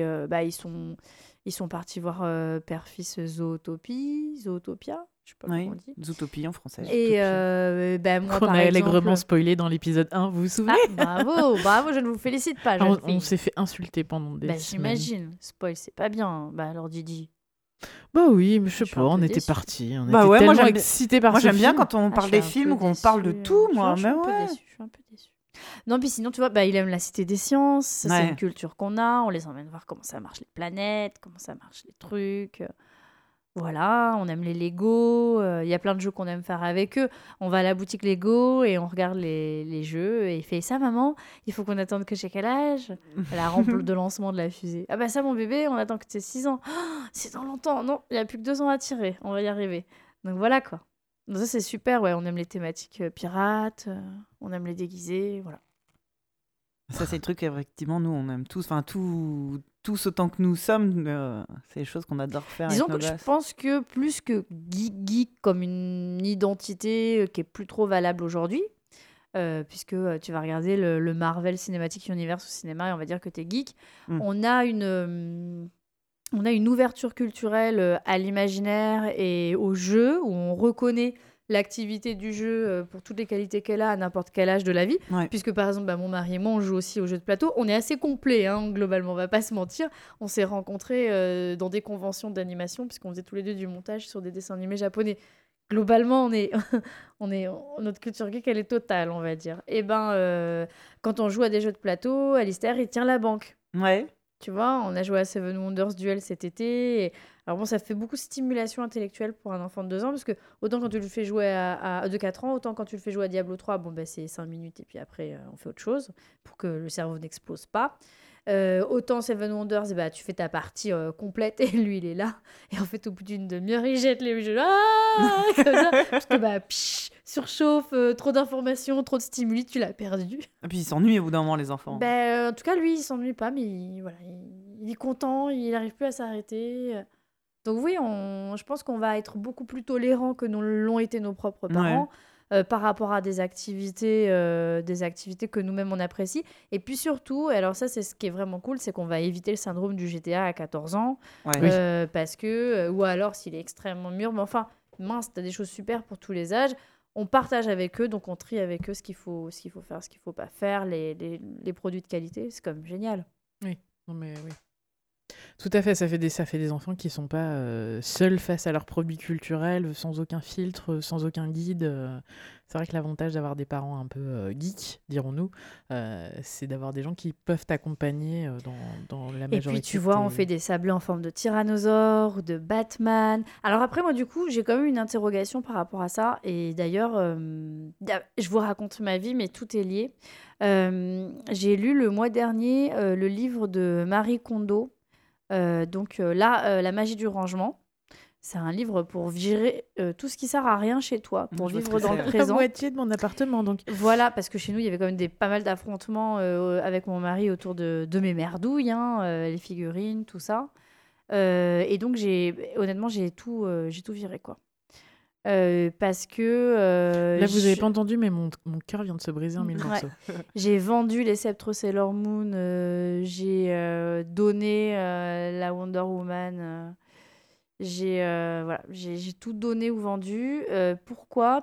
ils sont partis voir père-fils Zootopia. Je sais pas comment on dit. Zootopie en français. Et moi, On par a exemple... allègrement spoilé dans l'épisode 1, vous vous souvenez? Bravo, je ne vous félicite pas, jeune fille. On s'est fait insulter pendant des semaines. J'imagine. Spoil, c'est pas bien. Alors, Didi. Bah oui, mais je sais pas, on était partis. On était moi, tellement excités par ce film. Moi, j'aime bien quand on parle des films, qu'on parle de tout, moi. Je suis un peu déçue. Non, puis sinon, tu vois, il aime la Cité des Sciences. C'est une culture qu'on a. On les emmène voir comment ça marche les planètes, comment ça marche les trucs. Voilà, on aime les Lego. Il y a plein de jeux qu'on aime faire avec eux. On va à la boutique Lego et on regarde les jeux. Et il fait ça, maman, il faut qu'on attende que j'ai quel âge? La rampe de lancement de la fusée. Ah bah ça, mon bébé, on attend que tu aies 6 ans. Oh, c'est dans longtemps. Non, il n'y a plus que 2 ans à tirer. On va y arriver. Donc voilà quoi. Donc ça, c'est super. Ouais, on aime les thématiques pirates. On aime les déguisés. Voilà. Ça, c'est le truc, effectivement, nous, on aime tous. Enfin, tous autant que nous sommes, c'est des choses qu'on adore faire. Disons que je pense que plus que geek comme une identité qui est plus trop valable aujourd'hui, puisque tu vas regarder le Marvel Cinematic Universe au cinéma et on va dire que t'es geek, on a une ouverture culturelle à l'imaginaire et au jeu où on reconnaît l'activité du jeu pour toutes les qualités qu'elle a à n'importe quel âge de la vie. Puisque par exemple, mon mari et moi, on joue aussi aux jeux de plateau. On est assez complets, globalement, on va pas se mentir. On s'est rencontrés dans des conventions d'animation, puisqu'on faisait tous les deux du montage sur des dessins animés japonais. Globalement, notre culture geek, elle est totale, on va dire. Et quand on joue à des jeux de plateau, Alistair, il tient la banque. Ouais. Tu vois, on a joué à Seven Wonders Duel cet été. Et... Alors bon, ça fait beaucoup de stimulation intellectuelle pour un enfant de 2 ans, parce que autant quand tu le fais jouer de 4 ans, autant quand tu le fais jouer à Diablo 3, c'est 5 minutes et puis après, on fait autre chose pour que le cerveau n'explose pas. Autant Seven Wonders, tu fais ta partie complète et lui, il est là. Et en fait, au bout d'une demi-heure, il jette les jeux. Comme ça, parce que surchauffe, trop d'informations, trop de stimuli, tu l'as perdu. Et puis, ils s'ennuient au bout d'un moment, les enfants. En tout cas, lui, il s'ennuie pas, mais il est content, il n'arrive plus à s'arrêter. Donc oui, je pense qu'on va être beaucoup plus tolérants que nous l'ont été nos propres parents. Par rapport à des activités que nous-mêmes on apprécie. Et puis surtout, alors ça c'est ce qui est vraiment cool, c'est qu'on va éviter le syndrome du GTA à 14 ans. Parce que, ou alors s'il est extrêmement mûr, mais enfin, mince, t'as des choses super pour tous les âges. On partage avec eux, donc on trie avec eux ce qu'il faut faire, ce qu'il faut pas faire, les produits de qualité, c'est quand même génial. Oui, non mais oui. Tout à fait, ça fait des enfants qui sont pas seuls face à leurs produits culturels, sans aucun filtre, sans aucun guide. C'est vrai que l'avantage d'avoir des parents un peu geeks, dirons-nous, c'est d'avoir des gens qui peuvent t'accompagner dans la majorité. Et puis tu vois, on fait des sablés en forme de tyrannosaure, de Batman. Alors après, moi du coup, j'ai quand même une interrogation par rapport à ça. Et d'ailleurs, je vous raconte ma vie, mais tout est lié. J'ai lu le mois dernier le livre de Marie Kondo. La magie du rangement, c'est un livre pour virer tout ce qui sert à rien chez toi, pour vivre dans le présent. La moitié de mon appartement, donc. Voilà, parce que chez nous, il y avait quand même pas mal d'affrontements avec mon mari autour de mes merdouilles, les figurines, tout ça. Et donc, honnêtement, j'ai tout viré, quoi. Parce que... Là, vous n'avez pas entendu, mais mon cœur vient de se briser en 1000 morceaux. J'ai vendu les sceptres Sailor Moon, j'ai donné la Wonder Woman, j'ai tout donné ou vendu. Pourquoi ?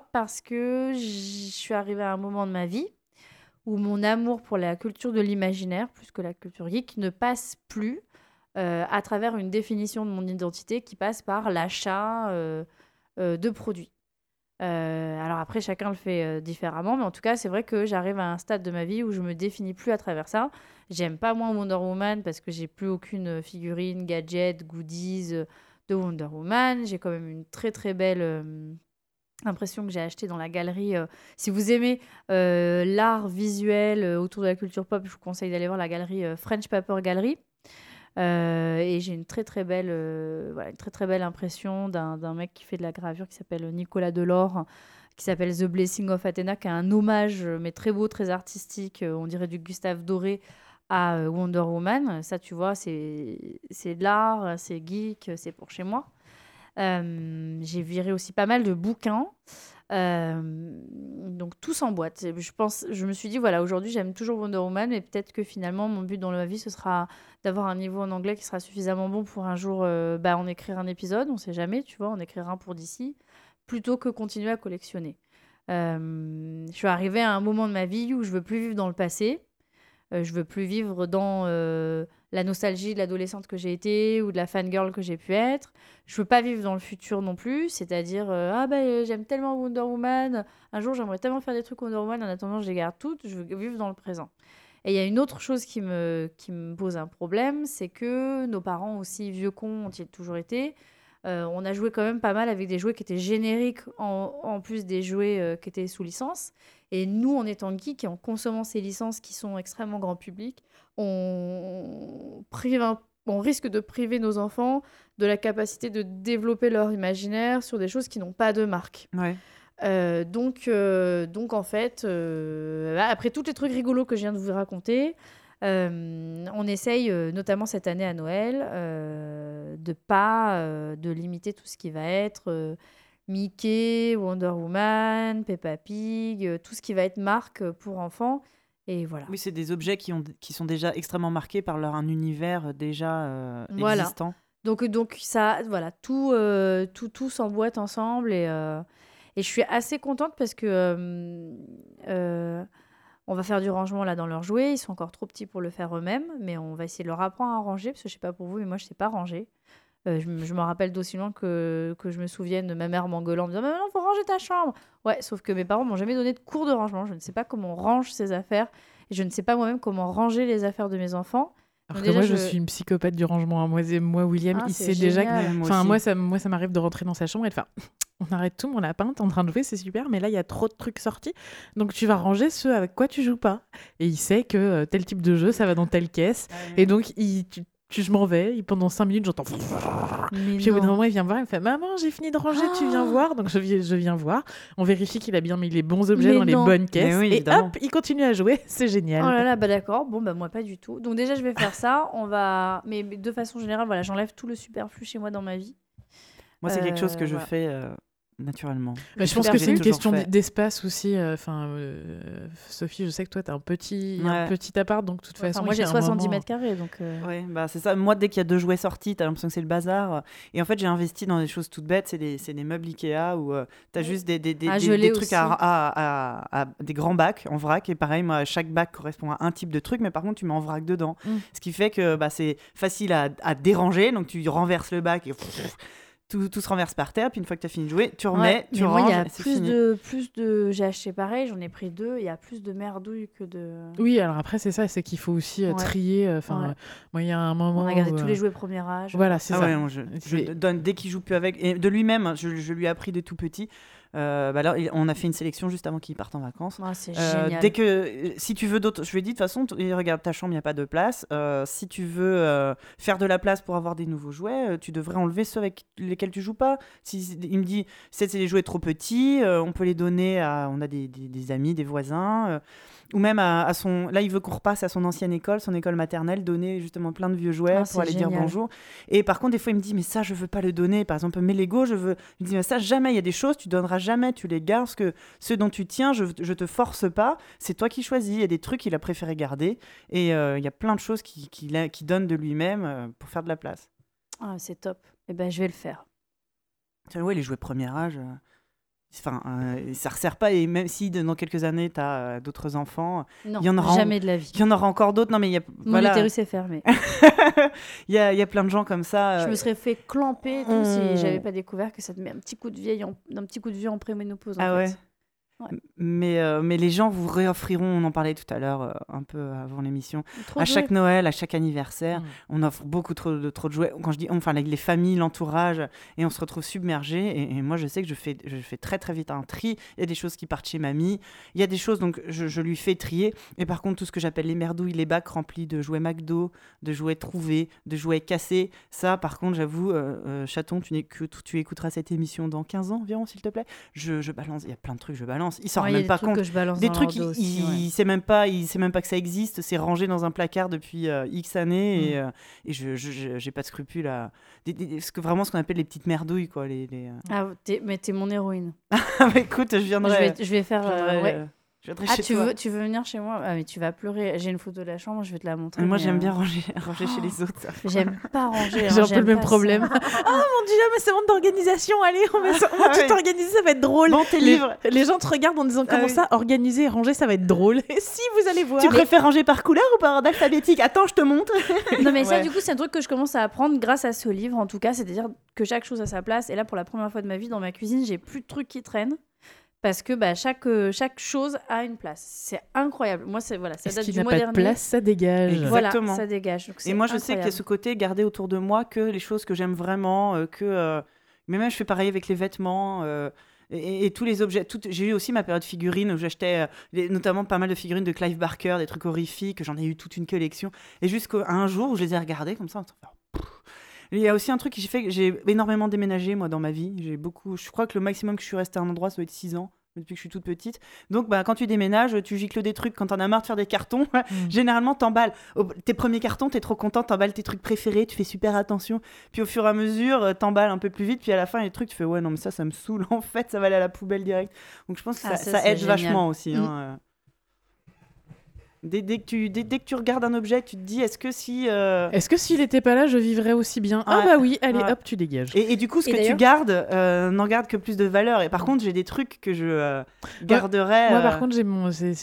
Parce que je suis arrivée à un moment de ma vie où mon amour pour la culture de l'imaginaire, plus que la culture geek, ne passe plus à travers une définition de mon identité qui passe par l'achat... de produits. Alors après, chacun le fait différemment, mais en tout cas, c'est vrai que j'arrive à un stade de ma vie où je me définis plus à travers ça. J'aime pas moins Wonder Woman parce que j'ai plus aucune figurine, gadget, goodies de Wonder Woman. J'ai quand même une très très belle impression que j'ai achetée dans la galerie. Si vous aimez l'art visuel autour de la culture pop, je vous conseille d'aller voir la galerie French Paper Gallery. Et j'ai une très très belle impression d'un mec qui fait de la gravure qui s'appelle Nicolas Delors, qui s'appelle The Blessing of Athena, qui a un hommage mais très beau, très artistique, on dirait du Gustave Doré à Wonder Woman. Ça, tu vois, c'est de l'art, c'est geek, c'est pour chez moi. J'ai viré aussi pas mal de bouquins. Donc tout s'emboîte. Je me suis dit, voilà, aujourd'hui j'aime toujours Wonder Woman, mais peut-être que finalement mon but dans la vie ce sera d'avoir un niveau en anglais qui sera suffisamment bon pour un jour en écrire un épisode, on sait jamais, tu vois, en écrire un pour DC, plutôt que continuer à collectionner. Je suis arrivée à un moment de ma vie où je veux plus vivre dans le passé, je veux plus vivre dans la nostalgie de l'adolescente que j'ai été ou de la fangirl que j'ai pu être. Je veux pas vivre dans le futur non plus, c'est-à-dire j'aime tellement Wonder Woman, un jour j'aimerais tellement faire des trucs Wonder Woman, en attendant je les garde toutes, je veux vivre dans le présent. Et il y a une autre chose qui me pose un problème, c'est que nos parents, aussi vieux cons ont-ils toujours été, on a joué quand même pas mal avec des jouets qui étaient génériques en plus des jouets qui étaient sous licence. Et nous, en étant geeks et en consommant ces licences qui sont extrêmement grand public, on risque de priver nos enfants de la capacité de développer leur imaginaire sur des choses qui n'ont pas de marque. Ouais. Donc en fait, après tous les trucs rigolos que je viens de vous raconter, on essaye, notamment cette année à Noël, de limiter tout ce qui va être Mickey, Wonder Woman, Peppa Pig, tout ce qui va être marque pour enfants. Et voilà. Oui, c'est des objets qui sont déjà extrêmement marqués par un univers déjà existant. Donc ça, voilà, tout s'emboîte ensemble et je suis assez contente parce que on va faire du rangement là dans leurs jouets. Ils sont encore trop petits pour le faire eux-mêmes, mais on va essayer de leur apprendre à ranger parce que je sais pas pour vous, mais moi je sais pas ranger. Je me rappelle d'aussi loin que je me souvienne de ma mère m'engueulant en me disant « Mais non, faut ranger ta chambre !» Ouais, sauf que mes parents m'ont jamais donné de cours de rangement. Je ne sais pas comment on range ses affaires. Et je ne sais pas moi-même comment ranger les affaires de mes enfants. Alors que moi, je suis une psychopathe du rangement. Moi William, il sait génial. Déjà que... Moi, ça m'arrive de rentrer dans sa chambre et de faire... On arrête tout, mon lapin, t'es en train de jouer, c'est super, mais là, il y a trop de trucs sortis. Donc, tu vas ranger ceux avec quoi tu joues pas. Et il sait que tel type de jeu, ça va dans telle caisse. Et donc, je m'en vais, et pendant 5 minutes, j'entends... Puis au bout d'un moment, il vient me voir, il me fait « Maman, j'ai fini de ranger, tu viens voir ?» Donc je viens voir, on vérifie qu'il a bien mis les bons objets dans les bonnes caisses, oui, et hop, il continue à jouer, c'est génial. Oh là là, d'accord, bon, moi pas du tout. Donc déjà, je vais faire ça, mais de façon générale, voilà, j'enlève tout le superflu chez moi dans ma vie. Moi, c'est quelque chose que je fais... naturellement. Je pense que c'est une question d'espace aussi. Sophie, je sais que toi, tu as un petit appart, donc de toute façon... Moi, j'ai 70 mètres carrés, donc... Oui, c'est ça. Moi, dès qu'il y a 2 jouets sortis, tu as l'impression que c'est le bazar. Et en fait, j'ai investi dans des choses toutes bêtes. C'est des meubles Ikea où tu as juste des trucs à des grands bacs en vrac. Et pareil, moi, chaque bac correspond à un type de truc, mais par contre, tu mets en vrac dedans. Ce qui fait que c'est facile à déranger. Donc, tu renverses le bac et... Tout se renverse par terre, puis une fois que tu as fini de jouer, tu remets, tu ranges, moi, c'est fini. J'ai acheté pareil, j'en ai pris 2, il y a plus de merdouilles que de... Oui, alors après, c'est ça, c'est qu'il faut aussi trier. Moi, il y a un moment... On a gardé tous les jouets premier âge. Voilà, c'est ça. Ouais, je donne dès qu'il joue plus avec... Et de lui-même, je lui ai appris de tout petit. Là, on a fait une sélection juste avant qu'il parte en vacances. C'est génial. Dès que, si tu veux d'autres, je lui ai dit de toute façon, regarde ta chambre, il n'y a pas de place. Si tu veux faire de la place pour avoir des nouveaux jouets, tu devrais enlever ceux avec lesquels tu joues pas. Il me dit, c'est des jouets trop petits, on peut les donner on a des amis, des voisins. Ou même à son... Là, il veut qu'on repasse à son ancienne école, son école maternelle, donner justement plein de vieux jouets pour aller dire bonjour. Et par contre, des fois, il me dit, mais ça, je veux pas le donner. Par exemple, mes Lego, il me dit, mais ça, jamais. Il y a des choses, tu donneras jamais, tu les gardes, parce que ceux dont tu tiens, je te force pas. C'est toi qui choisis. Il y a des trucs qu'il a préféré garder. Et il y a plein de choses qu'il donne de lui-même pour faire de la place. Ah, c'est top. Eh ben, je vais le faire. Ouais, les jouets premier âge... Enfin, ça ne resserre pas, et même si dans quelques années tu as d'autres enfants, il y en aura jamais de la vie. Il y en aura encore d'autres. Non, mais mon utérus est fermé. Il y a plein de gens comme ça. Je me serais fait clamper si j'avais pas découvert que ça te met un petit coup de vieux en préménopause. Ouais. Ouais. Mais les gens vous réoffriront, on en parlait tout à l'heure un peu avant l'émission, chaque Noël, à chaque anniversaire, on offre beaucoup trop de jouets. Quand je dis les familles, l'entourage, et on se retrouve submergé. Et moi, je sais que je fais très très vite un tri. Il y a des choses qui partent chez mamie, il y a des choses, donc je lui fais trier. Et par contre, tout ce que j'appelle les merdouilles, les bacs remplis de jouets McDo, de jouets trouvés, de jouets cassés, ça, par contre, j'avoue, chaton, tu écouteras cette émission dans 15 ans environ, s'il te plaît. Je balance, il y a plein de trucs, je balance. balance. Il s'en rend même pas compte. Des trucs, il sait même pas que ça existe. C'est rangé dans un placard depuis X années et j'ai pas de scrupules à vraiment ce qu'on appelle les petites merdouilles, quoi. Ah, mais t'es mon héroïne. Écoute, je viendrai. Je vais faire. Tu veux venir chez moi? Ah, mais tu vas pleurer. J'ai une photo de la chambre, je vais te la montrer. Moi, j'aime bien ranger chez les autres. J'aime pas ranger. J'ai un peu le même problème. Oh mon Dieu, mais c'est monde d'organisation. Allez, on va tout organiser, ça va être drôle. Dans tes livres. Les gens te regardent en disant comment ça, organiser et ranger, ça va être drôle. Et si, vous allez voir. Tu préfères ranger par couleur ou par ordre alphabétique? Attends, je te montre. Non, mais ça, du coup, c'est un truc que je commence à apprendre grâce à ce livre, en tout cas. C'est-à-dire que chaque chose a sa place. Et là, pour la première fois de ma vie, dans ma cuisine, j'ai plus de trucs qui traînent. Parce que chaque chose a une place. C'est incroyable. Moi, ça date du mois dernier. Pas de place, ça dégage. Exactement. Voilà, ça dégage. Donc, et moi, je incroyable. sais qu'il y a ce côté garder autour de moi que les choses que j'aime vraiment, mais même je fais pareil avec les vêtements et tous les objets. J'ai eu aussi ma période figurine où j'achetais notamment pas mal de figurines de Clive Barker, des trucs horrifiques. J'en ai eu toute une collection. Et jusqu'à un jour où je les ai regardées comme ça. Il y a aussi un truc que j'ai énormément déménagé, moi, dans ma vie. Je crois que le maximum que je suis restée à un endroit, ça doit être 6 ans, depuis que je suis toute petite. Donc, quand tu déménages, tu gicles des trucs. Quand t'en as marre de faire des cartons, généralement, t'emballes. Tes premiers cartons, t'es trop content, t'emballes tes trucs préférés, tu fais super attention. Puis, au fur et à mesure, t'emballes un peu plus vite. Puis, à la fin, les trucs, tu fais, ouais, non, mais ça me saoule. En fait, ça va aller à la poubelle direct. Donc, je pense que ça aide vachement aussi. Dès que tu regardes un objet, tu te dis, est-ce que s'il n'était pas là, je vivrais aussi bien? Ah bah oui, allez, hop, tu dégages. Et du coup, ce que tu gardes n'en garde que plus de valeur. Et par contre, j'ai des trucs que je garderais. Moi, par contre, j'ai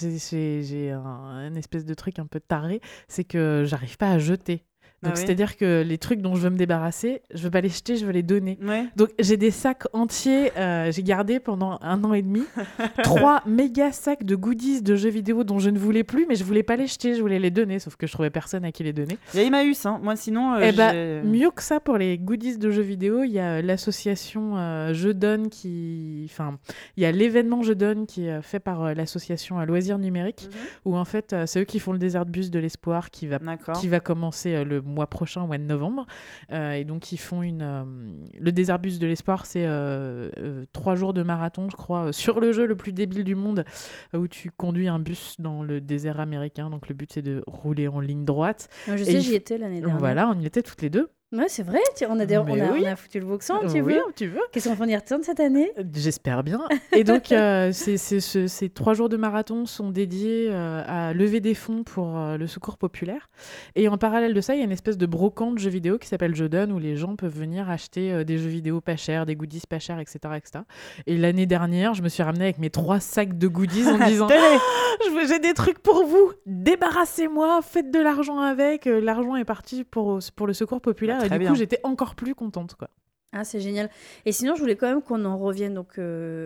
un espèce de truc un peu taré, c'est que j'arrive pas à jeter. Donc, c'est-à-dire que les trucs dont je veux me débarrasser, je veux pas les jeter, je veux les donner. Ouais. Donc, j'ai des sacs entiers, j'ai gardé pendant 1 an et demi 3 méga sacs de goodies de jeux vidéo dont je ne voulais plus, mais je voulais pas les jeter, je voulais les donner, sauf que je trouvais personne à qui les donner. Il y a Emmaüs, hein. Moi sinon... mieux que ça, pour les goodies de jeux vidéo, il y a l'association Je Donne Enfin, il y a l'événement Je Donne qui est fait par l'association Loisirs Numériques, où en fait, c'est eux qui font le désert bus de l'espoir qui va commencer le mois prochain, au mois de novembre. Et donc, ils font le désert bus de l'espoir, c'est 3 jours de marathon, je crois, sur le jeu le plus débile du monde, où tu conduis un bus dans le désert américain. Donc, le but, c'est de rouler en ligne droite. Moi, je sais, j'y étais l'année dernière. Voilà, on y était toutes les deux. Ouais, c'est vrai, on a foutu le boxon, tu veux. Qu'est-ce qu'on va y retourner cette année? J'espère bien. Et donc, ces 3 jours de marathon sont dédiés à lever des fonds pour le secours populaire. Et en parallèle de ça, il y a une espèce de brocante de jeux vidéo qui s'appelle Je Donne, où les gens peuvent venir acheter des jeux vidéo pas chers, des goodies pas chers, etc., etc. Et l'année dernière, je me suis ramenée avec mes 3 sacs de goodies en disant j'ai des trucs pour vous, débarrassez-moi, faites de l'argent avec. L'argent est parti pour le secours populaire. Et du coup, j'étais encore plus contente, quoi. Ah, c'est génial. Et sinon, je voulais quand même qu'on en revienne donc,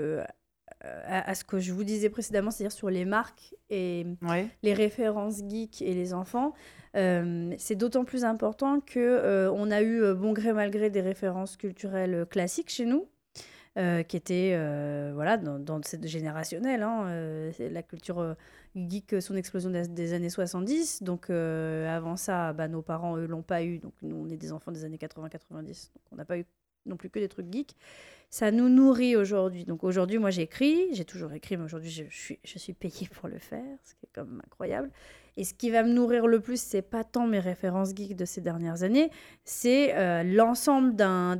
à ce que je vous disais précédemment, c'est-à-dire sur les marques et les références geeks et les enfants. C'est d'autant plus important qu'on a eu, bon gré mal gré, des références culturelles classiques chez nous. Qui était dans cette générationnelle, la culture geek, son explosion des années 70. Donc avant ça, nos parents, eux, l'ont pas eu. Donc nous, on est des enfants des années 80-90. Donc on n'a pas eu non plus que des trucs geeks. Ça nous nourrit aujourd'hui. Donc aujourd'hui, moi, j'ai toujours écrit, mais aujourd'hui, je suis payée pour le faire, ce qui est quand même incroyable. Et ce qui va me nourrir le plus, c'est pas tant mes références geeks de ces dernières années, c'est l'ensemble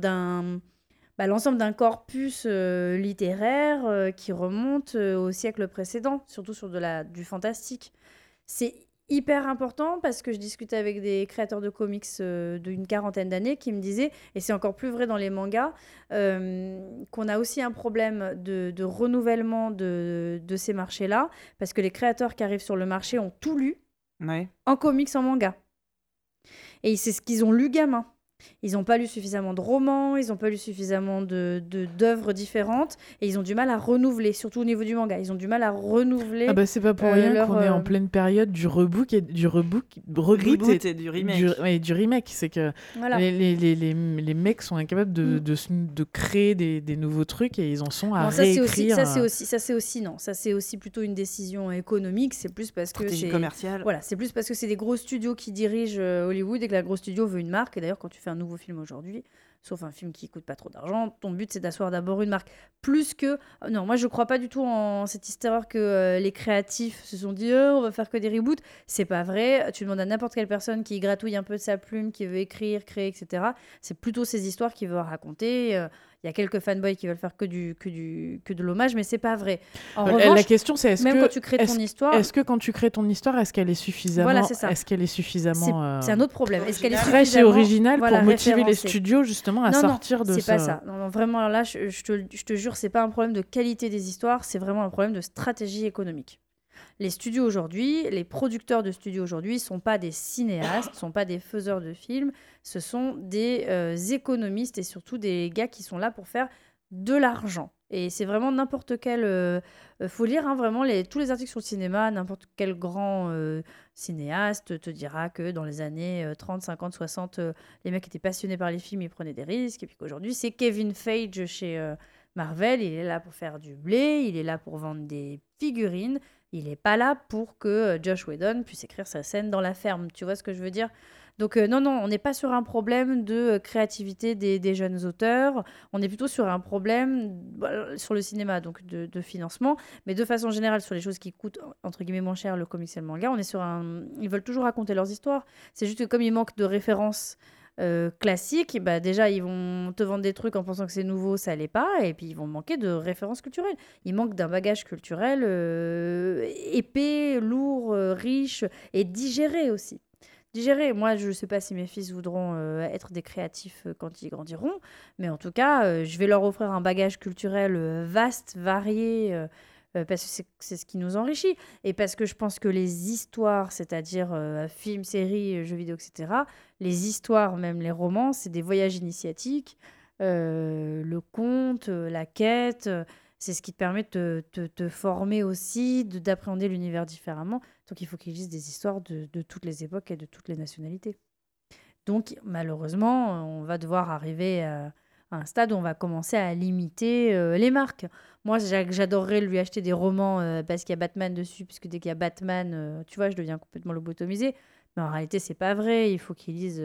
d'un corpus littéraire qui remonte au siècle précédent, surtout sur du fantastique. C'est hyper important parce que je discutais avec des créateurs de comics d'une 40aine d'années qui me disaient, et c'est encore plus vrai dans les mangas, qu'on a aussi un problème de renouvellement de ces marchés-là, parce que les créateurs qui arrivent sur le marché ont tout lu en comics, en manga. Et c'est ce qu'ils ont lu gamin. Ils n'ont pas lu suffisamment de romans, ils n'ont pas lu suffisamment d'œuvres différentes, et ils ont du mal à renouveler, surtout au niveau du manga. Ils ont du mal à renouveler. Ah bah c'est pas pour rien qu'on est en pleine période du reboot et du reboot et du remake. Du remake, c'est que les mecs sont incapables de créer des nouveaux trucs et ils en sont à réécrire. Ça c'est aussi plutôt une décision économique. C'est plus parce que c'est commerciale. Voilà, c'est plus parce que c'est des gros studios qui dirigent Hollywood et que la grosse studio veut une marque. Et d'ailleurs, quand tu fais un nouveau film aujourd'hui, sauf un film qui coûte pas trop d'argent. Ton but, c'est d'asseoir d'abord une marque. Plus que... Non, moi, je crois pas du tout en cette histoire que les créatifs se sont dit on va faire que des reboots. C'est pas vrai. Tu demandes à n'importe quelle personne qui gratouille un peu de sa plume, qui veut écrire, créer, etc. C'est plutôt ces histoires qu'il veut raconter. Il y a quelques fanboys qui veulent faire que de l'hommage, mais c'est pas vrai. En revanche, la question, c'est quand tu crées ton histoire... Est-ce que quand tu crées ton histoire, est-ce qu'elle est suffisamment... Voilà, c'est ça. Est-ce qu'elle est suffisamment... C'est un autre problème. Est-ce qu'elle est fraîche et originale pour motiver les studios, justement, à sortir de ça. Non, c'est pas ça. Non, vraiment, là, je te jure, c'est pas un problème de qualité des histoires, c'est vraiment un problème de stratégie économique. Les studios aujourd'hui, les producteurs de studios aujourd'hui, ne sont pas des cinéastes, ne sont pas des faiseurs de films, ce sont des économistes et surtout des gars qui sont là pour faire de l'argent. Et c'est vraiment n'importe quel... faut lire vraiment tous les articles sur le cinéma, n'importe quel grand cinéaste te dira que dans les années 30, 50, 60, les mecs étaient passionnés par les films, ils prenaient des risques, et puis qu'aujourd'hui, c'est Kevin Feige chez Marvel, il est là pour faire du blé, il est là pour vendre des figurines, il n'est pas là pour que Joss Whedon puisse écrire sa scène dans la ferme. Tu vois ce que je veux dire ? Donc non, on n'est pas sur un problème de créativité des jeunes auteurs. On est plutôt sur un problème sur le cinéma, donc de financement. Mais de façon générale, sur les choses qui coûtent, entre guillemets, moins cher, le comics et le manga, on est sur ils veulent toujours raconter leurs histoires. C'est juste que comme il manque de références classiques, bah déjà ils vont te vendre des trucs en pensant que c'est nouveau, ça l'est pas, et puis ils vont manquer de références culturelles. Il manque d'un bagage culturel épais, lourd, riche et digéré aussi. Moi, je ne sais pas si mes fils voudront être des créatifs quand ils grandiront, mais en tout cas, je vais leur offrir un bagage culturel vaste, varié, parce que c'est ce qui nous enrichit. Et parce que je pense que les histoires, c'est-à-dire films, séries, jeux vidéo, etc., les histoires, même les romans, c'est des voyages initiatiques. Le conte, la quête, c'est ce qui te permet de te former aussi, d'appréhender l'univers différemment. Donc il faut qu'ils lisent des histoires de toutes les époques et de toutes les nationalités. Donc malheureusement, on va devoir arriver à un stade où on va commencer à limiter les marques. Moi, j'adorerais lui acheter des romans parce qu'il y a Batman dessus, puisque dès qu'il y a Batman, tu vois, je deviens complètement lobotomisée. Mais en réalité, c'est pas vrai. Il faut qu'il lise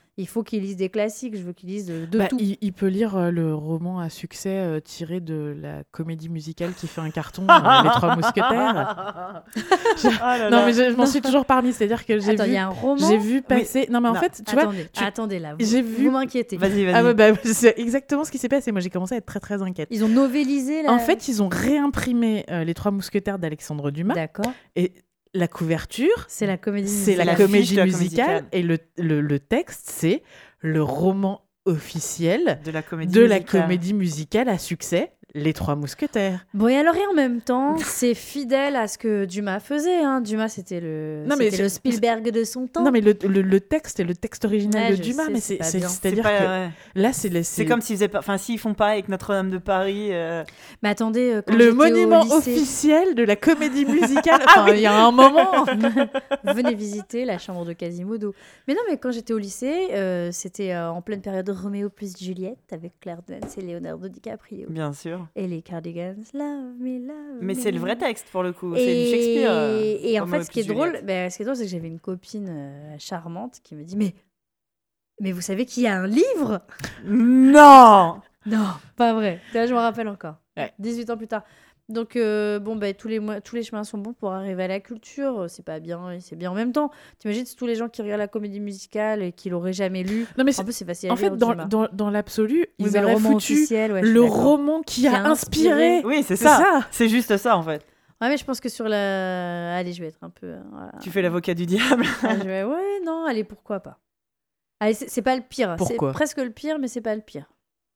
des classiques. Je veux qu'il lise de tout. Il peut lire le roman à succès tiré de la comédie musicale qui fait un carton, Les Trois Mousquetaires. Non, mais je m'en suis toujours parmi. C'est-à-dire que il y a un roman. J'ai vu passer. Non, mais en fait, tu vois. Attendez là. Vous m'inquiétez. Vas-y. Ah ouais, c'est exactement ce qui s'est passé. Moi, j'ai commencé à être très, très inquiète. Ils ont novélisé. En fait, ils ont réimprimé Les Trois Mousquetaires d'Alexandre Dumas. D'accord. Et la couverture, c'est la comédie musicale et le texte, c'est le roman officiel de la comédie musicale à succès, Les Trois Mousquetaires. Bon, et alors, et en même temps, c'est fidèle à ce que Dumas faisait. Hein. Dumas, c'était le Spielberg de son temps. Non, mais le texte est le texte original de Dumas, mais c'est-à-dire que là, c'est comme s'ils faisaient pas, enfin, s'ils font pas avec Notre-Dame de Paris. Mais attendez, le monument officiel de la comédie musicale. Enfin, il y a un moment. Venez visiter la chambre de Quasimodo. Mais non, mais quand j'étais au lycée, c'était en pleine période Roméo plus Juliette avec Claire Danes et Leonardo DiCaprio. Bien sûr. Et les Cardigans, love me. Mais c'est le vrai texte pour le coup, c'est du Shakespeare. Et en fait, ce qui est drôle, c'est que j'avais une copine charmante qui me dit mais vous savez qu'il y a un livre ? Non, pas vrai. Là, je me rappelle encore. Ouais. 18 ans plus tard. Donc tous les chemins sont bons pour arriver à la culture. C'est pas bien et c'est bien en même temps. T'imagines tous les gens qui regardent la comédie musicale et qui l'auraient jamais lu. Non, mais en plus, c'est facile. En fait, dans l'absolu, ils auraient foutu officiel, le roman qui a inspiré. Oui, c'est ça. C'est juste ça en fait. Ouais, mais je pense que sur la... Allez, je vais être un peu... voilà. Tu fais l'avocat du diable. Ouais, non, allez, pourquoi pas. Allez, c'est pas le pire. Pourquoi ? C'est presque le pire, mais c'est pas le pire.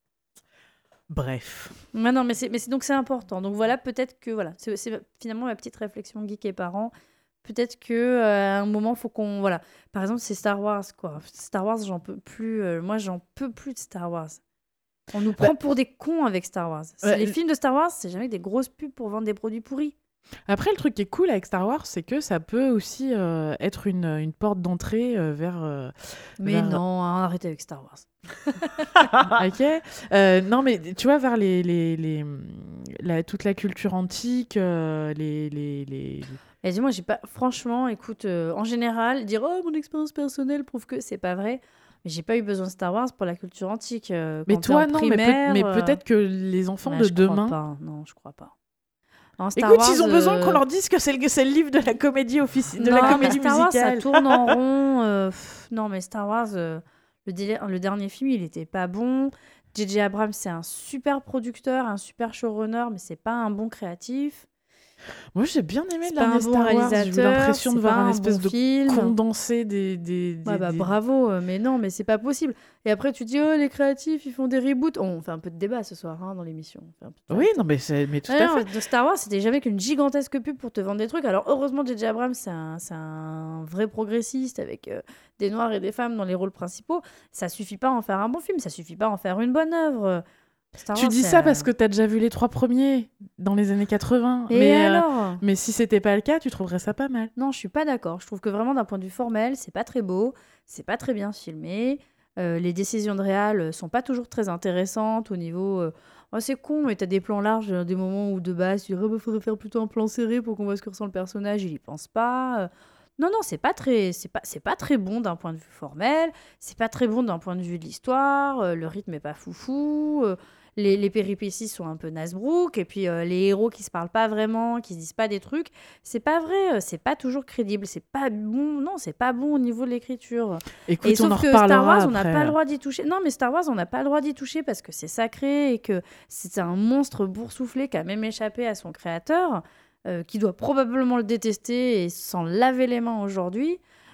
Bref. Mais non, donc c'est important. Donc voilà, peut-être que... Voilà, c'est finalement ma petite réflexion geek et parent. Peut-être qu'à un moment, il faut qu'on... Voilà. Par exemple, c'est Star Wars, quoi. Star Wars, j'en peux plus. Moi, j'en peux plus de Star Wars. On nous prend pour des cons avec Star Wars. Les films de Star Wars, c'est jamais des grosses pubs pour vendre des produits pourris. Après, le truc qui est cool avec Star Wars, c'est que ça peut aussi être une porte d'entrée vers... Mais non, arrêtez avec Star Wars. Ok. Non, mais tu vois, vers toute la culture antique, Et dis-moi, j'ai pas... Franchement, écoute, en général, dire « Oh, mon expérience personnelle prouve que c'est pas vrai », Mais j'ai pas eu besoin de Star Wars pour la culture antique. Mais Quand toi, t'es en non, primaire, mais peut-être que les enfants de je crois demain... pas. Non, je crois pas. Non, Star Écoute, Wars, ils ont besoin qu'on leur dise que c'est le livre de la comédie officielle, de non, la comédie mais Star Wars, musicale. ça tourne en rond. Non, mais Star Wars, le dernier film, il était pas bon. J.J. Abrams, c'est un super producteur, un super showrunner, mais c'est pas un bon créatif. Moi, j'ai bien aimé C'est le pas un dernier bon Star Wars. J'ai eu réalisateur, l'impression de c'est voir pas un un espèce bon de film. condensé des Bravo, mais non, mais c'est pas possible. Et après, tu dis, oh, les créatifs, ils font des reboots. On fait un peu de débat ce soir dans l'émission. Oui, non, mais tout à fait. De Star Wars, c'était jamais qu'une gigantesque pub pour te vendre des trucs. Alors, heureusement, J.J. Abrams, c'est un vrai progressiste avec des noirs et des femmes dans les rôles principaux. Ça suffit pas à en faire un bon film, ça suffit pas à en faire une bonne œuvre. Tu dis ça parce que t'as déjà vu les 3 premiers dans les années 80. Et alors mais si c'était pas le cas, tu trouverais ça pas mal. Non, je suis pas d'accord. Je trouve que vraiment, d'un point de vue formel, c'est pas très beau, c'est pas très bien filmé. Les décisions de réal sont pas toujours très intéressantes au niveau... c'est con, mais t'as des plans larges, des moments où de base, tu dirais, faudrait faire plutôt un plan serré pour qu'on voit ce que ressent le personnage, il y pense pas. Non, c'est pas très bon d'un point de vue formel, c'est pas très bon d'un point de vue de l'histoire, le rythme est pas foufou, les péripéties sont un peu Nasbrook, et puis les héros qui se parlent pas vraiment, qui se disent pas des trucs, c'est pas vrai, c'est pas toujours crédible, c'est pas bon, non, c'est pas bon au niveau de l'écriture. Écoute, et sauf on en que reparlera Star Wars, on après. n'a pas le droit d'y toucher. Non, mais Star Wars, on n'a pas le droit d'y toucher parce que c'est sacré et que c'est un monstre boursouflé qui a même échappé à son créateur. Qui doit probablement le détester et s'en laver les mains aujourd'hui.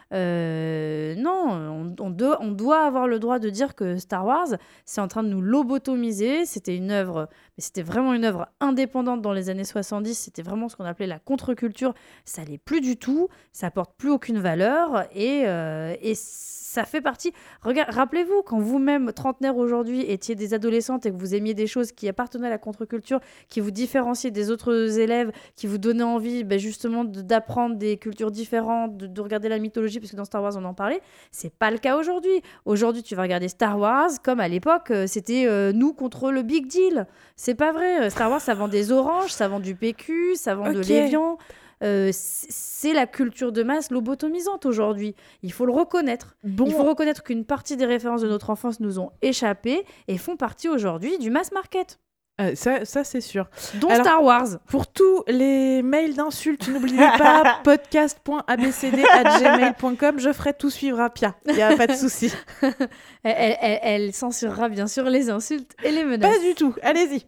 Non, on doit avoir le droit de dire que Star Wars, c'est en train de nous lobotomiser. C'était une œuvre, mais c'était vraiment une œuvre indépendante dans les années 70. C'était vraiment ce qu'on appelait la contre-culture. Ça l'est plus du tout. Ça apporte plus aucune valeur et ça fait partie... Rappelez-vous, quand vous-même, trentenaire aujourd'hui, étiez des adolescentes et que vous aimiez des choses qui appartenaient à la contre-culture, qui vous différenciaient des autres élèves, qui vous donnaient envie justement d'apprendre des cultures différentes, de regarder la mythologie, parce que dans Star Wars, on en parlait, c'est pas le cas aujourd'hui. Aujourd'hui, tu vas regarder Star Wars, comme à l'époque, c'était nous contre le Big Deal. C'est pas vrai. Star Wars, ça vend des oranges, ça vend du PQ, ça vend de l'évian. C'est la culture de masse lobotomisante aujourd'hui. Il faut le reconnaître. Il faut reconnaître qu'une partie des références de notre enfance nous ont échappé et font partie aujourd'hui du mass market. Ça c'est sûr. Dont Star Wars. Pour tous les mails d'insultes, n'oubliez pas podcast.abcd@gmail.com. Je ferai tout suivre à Pia. Il n'y a pas de souci. Elle censurera bien sûr les insultes et les menaces. Pas du tout. Allez-y.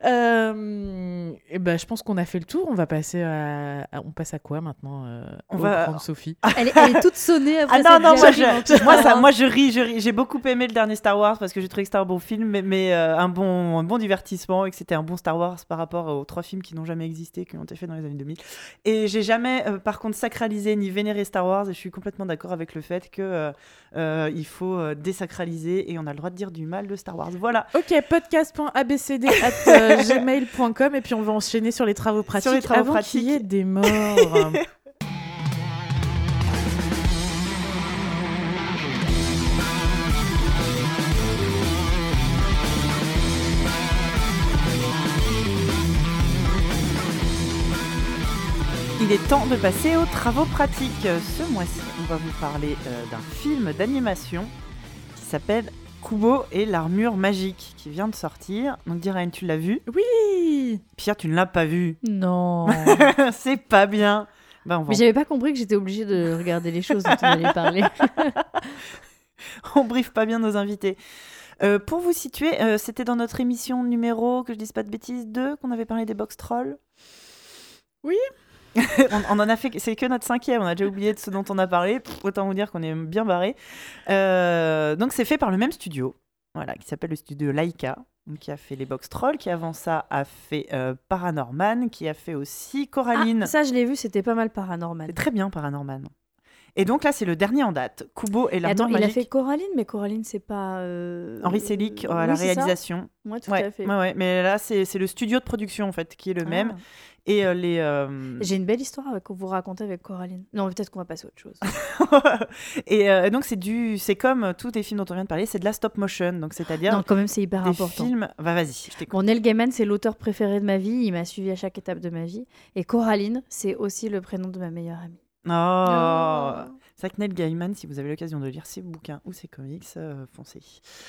Je pense qu'on a fait le tour. On va passer on passe à quoi maintenant On va prendre Sophie. Elle est toute sonnée après cette moi je ris. J'ai beaucoup aimé le dernier Star Wars parce que j'ai trouvé que c'était un bon film, mais un bon divertissement et que c'était un bon Star Wars par rapport aux 3 films qui n'ont jamais existé, qui ont été faits dans les années 2000. Et j'ai jamais, par contre, sacralisé ni vénéré Star Wars, et je suis complètement d'accord avec le fait que il faut désacraliser et on a le droit de dire du mal de Star Wars. Voilà. Ok, podcast.abcd@gmail.com et puis on va enchaîner sur les travaux pratiques avant qu'il y ait des morts. Il est temps de passer aux travaux pratiques. Ce mois-ci, on va vous parler d'un film d'animation qui s'appelle Kubo et l'armure magique, qui vient de sortir. Donc, Diraine, tu l'as vu ? Oui. Pierre, tu ne l'as pas vu ? Non. C'est pas bien. Mais j'avais pas compris que j'étais obligée de regarder les choses dont on allait parler. On briefe pas bien nos invités. Pour vous situer, c'était dans notre émission numéro, que je dise pas de bêtises, 2, qu'on avait parlé des box trolls. Oui. on en a fait, c'est que notre 5e, on a déjà oublié de ce dont on a parlé. Autant vous dire qu'on est bien barré. Donc c'est fait par le même studio, voilà, qui s'appelle le studio Laika, qui a fait les box trolls, qui avant ça a fait Paranorman, qui a fait aussi Coraline. Ah, ça je l'ai vu, c'était pas mal Paranorman. C'est très bien Paranorman. Et donc là, c'est le dernier en date, Kubo et l'armure magique. Il a fait Coraline, mais Coraline, c'est pas... Henri Selick à la réalisation. Ouais, tout à fait. Ouais. Mais là, c'est le studio de production, en fait, qui est le même. Et J'ai une belle histoire à vous raconter avec Coraline. Non, peut-être qu'on va passer à autre chose. Et donc, c'est comme tous les films dont on vient de parler, c'est de la stop motion. Donc, c'est-à-dire... Non, quand même, c'est hyper des important. Films... vas-y, je t'écoute. Bon, Neil Gaiman, c'est l'auteur préféré de ma vie. Il m'a suivi à chaque étape de ma vie. Et Coraline, c'est aussi le prénom de ma meilleure amie. Oh. C'est vrai que Neil Gaiman, si vous avez l'occasion de lire ses bouquins ou ses comics, foncez.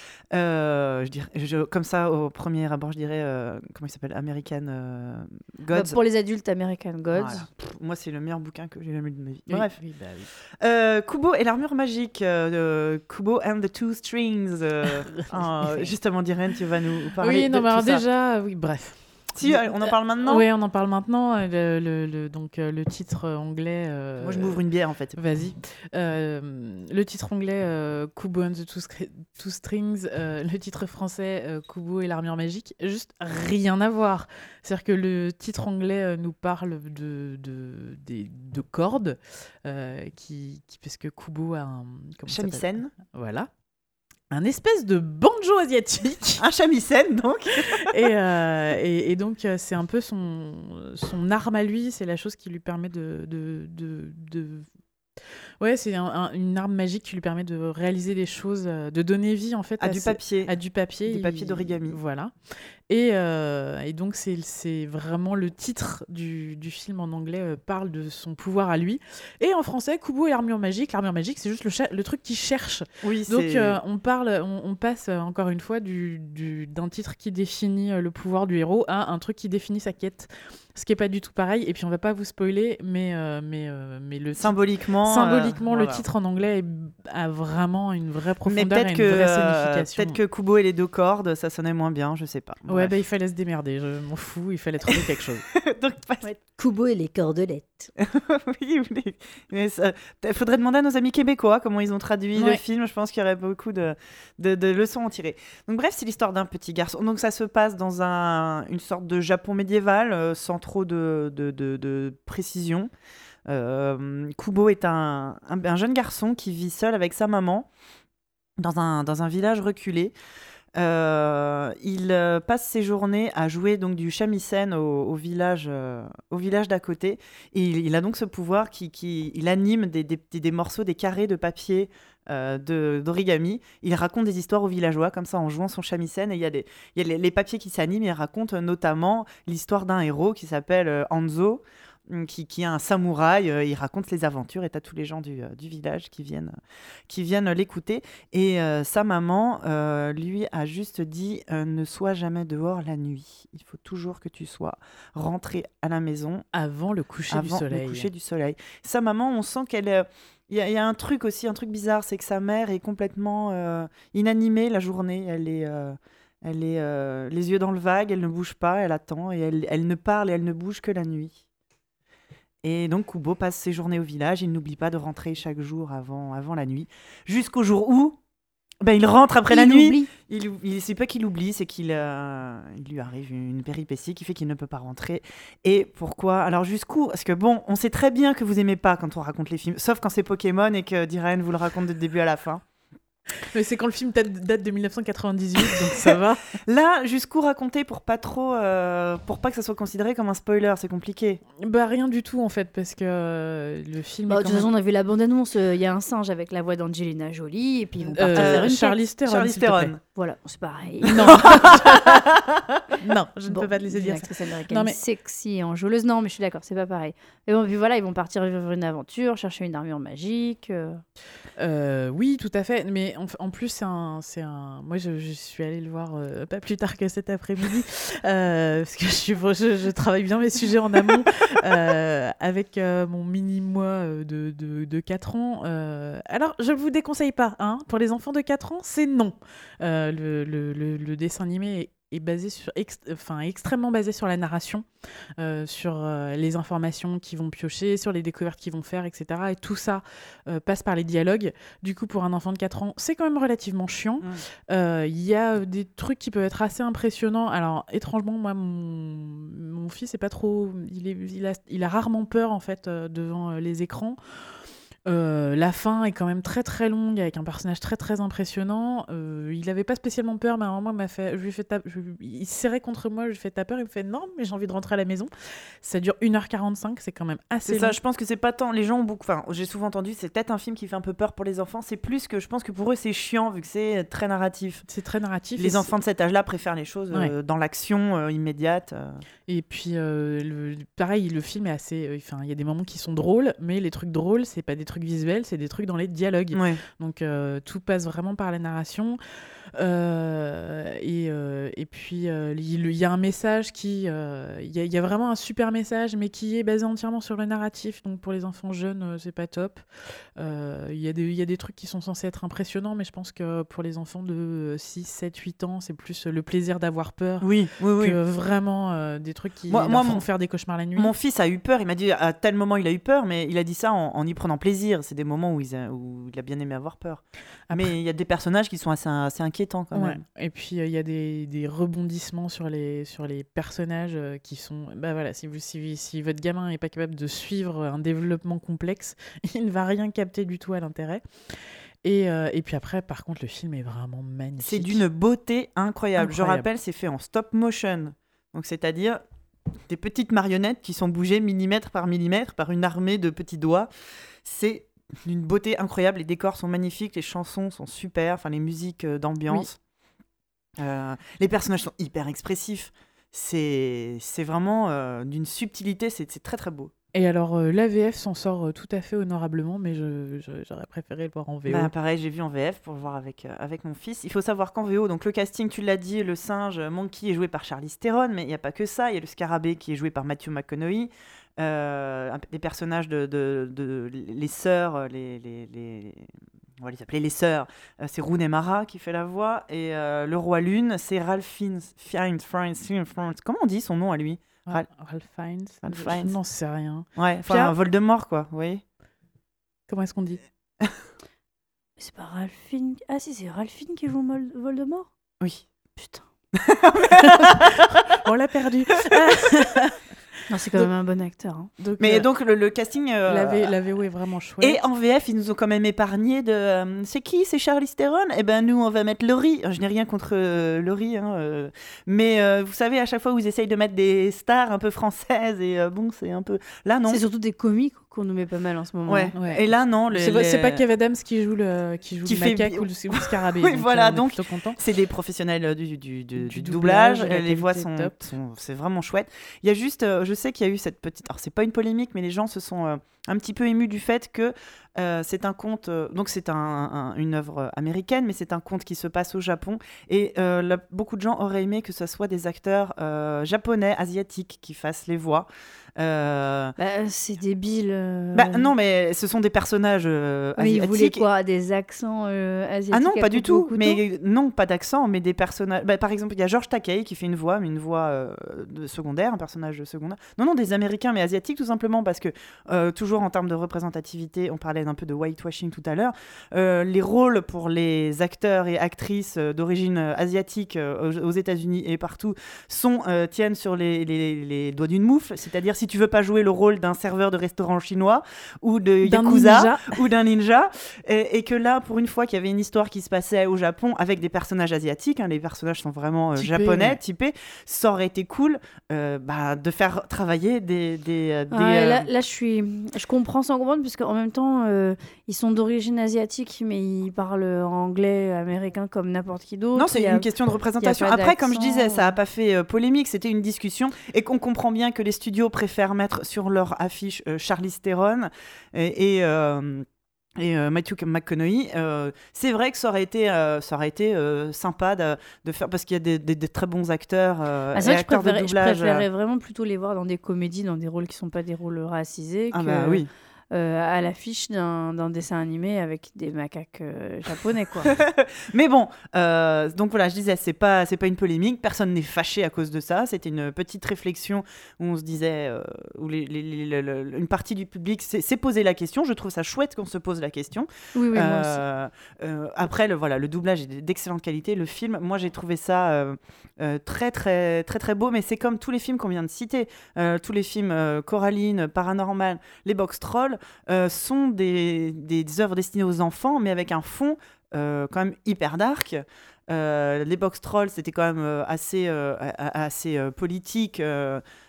Comme ça, au premier abord, je dirais, comment il s'appelle, American Gods. Pour les adultes, American Gods. Voilà. Moi, c'est le meilleur bouquin que j'ai jamais lu de ma vie. Oui, Bref. oui. Kubo et l'armure magique. Kubo and the Two Strings. Justement, Diren, tu vas nous parler Oui, de non, mais alors tout ça. déjà, oui, bref. Si, on en parle maintenant. Oui, on en parle maintenant. Le titre anglais. Moi, je m'ouvre une bière en fait. Vas-y. Le titre anglais, Kubo and the Two Strings. Le titre français, Kubo et l'armure magique. Juste rien à voir. C'est-à-dire que le titre anglais nous parle de cordes, puisque Kubo a un shamisen. Voilà. Un espèce de banjo asiatique. Un shamisen, donc. et donc, c'est un peu son arme à lui. C'est la chose qui lui permet Ouais, c'est une arme magique qui lui permet de réaliser des choses, de donner vie, en fait. À du papier. Du papier d'origami. Voilà. Et donc, c'est vraiment le titre du film en anglais parle de son pouvoir à lui. Et en français, Kubo et l'armure magique. L'armure magique, c'est juste le truc qu'il cherche. Oui, donc, on passe encore une fois d'un titre qui définit le pouvoir du héros à un truc qui définit sa quête. Ce qui n'est pas du tout pareil. Et puis, on ne va pas vous spoiler, mais le symboliquement, le titre en anglais a vraiment une vraie profondeur et une vraie signification. Peut-être que Kubo et les deux cordes, ça sonnait moins bien, je sais pas. Ouais, il fallait se démerder, je m'en fous, il fallait trouver quelque chose. Donc, Kubo et les cordelettes. Oui, mais faudrait demander à nos amis québécois comment ils ont traduit le film. Je pense qu'il y aurait beaucoup de leçons à en tirer. Donc bref, c'est l'histoire d'un petit garçon. Donc ça se passe dans une sorte de Japon médiéval, sans trop de précision. Kubo est un jeune garçon qui vit seul avec sa maman dans un village reculé. Il passe ses journées à jouer donc du shamisen au village d'à côté, et il a donc ce pouvoir il anime des morceaux, des carrés de papier d'origami. Il raconte des histoires aux villageois comme ça en jouant son shamisen, et il y a les papiers qui s'animent. Il raconte notamment l'histoire d'un héros qui s'appelle Hanzo, qui est un samouraï. Il raconte les aventures, et t'as tous les gens du village qui viennent l'écouter. Et sa maman lui a juste dit ne sois jamais dehors la nuit. Il faut toujours que tu sois rentré à la maison avant le coucher du soleil. Sa maman, on sent qu'elle il y a un truc bizarre, c'est que sa mère est complètement inanimée la journée. Elle est les yeux dans le vague, elle ne bouge pas, elle attend, et elle ne parle et elle ne bouge que la nuit. Et donc Kubo passe ses journées au village, il n'oublie pas de rentrer chaque jour avant la nuit, jusqu'au jour où il rentre après la nuit. C'est pas qu'il oublie, c'est qu'il lui arrive une péripétie qui fait qu'il ne peut pas rentrer. Et pourquoi ? Alors jusqu'où ? Parce que bon, on sait très bien que vous aimez pas quand on raconte les films, sauf quand c'est Pokémon et que Diren vous le raconte du début à la fin. Mais c'est quand le film date de 1998, donc ça va. Là, jusqu'où raconter pour pas que ça soit considéré comme un spoiler, c'est compliqué. Rien du tout en fait, parce que le film. De toute façon, on a vu la bande-annonce. Il y a un singe avec la voix d'Angelina Jolie, et puis ils vont partir faire une Charlize Theron. Voilà, c'est pareil. Non, non, je ne peux pas te laisser dire ça. Non, mais sexy et enjôleuse. Non, mais je suis d'accord, c'est pas pareil. Et bon, puis voilà, ils vont partir vivre une aventure, chercher une armure magique. Oui, tout à fait. Mais en plus, c'est un. Moi, je suis allée le voir pas plus tard que cet après-midi, parce que je travaille bien mes sujets en amont avec mon mini-moi de 4 ans. Alors, je ne vous déconseille pas. Hein, pour les enfants de 4 ans, c'est non. Le dessin animé est basé extrêmement basé sur la narration, sur les informations qu'ils vont piocher, sur les découvertes qu'ils vont faire, etc. Et tout ça passe par les dialogues. Du coup, pour un enfant de 4 ans, c'est quand même relativement chiant. Il y a des trucs qui peuvent être assez impressionnants. Alors, étrangement, moi, mon fils est pas trop... Il a rarement peur, en fait, devant les écrans. La fin est quand même très très longue, avec un personnage très très impressionnant. Il n'avait pas spécialement peur, mais à un moment il se serrait contre moi, je lui ai fait t'as peur, il me fait non, mais j'ai envie de rentrer à la maison. Ça dure 1h45, c'est quand même assez long. C'est ça, je pense que c'est pas tant, les gens ont beaucoup, j'ai souvent entendu, c'est peut-être un film qui fait un peu peur pour les enfants, c'est plus que je pense que pour eux c'est chiant vu que c'est très narratif. C'est très narratif. Les enfants de cet âge-là préfèrent les choses dans l'action immédiate. Et puis pareil, le film est assez, il y a des moments qui sont drôles, mais les trucs drôles, c'est pas des trucs visuels, c'est des trucs dans les dialogues. Ouais. Donc tout passe vraiment par la narration. Et puis il y a un message il y a vraiment un super message, mais qui est basé entièrement sur le narratif. Donc pour les enfants jeunes, c'est pas top. Il y a des trucs qui sont censés être impressionnants, mais je pense que pour les enfants de 6, 7, 8 ans, c'est plus le plaisir d'avoir peur que vraiment des trucs qui leur font faire des cauchemars la nuit. Mon fils a eu peur, il m'a dit à tel moment il a eu peur, mais il a dit ça en y prenant plaisir. C'est des moments où il a bien aimé avoir peur. Après, mais il y a des personnages qui sont assez inquiétants quand même. Et puis il y a des rebondissements sur les personnages qui sont... Bah voilà, si votre gamin n'est pas capable de suivre un développement complexe, il ne va rien capter du tout à l'intérêt. Et puis après, par contre, le film est vraiment magnifique. C'est d'une beauté incroyable. Je rappelle, c'est fait en stop motion. Donc c'est-à-dire des petites marionnettes qui sont bougées millimètre par millimètre par une armée de petits doigts. C'est d'une beauté incroyable. Les décors sont magnifiques, les chansons sont super, enfin les musiques d'ambiance. Oui. Les personnages sont hyper expressifs. C'est vraiment d'une subtilité, c'est très très beau. Et alors, l'AVF s'en sort tout à fait honorablement, mais j'aurais préféré le voir en VO. Bah, pareil, j'ai vu en VF pour le voir avec mon fils. Il faut savoir qu'en VO, donc le casting, tu l'as dit, le singe Monkey est joué par Charlize Theron, mais il n'y a pas que ça. Il y a le scarabée qui est joué par Matthew McConaughey. Des personnages de les sœurs, on va les appeler les sœurs. C'est Rooney Mara qui fait la voix. Et le roi Lune, c'est Ralph Fiennes. Comment on dit son nom à lui? Ralph Fiennes. Je n'en sais rien. Ouais, enfin Voldemort, quoi, vous voyez. Comment est-ce qu'on dit? C'est pas Ralph Fiennes. Ah si, c'est Ralph Fiennes qui joue Voldemort? Oui. Putain. On l'a perdu. Non, c'est quand même un bon acteur. Hein. Donc le casting... La VO est vraiment chouette. Et en VF, ils nous ont quand même épargné de... c'est qui? C'est Charlize Theron? Eh ben nous, on va mettre Laurie. Je n'ai rien contre Laurie. Mais vous savez, à chaque fois, vous essayez de mettre des stars un peu françaises. Et bon, c'est un peu... Là, non. C'est surtout des comiques qu'on nous met pas mal en ce moment. Ouais. Et là, non. C'est pas Kev Adams qui joue le macaque ou le scarabée. Oui, voilà. Donc, content. C'est des professionnels du doublage. Les voix sont c'est vraiment chouette. Il y a juste... je sais qu'il y a eu cette petite... Alors, c'est pas une polémique, mais les gens se sont un petit peu émus du fait que c'est un conte... donc, c'est une œuvre américaine, mais c'est un conte qui se passe au Japon. Et beaucoup de gens auraient aimé que ce soit des acteurs japonais, asiatiques, qui fassent les voix. C'est débile. Non, mais ce sont des personnages asiatiques. Mais ils voulaient quoi? Des accents asiatiques? Ah non, pas du tout. Mais non, pas d'accent, mais des personnages... par exemple, il y a George Takei qui fait une voix, mais une voix secondaire, un personnage secondaire. Non, des Américains, mais asiatiques, tout simplement, parce que, toujours en termes de représentativité, on parlait un peu de whitewashing tout à l'heure, les rôles pour les acteurs et actrices d'origine asiatique aux États-Unis et partout tiennent sur les doigts d'une moufle. C'est-à-dire, si tu veux pas jouer le rôle d'un serveur de restaurant chinois ou de yakuza ou d'un ninja, et que là, pour une fois qu'il y avait une histoire qui se passait au Japon avec des personnages asiatiques, les personnages sont vraiment japonais, typés, ça aurait été cool de faire travailler Là, je comprends sans comprendre, puisque en même temps, ils sont d'origine asiatique, mais ils parlent anglais, américain comme n'importe qui d'autre. Non, c'est une question de représentation. Après, comme je disais, ça n'a pas fait polémique, c'était une discussion, et qu'on comprend bien que les studios préfèrent mettre sur leur affiche Charlize Theron et Matthew McConaughey. C'est vrai que ça aurait été sympa de faire, parce qu'il y a des très bons acteurs et acteurs de doublage. Je préférerais vraiment plutôt les voir dans des comédies, dans des rôles qui ne sont pas des rôles racisés. Oui. À l'affiche d'un dessin animé avec des macaques japonais, quoi. Mais bon, donc voilà, je disais, c'est pas une polémique, personne n'est fâché à cause de ça, c'était une petite réflexion où on se disait, où une partie du public s'est posé la question. Je trouve ça chouette qu'on se pose la question. Oui, moi aussi. Après, le doublage est d'excellente qualité. Le film, moi j'ai trouvé ça très très très très beau, mais c'est comme tous les films qu'on vient de citer, tous les films Coraline, Paranormal, les Box Trolls, sont des œuvres destinées aux enfants, mais avec un fond quand même hyper dark. Les Box Trolls, c'était quand même assez politique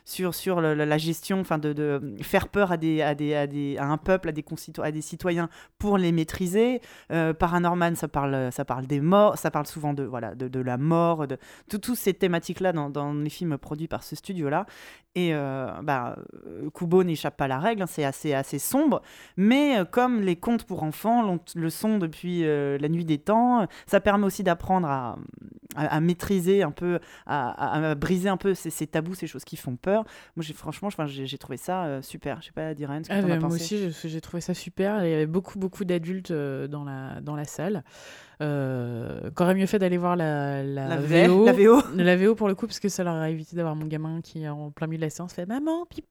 sur la gestion, enfin de faire peur à un peuple, à des citoyens pour les maîtriser. Paranorman, ça parle des morts, ça parle souvent de la mort, de toutes ces thématiques-là dans les films produits par ce studio-là. Et Kubo n'échappe pas à la règle, hein, c'est assez sombre, mais comme les contes pour enfants le sont depuis la nuit des temps, ça permet aussi d'apprendre à maîtriser un peu, à briser un peu ces tabous, ces choses qui font peur. Moi, j'ai trouvé ça super. Je sais pas, Diren, ce que t'en as pensé. Moi aussi, j'ai trouvé ça super. Il y avait beaucoup d'adultes dans la salle. Qu'aurait mieux fait d'aller voir la VO. La VO pour le coup, parce que ça leur a évité d'avoir mon gamin qui, en plein milieu de la séance, fait « Maman, pipi !»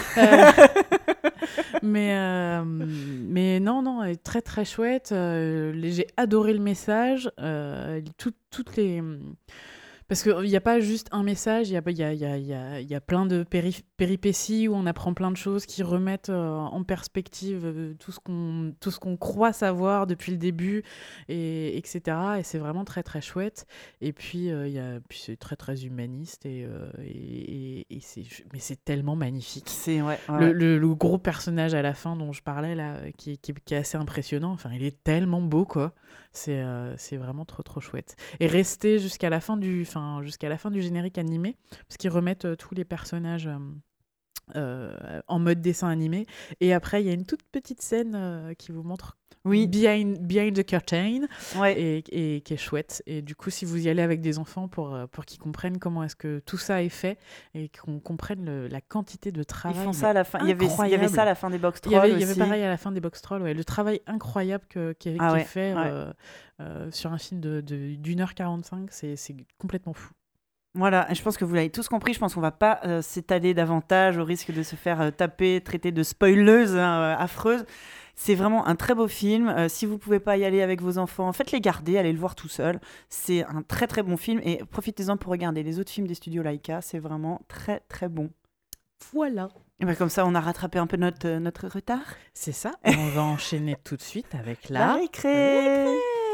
Mais non, elle est très très chouette. J'ai adoré le message. Toutes les... Parce qu'il n'y a pas juste un message, il y a plein de péripéties où on apprend plein de choses qui remettent en perspective tout ce qu'on croit savoir depuis le début, etc. Et c'est vraiment très très chouette. Et puis, c'est très très humaniste mais c'est tellement magnifique. Le gros personnage à la fin dont je parlais, là, qui est assez impressionnant, enfin, il est tellement beau, quoi. C'est vraiment trop trop chouette. Et rester jusqu'à la fin du générique animé, parce qu'ils remettent tous les personnages en mode dessin animé. Et après, il y a une toute petite scène qui vous montre behind the curtain, et qui est chouette. Et du coup, si vous y allez avec des enfants pour qu'ils comprennent comment est-ce que tout ça est fait et qu'on comprenne la quantité de travail. Ils font ça à la fin. Il y avait ça à la fin des box trolls. Il y avait pareil à la fin des box trolls. Le travail incroyable qui est fait sur un film d'1h45, c'est complètement fou. Voilà, et je pense que vous l'avez tous compris. Je pense qu'on ne va pas s'étaler davantage au risque de se faire traiter de spoileuse affreuse. C'est vraiment un très beau film. Si vous ne pouvez pas y aller avec vos enfants, faites-les garder, allez le voir tout seul. C'est un très très bon film et profitez-en pour regarder les autres films des studios Laika. C'est vraiment très très bon. Voilà. Et comme ça, on a rattrapé un peu notre retard. C'est ça. Et on va enchaîner tout de suite avec la récré.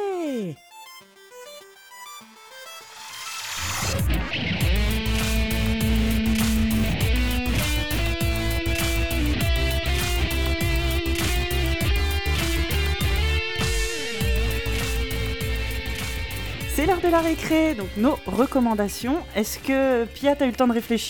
C'est l'heure de la récré, donc nos recommandations. Est-ce que Pia, t'as eu le temps de réfléchir ?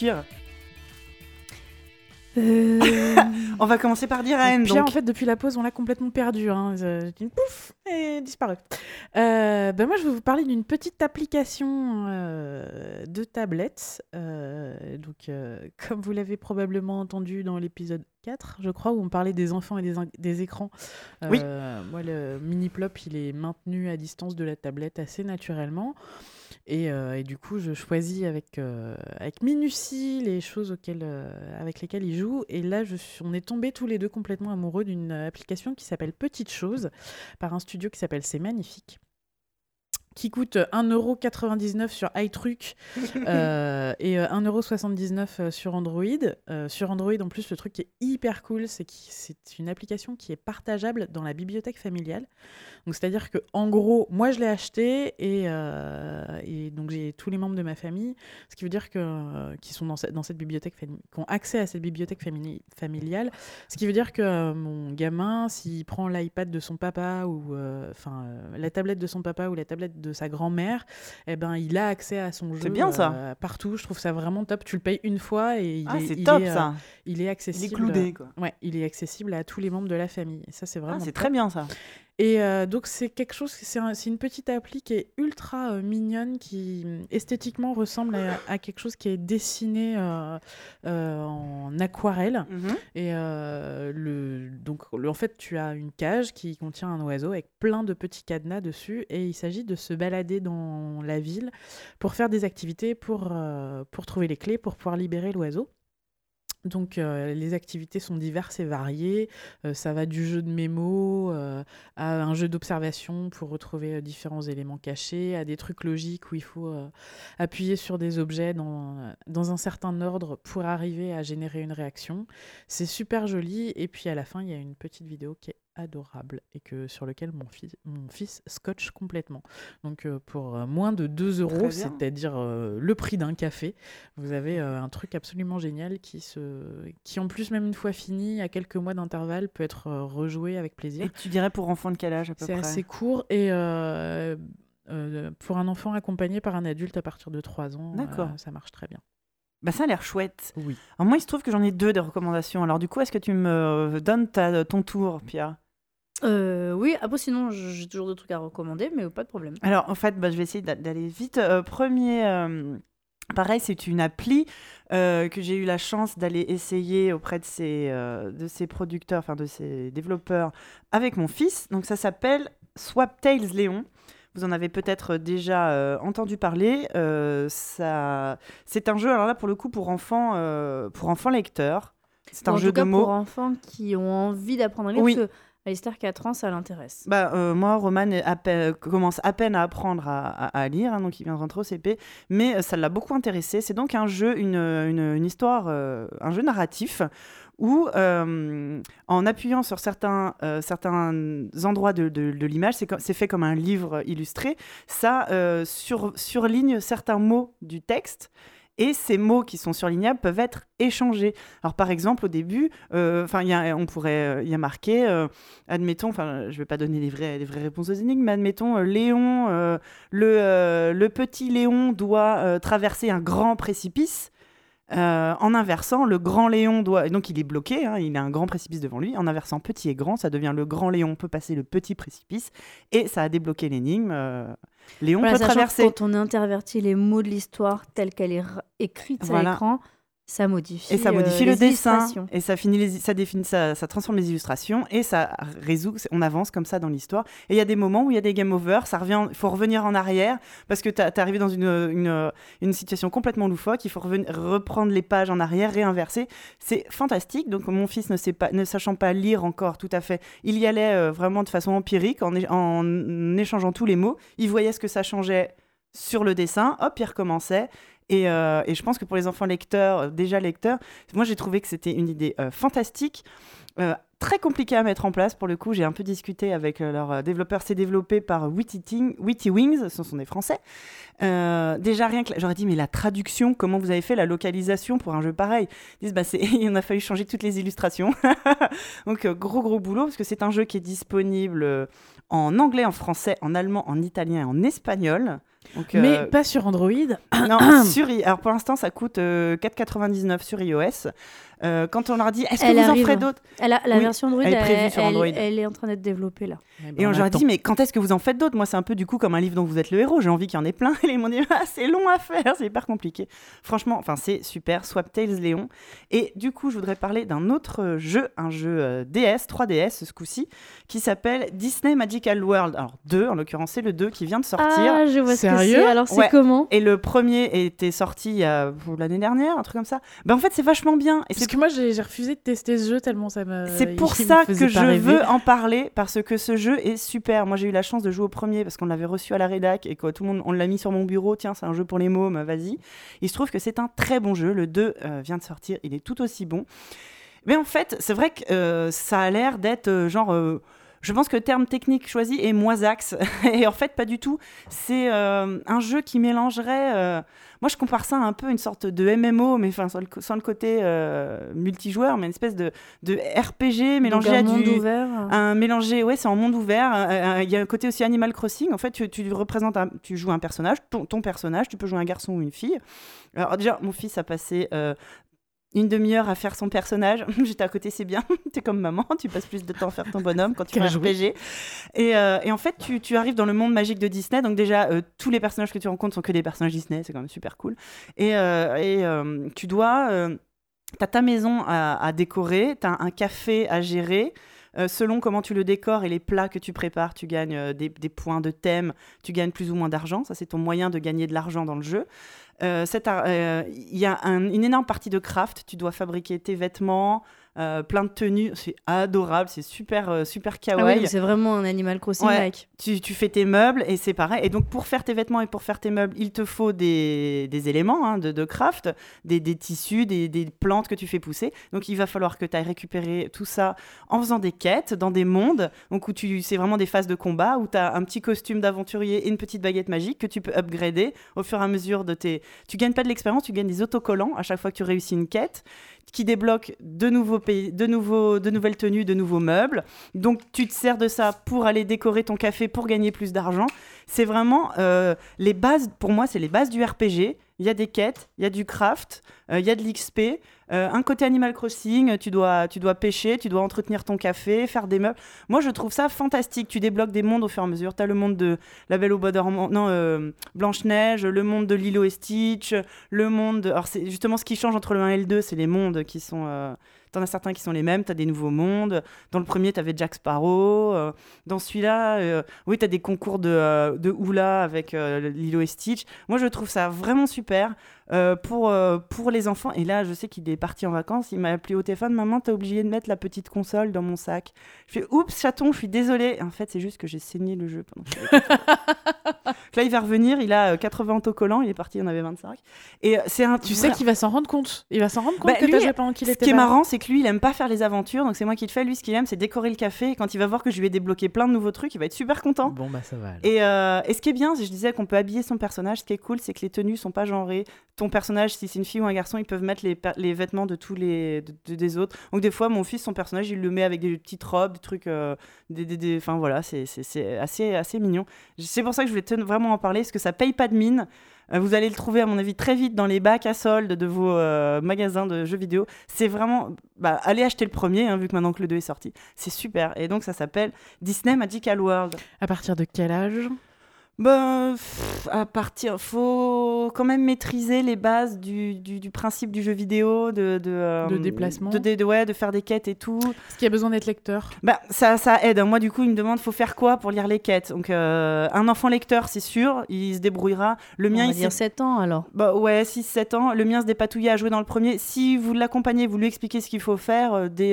On va commencer par Diren. Pia, en fait, depuis la pause, on l'a complètement perdu. Pouf, et disparu. Moi, je vais vous parler d'une petite application de tablette. Comme vous l'avez probablement entendu dans l'épisode 4, je crois, où on parlait des enfants et des écrans. Oui. Moi, le mini-plop, il est maintenu à distance de la tablette assez naturellement. Et du coup, je choisis avec minutie les choses avec lesquelles il joue. Et là, on est tombés tous les deux complètement amoureux d'une application qui s'appelle Petite Chose, par un studio qui s'appelle C'est Magnifique, qui coûte 1,99€ sur iTruc et 1,79€ sur Android. Sur Android, en plus, le truc qui est hyper cool, c'est que c'est une application qui est partageable dans la bibliothèque familiale. Donc, c'est-à-dire que, en gros, moi, je l'ai acheté et donc j'ai tous les membres de ma famille, ce qui veut dire qui sont dans cette bibliothèque, qui ont accès à cette bibliothèque familiale. Ce qui veut dire que mon gamin, s'il prend l'iPad de son papa ou la tablette de son papa ou la tablette de sa grand-mère, il a accès à son jeu. C'est bien, ça. Partout. Je trouve ça vraiment top. Tu le payes une fois et ça. Il est accessible. Il est cloudé, quoi. Ouais, il est accessible à tous les membres de la famille. Et ça, c'est vraiment c'est top. très bien, ça. Et donc, c'est quelque chose, c'est une petite appli qui est ultra mignonne, qui esthétiquement ressemble à quelque chose qui est dessiné en aquarelle. Et en fait, tu as une cage qui contient un oiseau avec plein de petits cadenas dessus. Et il s'agit de se balader dans la ville pour faire des activités, pour trouver les clés, pour pouvoir libérer l'oiseau. Donc les activités sont diverses et variées, ça va du jeu de mémo à un jeu d'observation pour retrouver différents éléments cachés, à des trucs logiques où il faut appuyer sur des objets dans un certain ordre pour arriver à générer une réaction. C'est super joli et puis à la fin il y a une petite vidéo qui est adorable et sur lequel mon fils scotche complètement. Donc pour moins de 2 €, c'est-à-dire le prix d'un café, vous avez un truc absolument génial qui en plus, même une fois fini, à quelques mois d'intervalle, peut être rejoué avec plaisir. Et tu dirais pour enfants de quel âge à peu près ? C'est assez court et pour un enfant accompagné par un adulte à partir de 3 ans, ça marche très bien. Bah ça a l'air chouette. Oui. Alors moi, il se trouve que j'en ai 2 de recommandations. Alors du coup, est-ce que tu me donnes ton tour, Pia ? Oui, après sinon, j'ai toujours des trucs à recommander, mais pas de problème. Alors en fait, je vais essayer d'aller vite. Premier, pareil, c'est une appli que j'ai eu la chance d'aller essayer auprès de ces producteurs, enfin de ces développeurs, avec mon fils. Donc ça s'appelle Swaptails Léon. Vous en avez peut-être déjà entendu parler. C'est un jeu, alors là, pour le coup, pour enfants lecteurs. C'est un jeu de mots. Pour enfants qui ont envie d'apprendre à lire, parce que Alistair, 4 ans, ça l'intéresse. Moi, Roman commence à peine à apprendre à lire, donc il vient de rentrer au CP, mais ça l'a beaucoup intéressé. C'est donc un jeu, une histoire, un jeu narratif où, en appuyant sur certains endroits de l'image, c'est fait comme un livre illustré, ça surligne certains mots du texte. Et ces mots qui sont surlignables peuvent être échangés. Alors, par exemple, au début, il y a marqué, admettons, je ne vais pas donner les vraies réponses aux énigmes, mais admettons, Léon, le petit Léon doit traverser un grand précipice. En inversant, le grand Léon doit... Donc, il est bloqué, il a un grand précipice devant lui. En inversant petit et grand, ça devient le grand Léon peut passer le petit précipice. Et ça a débloqué l'énigme. Léon peut traverser. Quand on intervertit les mots de l'histoire telle qu'elle est écrite à l'écran, ça modifie. Et ça modifie le dessin. Et ça transforme les illustrations. Et ça résout. On avance comme ça dans l'histoire. Et il y a des moments où il y a des game over. Il faut revenir en arrière parce que t'es arrivé dans une situation complètement loufoque. Il faut reprendre les pages en arrière, réinverser. C'est fantastique. Donc mon fils ne sachant pas lire encore tout à fait, il y allait vraiment de façon empirique en échangeant tous les mots. Il voyait ce que ça changeait sur le dessin. Hop, il recommençait. Et je pense que pour les enfants déjà lecteurs, moi j'ai trouvé que c'était une idée fantastique, très compliquée à mettre en place pour le coup. J'ai un peu discuté avec leur développeur. C'est développé par Witty Wings, ce sont des Français. Déjà rien que j'aurais dit mais la traduction, comment vous avez fait la localisation pour un jeu pareil ? Ils disent il a fallu changer toutes les illustrations. Donc gros boulot parce que c'est un jeu qui est disponible en anglais, en français, en allemand, en italien et en espagnol. Donc, mais pas sur Android. Non, alors pour l'instant ça coûte 4,99 sur iOS. Quand on leur dit est-ce que vous en ferez d'autres ? La version Android, elle est prévue sur Android. Elle est en train d'être développée là. Et on leur dit mais quand est-ce que vous en faites d'autres ? Moi c'est un peu du coup comme un livre dont vous êtes le héros, j'ai envie qu'il y en ait plein. Et ils m'ont dit c'est long à faire, c'est hyper compliqué. Franchement, c'est super, Swaptails Léon. Et du coup je voudrais parler d'un autre jeu, un jeu DS, 3DS ce coup-ci, qui s'appelle Disney Magical World. Alors 2, en l'occurrence c'est le 2 qui vient de sortir. Ah, je vois ce que c'est. Alors c'est comment ? Et le premier était sorti l'année dernière, un truc comme ça. En fait c'est vachement bien. Et parce que moi j'ai refusé de tester ce jeu tellement ça me... C'est pour ça que je veux en parler, parce que ce jeu est super. Moi j'ai eu la chance de jouer au premier parce qu'on l'avait reçu à la rédac et que tout le monde, on l'a mis sur mon bureau. Tiens, c'est un jeu pour les mômes, vas-y. Il se trouve que c'est un très bon jeu. Le 2 vient de sortir, il est tout aussi bon. Mais en fait, c'est vrai que ça a l'air d'être je pense que le terme technique choisi est moisax. Et en fait, pas du tout. C'est un jeu qui mélangerait... moi, je compare ça un peu à une sorte de MMO, mais sans le côté multijoueur, mais une espèce de RPG mélangé à monde ouvert. C'est en monde ouvert. Il y a un côté aussi Animal Crossing. En fait, tu joues un personnage, ton personnage, tu peux jouer un garçon ou une fille. Alors déjà, mon fils a passé... une demi-heure à faire son personnage. J'étais à côté, c'est bien. T'es comme maman, tu passes plus de temps à faire ton bonhomme quand tu fais un RPG. Et en fait, tu arrives dans le monde magique de Disney. Donc déjà, tous les personnages que tu rencontres sont que des personnages Disney. C'est quand même super cool. Et tu dois... t'as ta maison à décorer, t'as un café à gérer. Selon comment tu le décores et les plats que tu prépares, tu gagnes des points de thème, tu gagnes plus ou moins d'argent. Ça, c'est ton moyen de gagner de l'argent dans le jeu. Il y a une énorme partie de craft. Tu dois fabriquer tes vêtements, plein de tenues. C'est adorable, c'est super, super kawaii. Ah oui, c'est vraiment un Animal Crossing-like. Tu fais tes meubles et c'est pareil. Et donc, pour faire tes vêtements et pour faire tes meubles, il te faut des éléments de craft, des tissus, des plantes que tu fais pousser. Donc, il va falloir que tu ailles récupérer tout ça en faisant des quêtes dans des mondes donc où c'est vraiment des phases de combat où tu as un petit costume d'aventurier et une petite baguette magique que tu peux upgrader au fur et à mesure de tes... Tu gagnes pas de l'expérience, tu gagnes des autocollants à chaque fois que tu réussis une quête qui débloque de nouvelles tenues, de nouveaux meubles. Donc, tu te sers de ça pour aller décorer ton café pour gagner plus d'argent. C'est vraiment les bases, pour moi, c'est les bases du RPG. Il y a des quêtes, il y a du craft, il y a de l'XP, un côté Animal Crossing, tu dois pêcher, tu dois entretenir ton café, faire des meubles. Moi, je trouve ça fantastique. Tu débloques des mondes au fur et à mesure. Tu as le monde de La Belle au Bois dormant, Blanche-Neige, le monde de Lilo et Stitch, le monde... Alors, c'est justement ce qui change entre le 1 et le 2, c'est les mondes qui sont... T'en as certains qui sont les mêmes, t'as des nouveaux mondes. Dans le premier, t'avais Jack Sparrow. Dans celui-là, oui, t'as des concours de hula avec Lilo et Stitch. Moi, je trouve ça vraiment super pour les enfants. Et là, je sais qu'il est parti en vacances. Il m'a appelé au téléphone. Maman, t'as obligé de mettre la petite console dans mon sac. Je fais, oups, chaton, je suis désolée. En fait, c'est juste que j'ai saigné le jeu pendant que là, il va revenir. Il a 80 autocollants. Il est parti, il y en avait 25. Et tu sais qu'il va s'en rendre compte. Il va s'en rendre compte que t'as joué pendant qu'il était là. Ce qui est marrant, c'est que lui, il aime pas faire les aventures, donc c'est moi qui le fais. Lui, ce qu'il aime, c'est décorer le café. Et quand il va voir que je lui ai débloqué plein de nouveaux trucs, il va être super content. Bon, bah ça va. Alors. Et ce qui est bien, je disais qu'on peut habiller son personnage. Ce qui est cool, c'est que les tenues sont pas genrées. Ton personnage, si c'est une fille ou un garçon, ils peuvent mettre les vêtements de tous des autres. Donc des fois, mon fils, son personnage, il le met avec des petites robes, des trucs, enfin voilà, c'est assez mignon. C'est pour ça que je voulais vraiment en parler, parce que ça paye pas de mine. Vous allez le trouver, à mon avis, très vite dans les bacs à soldes de vos magasins de jeux vidéo. C'est vraiment... allez acheter le premier, vu que maintenant que le 2 est sorti. C'est super. Et donc, ça s'appelle Disney Magical World. À partir de quel âge ? Faut quand même maîtriser les bases du principe du jeu vidéo, de déplacement, de faire des quêtes et tout. Est-ce qu'il y a besoin d'être lecteur ? Ça aide. Moi, du coup, il me demande faut faire quoi pour lire les quêtes. Donc, un enfant lecteur, c'est sûr, il se débrouillera. Le mien, on va dire 7 ans alors. 6-7 ans. Le mien se dépatouillait à jouer dans le premier. Si vous l'accompagnez, vous lui expliquez ce qu'il faut faire, dès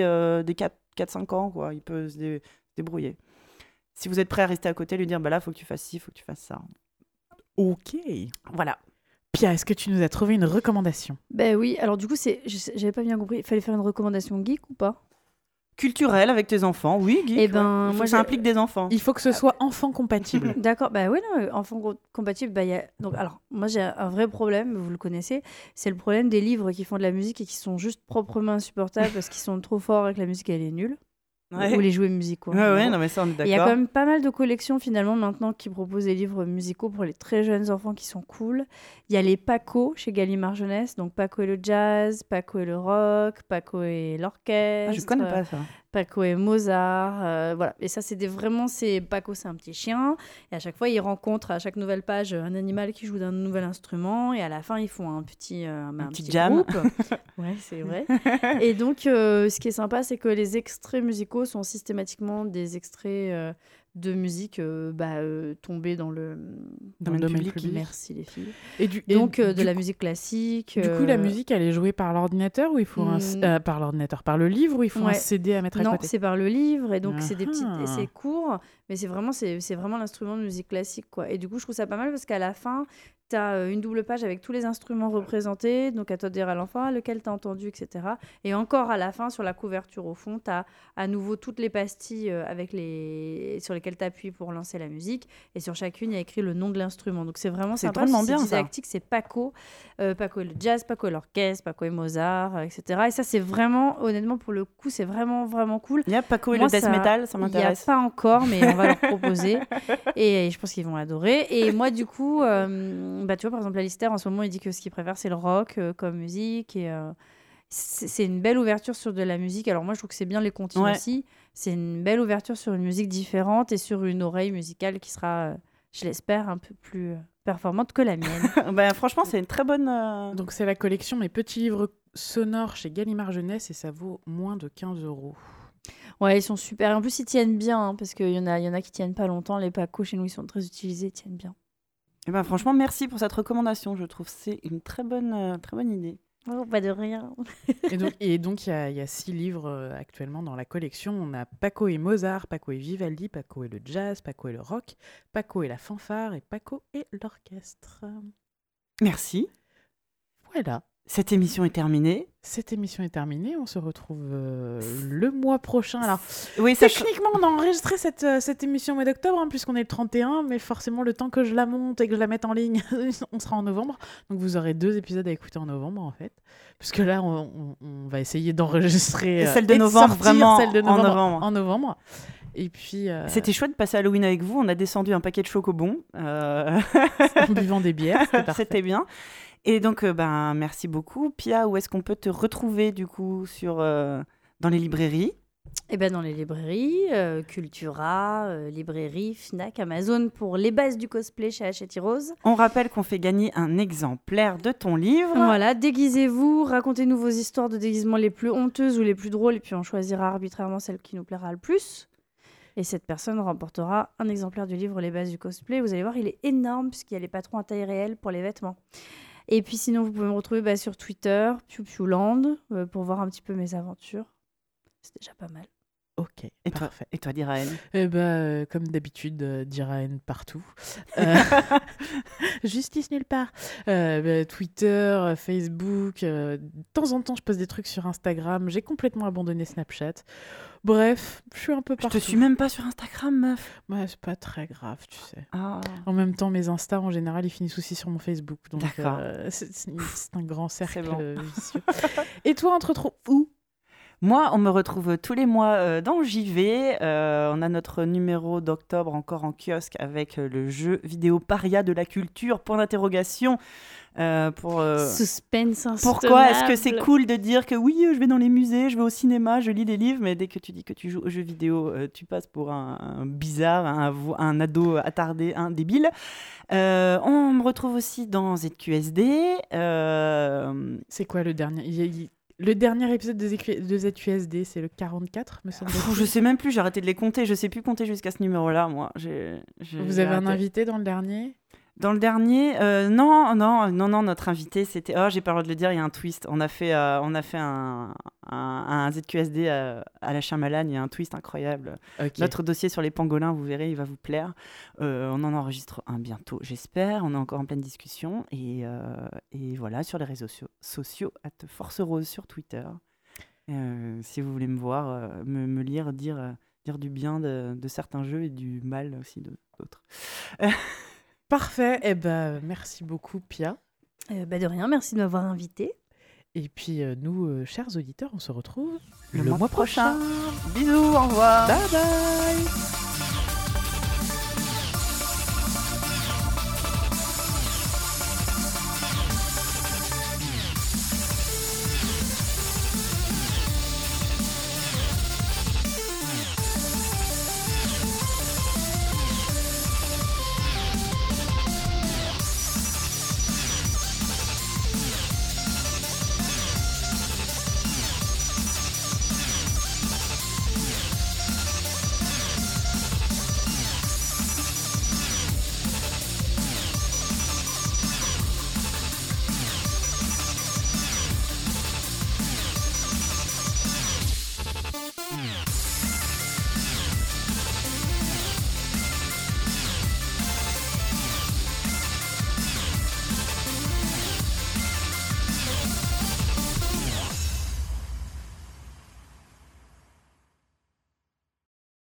4-5 ans, quoi, il peut se débrouiller. Si vous êtes prêt à rester à côté, lui dire là, faut que tu fasses ci, faut que tu fasses ça. Ok. Voilà. Pia, est-ce que tu nous as trouvé une recommandation ? Oui, alors du coup, j'avais pas bien compris. Il fallait faire une recommandation geek ou pas ? Culturelle avec tes enfants, oui, geek. Moi, ça implique des enfants. Il faut que ce soit enfant compatible. D'accord, enfant compatible. Donc, alors, moi, j'ai un vrai problème, vous le connaissez, c'est le problème des livres qui font de la musique et qui sont juste proprement insupportables parce qu'ils sont trop forts et que la musique, elle est nulle. Ouais. Ou les jouets musicaux. Non, mais ça, on est d'accord. Il y a quand même pas mal de collections finalement maintenant qui proposent des livres musicaux pour les très jeunes enfants qui sont cool. Il y a les Paco chez Gallimard Jeunesse, donc Paco et le jazz, Paco et le rock, Paco et l'orchestre. Je connais pas ça. Paco et Mozart, voilà. Et ça, Paco, c'est un petit chien. Et à chaque fois, il rencontre à chaque nouvelle page un animal qui joue d'un nouvel instrument. Et à la fin, ils font un petit jam. groupe. Ouais, c'est vrai. Et donc, ce qui est sympa, c'est que les extraits musicaux sont systématiquement des extraits de musique tombée dans le domaine public. Merci les filles. De la musique classique. Du coup, la musique, elle est jouée par l'ordinateur ou il faut par le livre ou il faut un CD à mettre à côté ? Non, c'est par le livre et donc c'est des petites, et c'est court, mais c'est vraiment l'instrument de musique classique quoi. Et du coup, je trouve ça pas mal parce qu'à la fin, t'as une double page avec tous les instruments représentés, donc à toi de dire à l'enfant lequel t'as entendu, etc. Et encore à la fin, sur la couverture au fond, t'as à nouveau toutes les pastilles sur lesquelles t'appuies pour lancer la musique, et sur chacune, il y a écrit le nom de l'instrument. Donc c'est vraiment sympa, drôlement bien, c'est didactique, ça. C'est Paco et le jazz, Paco et l'orchestre, Paco et Mozart, etc. Et ça, c'est vraiment, honnêtement, pour le coup, c'est vraiment, vraiment cool. Il y a Paco et le death metal, ça m'intéresse. Il n'y a pas encore, mais on va leur proposer. Et je pense qu'ils vont adorer. Et moi, du coup... tu vois, par exemple, Alistair, en ce moment, il dit que ce qu'il préfère, c'est le rock comme musique. Et c'est une belle ouverture sur de la musique. Alors moi, je trouve que c'est bien les comptines aussi. C'est une belle ouverture sur une musique différente et sur une oreille musicale qui sera, je l'espère, un peu plus performante que la mienne. Franchement, c'est une très bonne... Donc, c'est la collection Mes petits livres sonores chez Gallimard Jeunesse et ça vaut moins de 15 €. Ouais, ils sont super. Et en plus, ils tiennent bien parce qu'il y en a qui tiennent pas longtemps. Les Paco, chez nous, ils sont très utilisés, ils tiennent bien. Franchement, merci pour cette recommandation. Je trouve que c'est une très bonne idée. Oh, pas de rien. Et donc, il y a 6 livres actuellement dans la collection. On a Paco et Mozart, Paco et Vivaldi, Paco et le jazz, Paco et le rock, Paco et la fanfare et Paco et l'orchestre. Merci. Voilà. Cette émission est terminée. Cette émission est terminée. On se retrouve le mois prochain. Alors, oui, techniquement, on a enregistré cette émission au mois d'octobre, puisqu'on est le 31, mais forcément, le temps que je la monte et que je la mette en ligne, on sera en novembre. Donc, vous aurez 2 épisodes à écouter en novembre, en fait. Puisque là, on va essayer d'enregistrer celle de novembre, vraiment, celle de novembre, en novembre. Et puis, c'était chouette de passer Halloween avec vous. On a descendu un paquet de chocobons. En buvant des bières, c'était bien. Et donc, merci beaucoup. Pia, où est-ce qu'on peut te retrouver, du coup, dans les librairies ? Eh ben, dans les librairies, Cultura, librairie, Fnac, Amazon pour les bases du cosplay chez Hachette Heroes. On rappelle qu'on fait gagner un exemplaire de ton livre. Voilà, déguisez-vous, racontez-nous vos histoires de déguisement les plus honteuses ou les plus drôles, et puis on choisira arbitrairement celle qui nous plaira le plus. Et cette personne remportera un exemplaire du livre Les bases du cosplay. Vous allez voir, il est énorme puisqu'il y a les patrons à taille réelle pour les vêtements. Et puis sinon, vous pouvez me retrouver sur Twitter, PewPewLand, pour voir un petit peu mes aventures. C'est déjà pas mal. Ok, parfait. Et toi, Diraen ? Comme d'habitude, Diraen partout. Justice nulle part. Twitter, Facebook. De temps en temps, je poste des trucs sur Instagram. J'ai complètement abandonné Snapchat. Bref, je suis un peu partout. Je te suis même pas sur Instagram, meuf. Ouais, c'est pas très grave, tu sais. Ah. En même temps, mes Insta, en général, ils finissent aussi sur mon Facebook. Donc, c'est un grand cercle vicieux. Et toi, on te retrouve où ? Moi, on me retrouve tous les mois dans JV. On a notre numéro d'octobre encore en kiosque avec le jeu vidéo Paria de la culture, point d'interrogation. Suspense insoutenable. Pourquoi est-ce que c'est cool de dire que oui, je vais dans les musées, je vais au cinéma, je lis des livres, mais dès que tu dis que tu joues aux jeux vidéo, tu passes pour un bizarre, un ado attardé, un débile. On me retrouve aussi dans ZQSD. C'est quoi le dernier Le dernier épisode de ZQSD, c'est le 44, me semble-t-il. Je sais même plus, j'ai arrêté de les compter. Je sais plus compter jusqu'à ce numéro-là, moi. Vous avez un invité dans le dernier ? Dans le dernier, non, notre invité, c'était... Oh, j'ai pas le droit de le dire, il y a un twist. On a fait un ZQSD à la Chamalagne, il y a un twist incroyable. Okay. Notre dossier sur les pangolins, vous verrez, il va vous plaire. On en enregistre un bientôt, j'espère. On est encore en pleine discussion. Et voilà, sur les réseaux sociaux, @ForceRose sur Twitter. Si vous voulez me voir, me lire, dire du bien de certains jeux et du mal aussi d'autres. Parfait, merci beaucoup Pia. De rien, merci de m'avoir invitée. Et puis nous, chers auditeurs, on se retrouve le mois prochain. Bisous, au revoir. Bye bye.